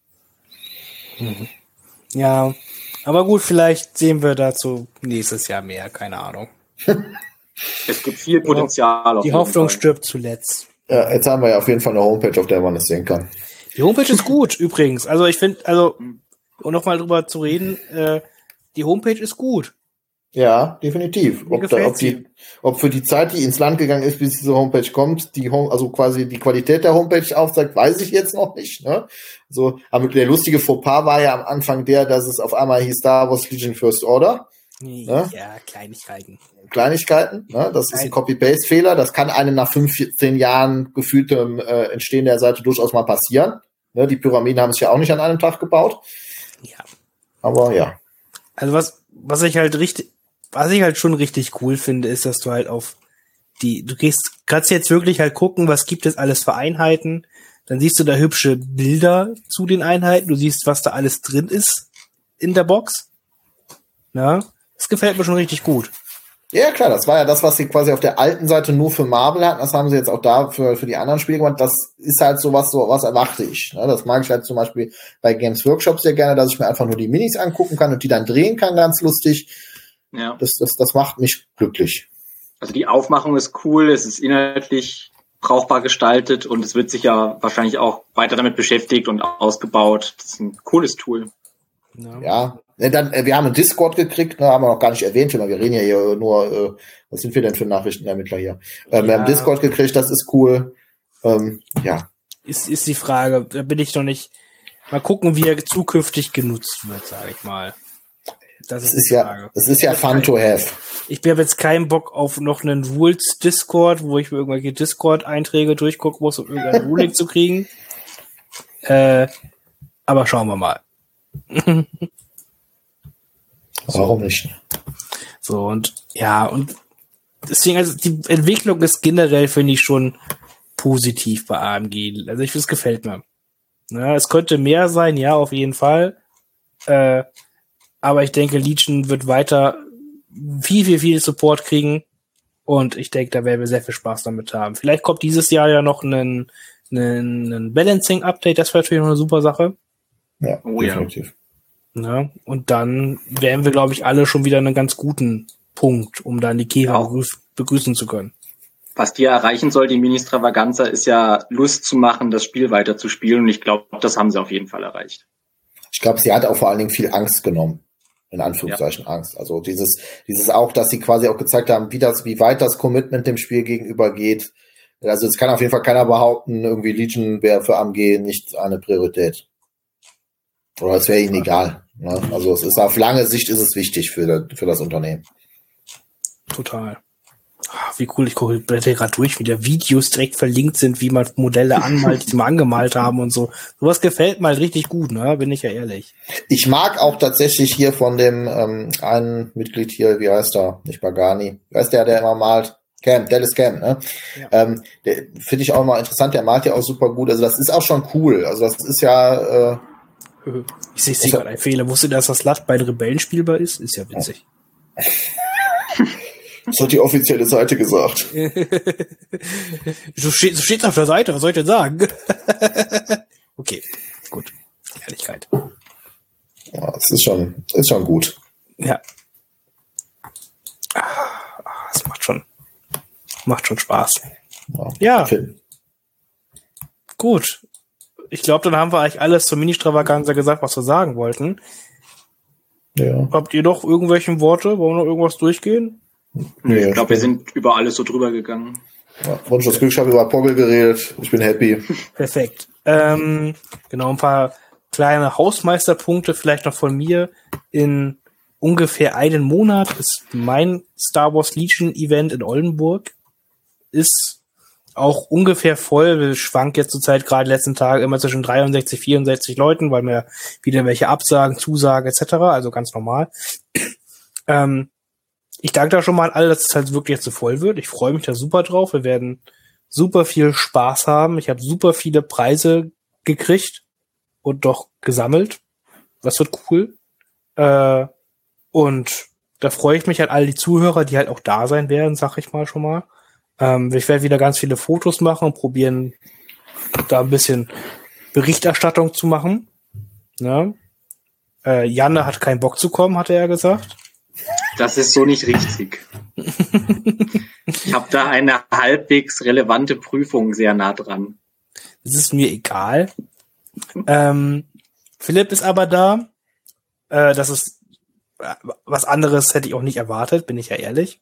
Ja, aber gut, vielleicht sehen wir dazu nächstes Jahr mehr, keine Ahnung. Es gibt viel Potenzial. Die Hoffnung stirbt zuletzt. Ja, jetzt haben wir ja auf jeden Fall eine Homepage, auf der man das sehen kann. Die Homepage ist gut, übrigens. Also ich finde, um nochmal drüber zu reden, die Homepage ist gut. Ja, definitiv. Ob für die Zeit, die ins Land gegangen ist, bis diese Homepage kommt, also quasi die Qualität der Homepage aufzeigt, weiß ich jetzt noch nicht. Ne? So, aber der lustige Fauxpas war ja am Anfang dass es auf einmal hieß Star Wars Legion First Order. Ja, Kleinigkeiten, ne? Das ist ein Copy-Paste-Fehler. Das kann einem nach 15 Jahren gefühltem Entstehen der Seite durchaus mal passieren. Ne? Die Pyramiden haben es ja auch nicht an einem Tag gebaut. Ja. Aber ja. Also was ich halt schon richtig cool finde, ist, dass du halt kannst jetzt wirklich halt gucken, was gibt es alles für Einheiten. Dann siehst du da hübsche Bilder zu den Einheiten. Du siehst, was da alles drin ist in der Box. Ja, das gefällt mir schon richtig gut. Ja, klar, das war ja das, was sie quasi auf der alten Seite nur für Marvel hatten. Das haben sie jetzt auch da für die anderen Spiele gemacht. Das ist halt sowas erwarte ich. Ne? Das mag ich halt zum Beispiel bei Games Workshop sehr gerne, dass ich mir einfach nur die Minis angucken kann und die dann drehen kann, ganz lustig. Ja. Das macht mich glücklich. Also die Aufmachung ist cool, es ist inhaltlich brauchbar gestaltet und es wird sich ja wahrscheinlich auch weiter damit beschäftigt und ausgebaut. Das ist ein cooles Tool. Ja. Dann, wir haben einen Discord gekriegt, ne, haben wir noch gar nicht erwähnt, wir reden ja hier nur, was sind wir denn für Nachrichtenermittler hier? Wir haben Discord gekriegt, das ist cool. Ja. Ist die Frage, da bin ich noch nicht. Mal gucken, wie er zukünftig genutzt wird, sage ich mal. Das ist ja fun to have. Ich habe jetzt keinen Bock auf noch einen Rules Discord, wo ich mir irgendwelche Discord-Einträge durchgucken muss, um irgendein Ruling zu kriegen. Aber schauen wir mal. Warum nicht? So, und deswegen, also die Entwicklung ist generell, finde ich, schon positiv bei AMG. Also es gefällt mir. Ja, es könnte mehr sein, ja, auf jeden Fall. Aber ich denke, Legion wird weiter viel Support kriegen. Und ich denke, da werden wir sehr viel Spaß damit haben. Vielleicht kommt dieses Jahr ja noch ein Balancing-Update. Das wäre natürlich noch eine super Sache. Ja, definitiv. Ja, und dann wären wir, glaube ich, alle schon wieder einen ganz guten Punkt, um dann die Käfer begrüßen zu können. Was die erreichen soll, die Mini-Stravaganza, ist ja Lust zu machen, das Spiel weiter zu spielen. Und ich glaube, das haben sie auf jeden Fall erreicht. Ich glaube, sie hat auch vor allen Dingen viel Angst genommen. In Anführungszeichen Angst. Also dieses auch, dass sie quasi auch gezeigt haben, wie weit das Commitment dem Spiel gegenüber geht. Also es kann auf jeden Fall keiner behaupten, irgendwie Legion wäre für AMG nicht eine Priorität. Oder es wäre ihnen egal. Ne? Also es ist auf lange Sicht ist es wichtig für das Unternehmen. Total. Wie cool, ich blätter gerade durch, wie da Videos direkt verlinkt sind, wie man Modelle anmalt, die sie mal angemalt haben und so. Sowas gefällt mir halt richtig gut, ne? Bin ich ja ehrlich. Ich mag auch tatsächlich hier von dem einen Mitglied hier, wie heißt er? Nicht Bagani. Wie heißt der immer malt? Dallas Cam, ne? Ja. Der finde ich auch mal interessant, der malt ja auch super gut. Also das ist auch schon cool. Also das ist ja ich sehe gerade einen Fehler. Wusste, dass das LUT bei den Rebellen spielbar ist? Ist ja witzig. Das hat die offizielle Seite gesagt. So steht's auf der Seite, was soll ich denn sagen? Okay, gut. Ehrlichkeit. Ja, es ist schon gut. Ja. Es macht schon Spaß. Ja. Gut. Ich glaube, dann haben wir eigentlich alles zur Mini-Stravaganza gesagt, was wir sagen wollten. Ja. Habt ihr noch irgendwelche Worte? Wollen wir noch irgendwas durchgehen? Nee, ich glaube, wir sind über alles so drüber gegangen. Ja, Wunsch das Glück, ich habe über Poggle geredet. Ich bin happy. Perfekt. Genau, ein paar kleine Hausmeisterpunkte vielleicht noch von mir. In ungefähr einen Monat ist mein Star Wars Legion Event in Oldenburg. Ist auch ungefähr voll. Wir schwanken jetzt zur Zeit gerade letzten Tage immer zwischen 63, 64 Leuten, weil wir wieder welche absagen, zusagen etc. Also ganz normal. Ich danke da schon mal an alle, dass es halt wirklich jetzt so voll wird. Ich freue mich da super drauf. Wir werden super viel Spaß haben. Ich habe super viele Preise gekriegt und doch gesammelt. Das wird cool. Und da freue ich mich an all die Zuhörer, die halt auch da sein werden, sag ich mal schon mal. Ich werde wieder ganz viele Fotos machen und probieren, da ein bisschen Berichterstattung zu machen. Ne? Janne hat keinen Bock zu kommen, hat er ja gesagt. Das ist so nicht richtig. Ich habe da eine halbwegs relevante Prüfung sehr nah dran. Das ist mir egal. Philipp ist aber da. Das ist was anderes, hätte ich auch nicht erwartet, bin ich ja ehrlich.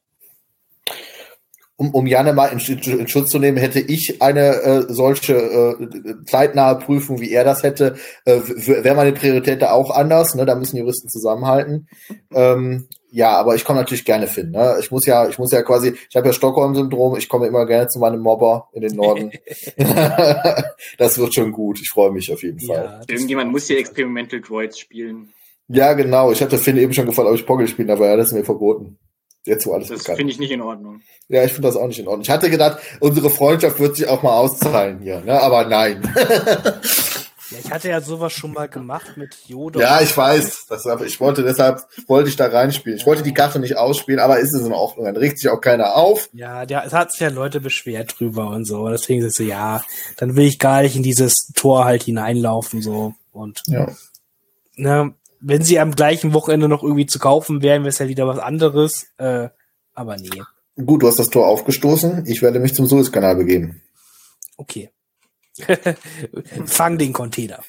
Um Janne mal in Schutz zu nehmen, hätte ich eine solche zeitnahe Prüfung, wie er das hätte, wäre meine Priorität da auch anders. Ne? Da müssen Juristen zusammenhalten. Ja, aber ich komme natürlich gerne Finn. Ne? Ich muss ja quasi, ich habe ja Stockholm-Syndrom, ich komme immer gerne zu meinem Mobber in den Norden. Das wird schon gut, ich freue mich auf jeden Fall. Irgendjemand muss hier Experimental Droids spielen. Ja, genau, ich hatte Finn eben schon gefragt, ob ich Poggle spielen, aber er hat es mir verboten. Jetzt, wo alles das bekannt. Finde ich nicht in Ordnung. Ja, ich finde das auch nicht in Ordnung. Ich hatte gedacht, unsere Freundschaft wird sich auch mal auszahlen hier, ne? Aber nein. Ja, ich hatte ja sowas schon mal gemacht mit Yoda. Ja, ich weiß. Deshalb wollte ich da reinspielen. Ich wollte die Karte nicht ausspielen, aber ist es in Ordnung. Dann regt sich auch keiner auf. Ja, es hat sich ja Leute beschwert drüber und so. Deswegen ist es so, ja, dann will ich gar nicht in dieses Tor halt hineinlaufen, so. Und, ja. Ne, wenn sie am gleichen Wochenende noch irgendwie zu kaufen wären, wäre es ja wieder was anderes. Aber nee. Gut, du hast das Tor aufgestoßen. Ich werde mich zum Suezkanal begeben. Okay. Fang den Container.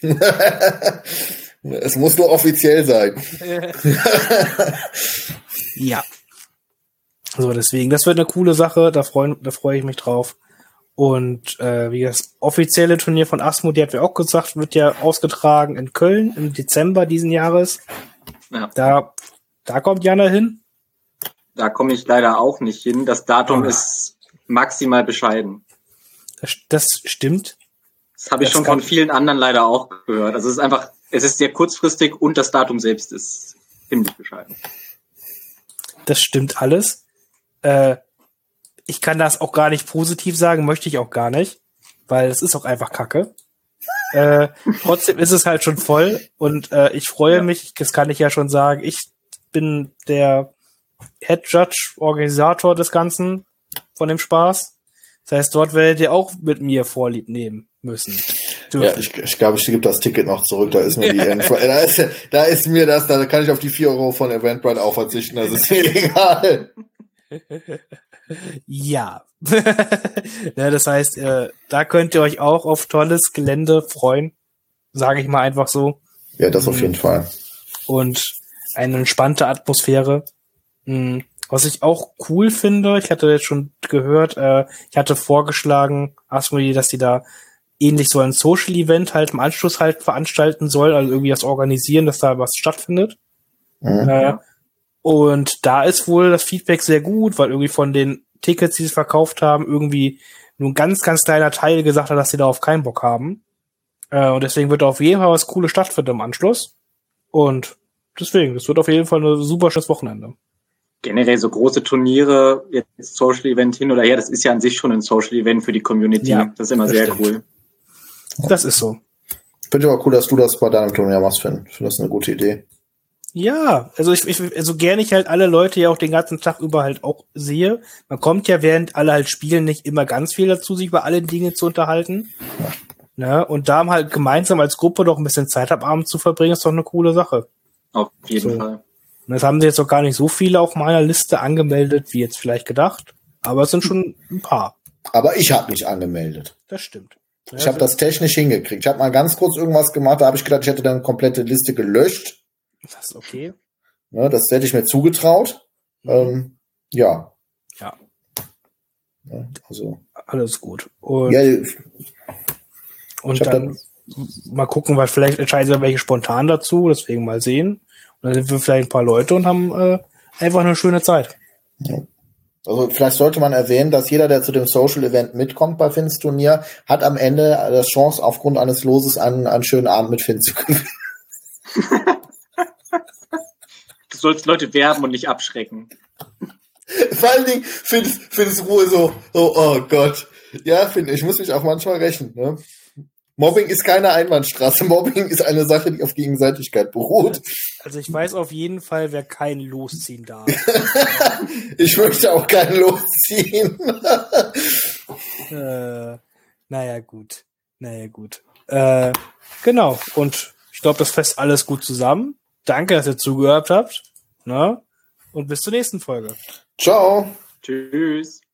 Es muss nur offiziell sein. Ja. So, deswegen, das wird eine coole Sache. Da freue ich mich drauf. Und wie das offizielle Turnier von Asmodee, hat wir auch gesagt, wird ja ausgetragen in Köln im Dezember diesen Jahres. Ja. Da kommt Jana hin. Da komme ich leider auch nicht hin. Das Datum ist maximal bescheiden. Das stimmt. Das habe ich schon von vielen anderen leider auch gehört. Also es ist sehr kurzfristig und das Datum selbst ist ziemlich bescheiden. Das stimmt alles. Ich kann das auch gar nicht positiv sagen, möchte ich auch gar nicht, weil es ist auch einfach Kacke. Trotzdem ist es halt schon voll und ich freue mich, das kann ich ja schon sagen, ich bin der Head Judge, Organisator des Ganzen von dem Spaß. Das heißt, dort werdet ihr auch mit mir Vorlieb nehmen müssen. Ja, ich glaube, ich gebe das Ticket noch zurück, da ist mir die da ist mir das, da kann ich auf die 4 Euro von Eventbrite auch verzichten, das ist mir egal. Ja. Ja, das heißt, da könnt ihr euch auch auf tolles Gelände freuen, sage ich mal einfach so. Ja, das auf jeden Fall. Und eine entspannte Atmosphäre. Was ich auch cool finde, ich hatte jetzt schon gehört, ich hatte vorgeschlagen, Asmodee, dass die da ähnlich so ein Social-Event halt im Anschluss halt veranstalten soll, also irgendwie das organisieren, dass da was stattfindet. Und da ist wohl das Feedback sehr gut, weil irgendwie von den Tickets, die sie verkauft haben, irgendwie nur ein ganz, ganz kleiner Teil gesagt hat, dass sie darauf keinen Bock haben. Und deswegen wird da auf jeden Fall was Cooles stattfinden im Anschluss. Und deswegen, das wird auf jeden Fall ein super schönes Wochenende. Generell so große Turniere, jetzt Social Event hin oder her, das ist ja an sich schon ein Social Event für die Community. Ja, das ist immer sehr cool. Das ist so. Finde ich aber cool, dass du das bei deinem Turnier machst, Finn. Ich finde das eine gute Idee. Ja, also also gerne ich halt alle Leute ja auch den ganzen Tag über halt auch sehe. Man kommt ja, während alle halt spielen, nicht immer ganz viel dazu, sich über alle Dinge zu unterhalten. Ja. Ne? Und da halt gemeinsam als Gruppe noch ein bisschen Zeit am Abend zu verbringen, ist doch eine coole Sache. Auf jeden Fall. Und das haben sie jetzt auch gar nicht so viele auf meiner Liste angemeldet, wie jetzt vielleicht gedacht. Aber es sind schon ein paar. Aber ich habe mich angemeldet. Das stimmt. Ich habe das technisch hingekriegt. Ich habe mal ganz kurz irgendwas gemacht, da habe ich gedacht, ich hätte dann eine komplette Liste gelöscht. Das ist okay. Ja, das hätte ich mir zugetraut. Ja. Ja. Also. Alles gut. Und, und dann mal gucken, weil vielleicht entscheiden sie welche spontan dazu, deswegen mal sehen. Und dann sind wir vielleicht ein paar Leute und haben einfach eine schöne Zeit. Ja. Also vielleicht sollte man erwähnen, dass jeder, der zu dem Social Event mitkommt bei Finns Turnier, hat am Ende die Chance, aufgrund eines Loses einen schönen Abend mit Finn zu gewinnen. Du sollst Leute werben und nicht abschrecken. Vor allen Dingen Finns Ruhe so, oh Gott. Ja, Finn, ich muss mich auch manchmal rächen. Ne? Mobbing ist keine Einbahnstraße. Mobbing ist eine Sache, die auf Gegenseitigkeit beruht. Also ich weiß auf jeden Fall, wer keinen losziehen darf. Ich möchte auch keinen losziehen. Naja, gut. Genau. Und ich glaube, das fasst alles gut zusammen. Danke, dass ihr zugehört habt. Na? Und bis zur nächsten Folge. Ciao. Tschüss.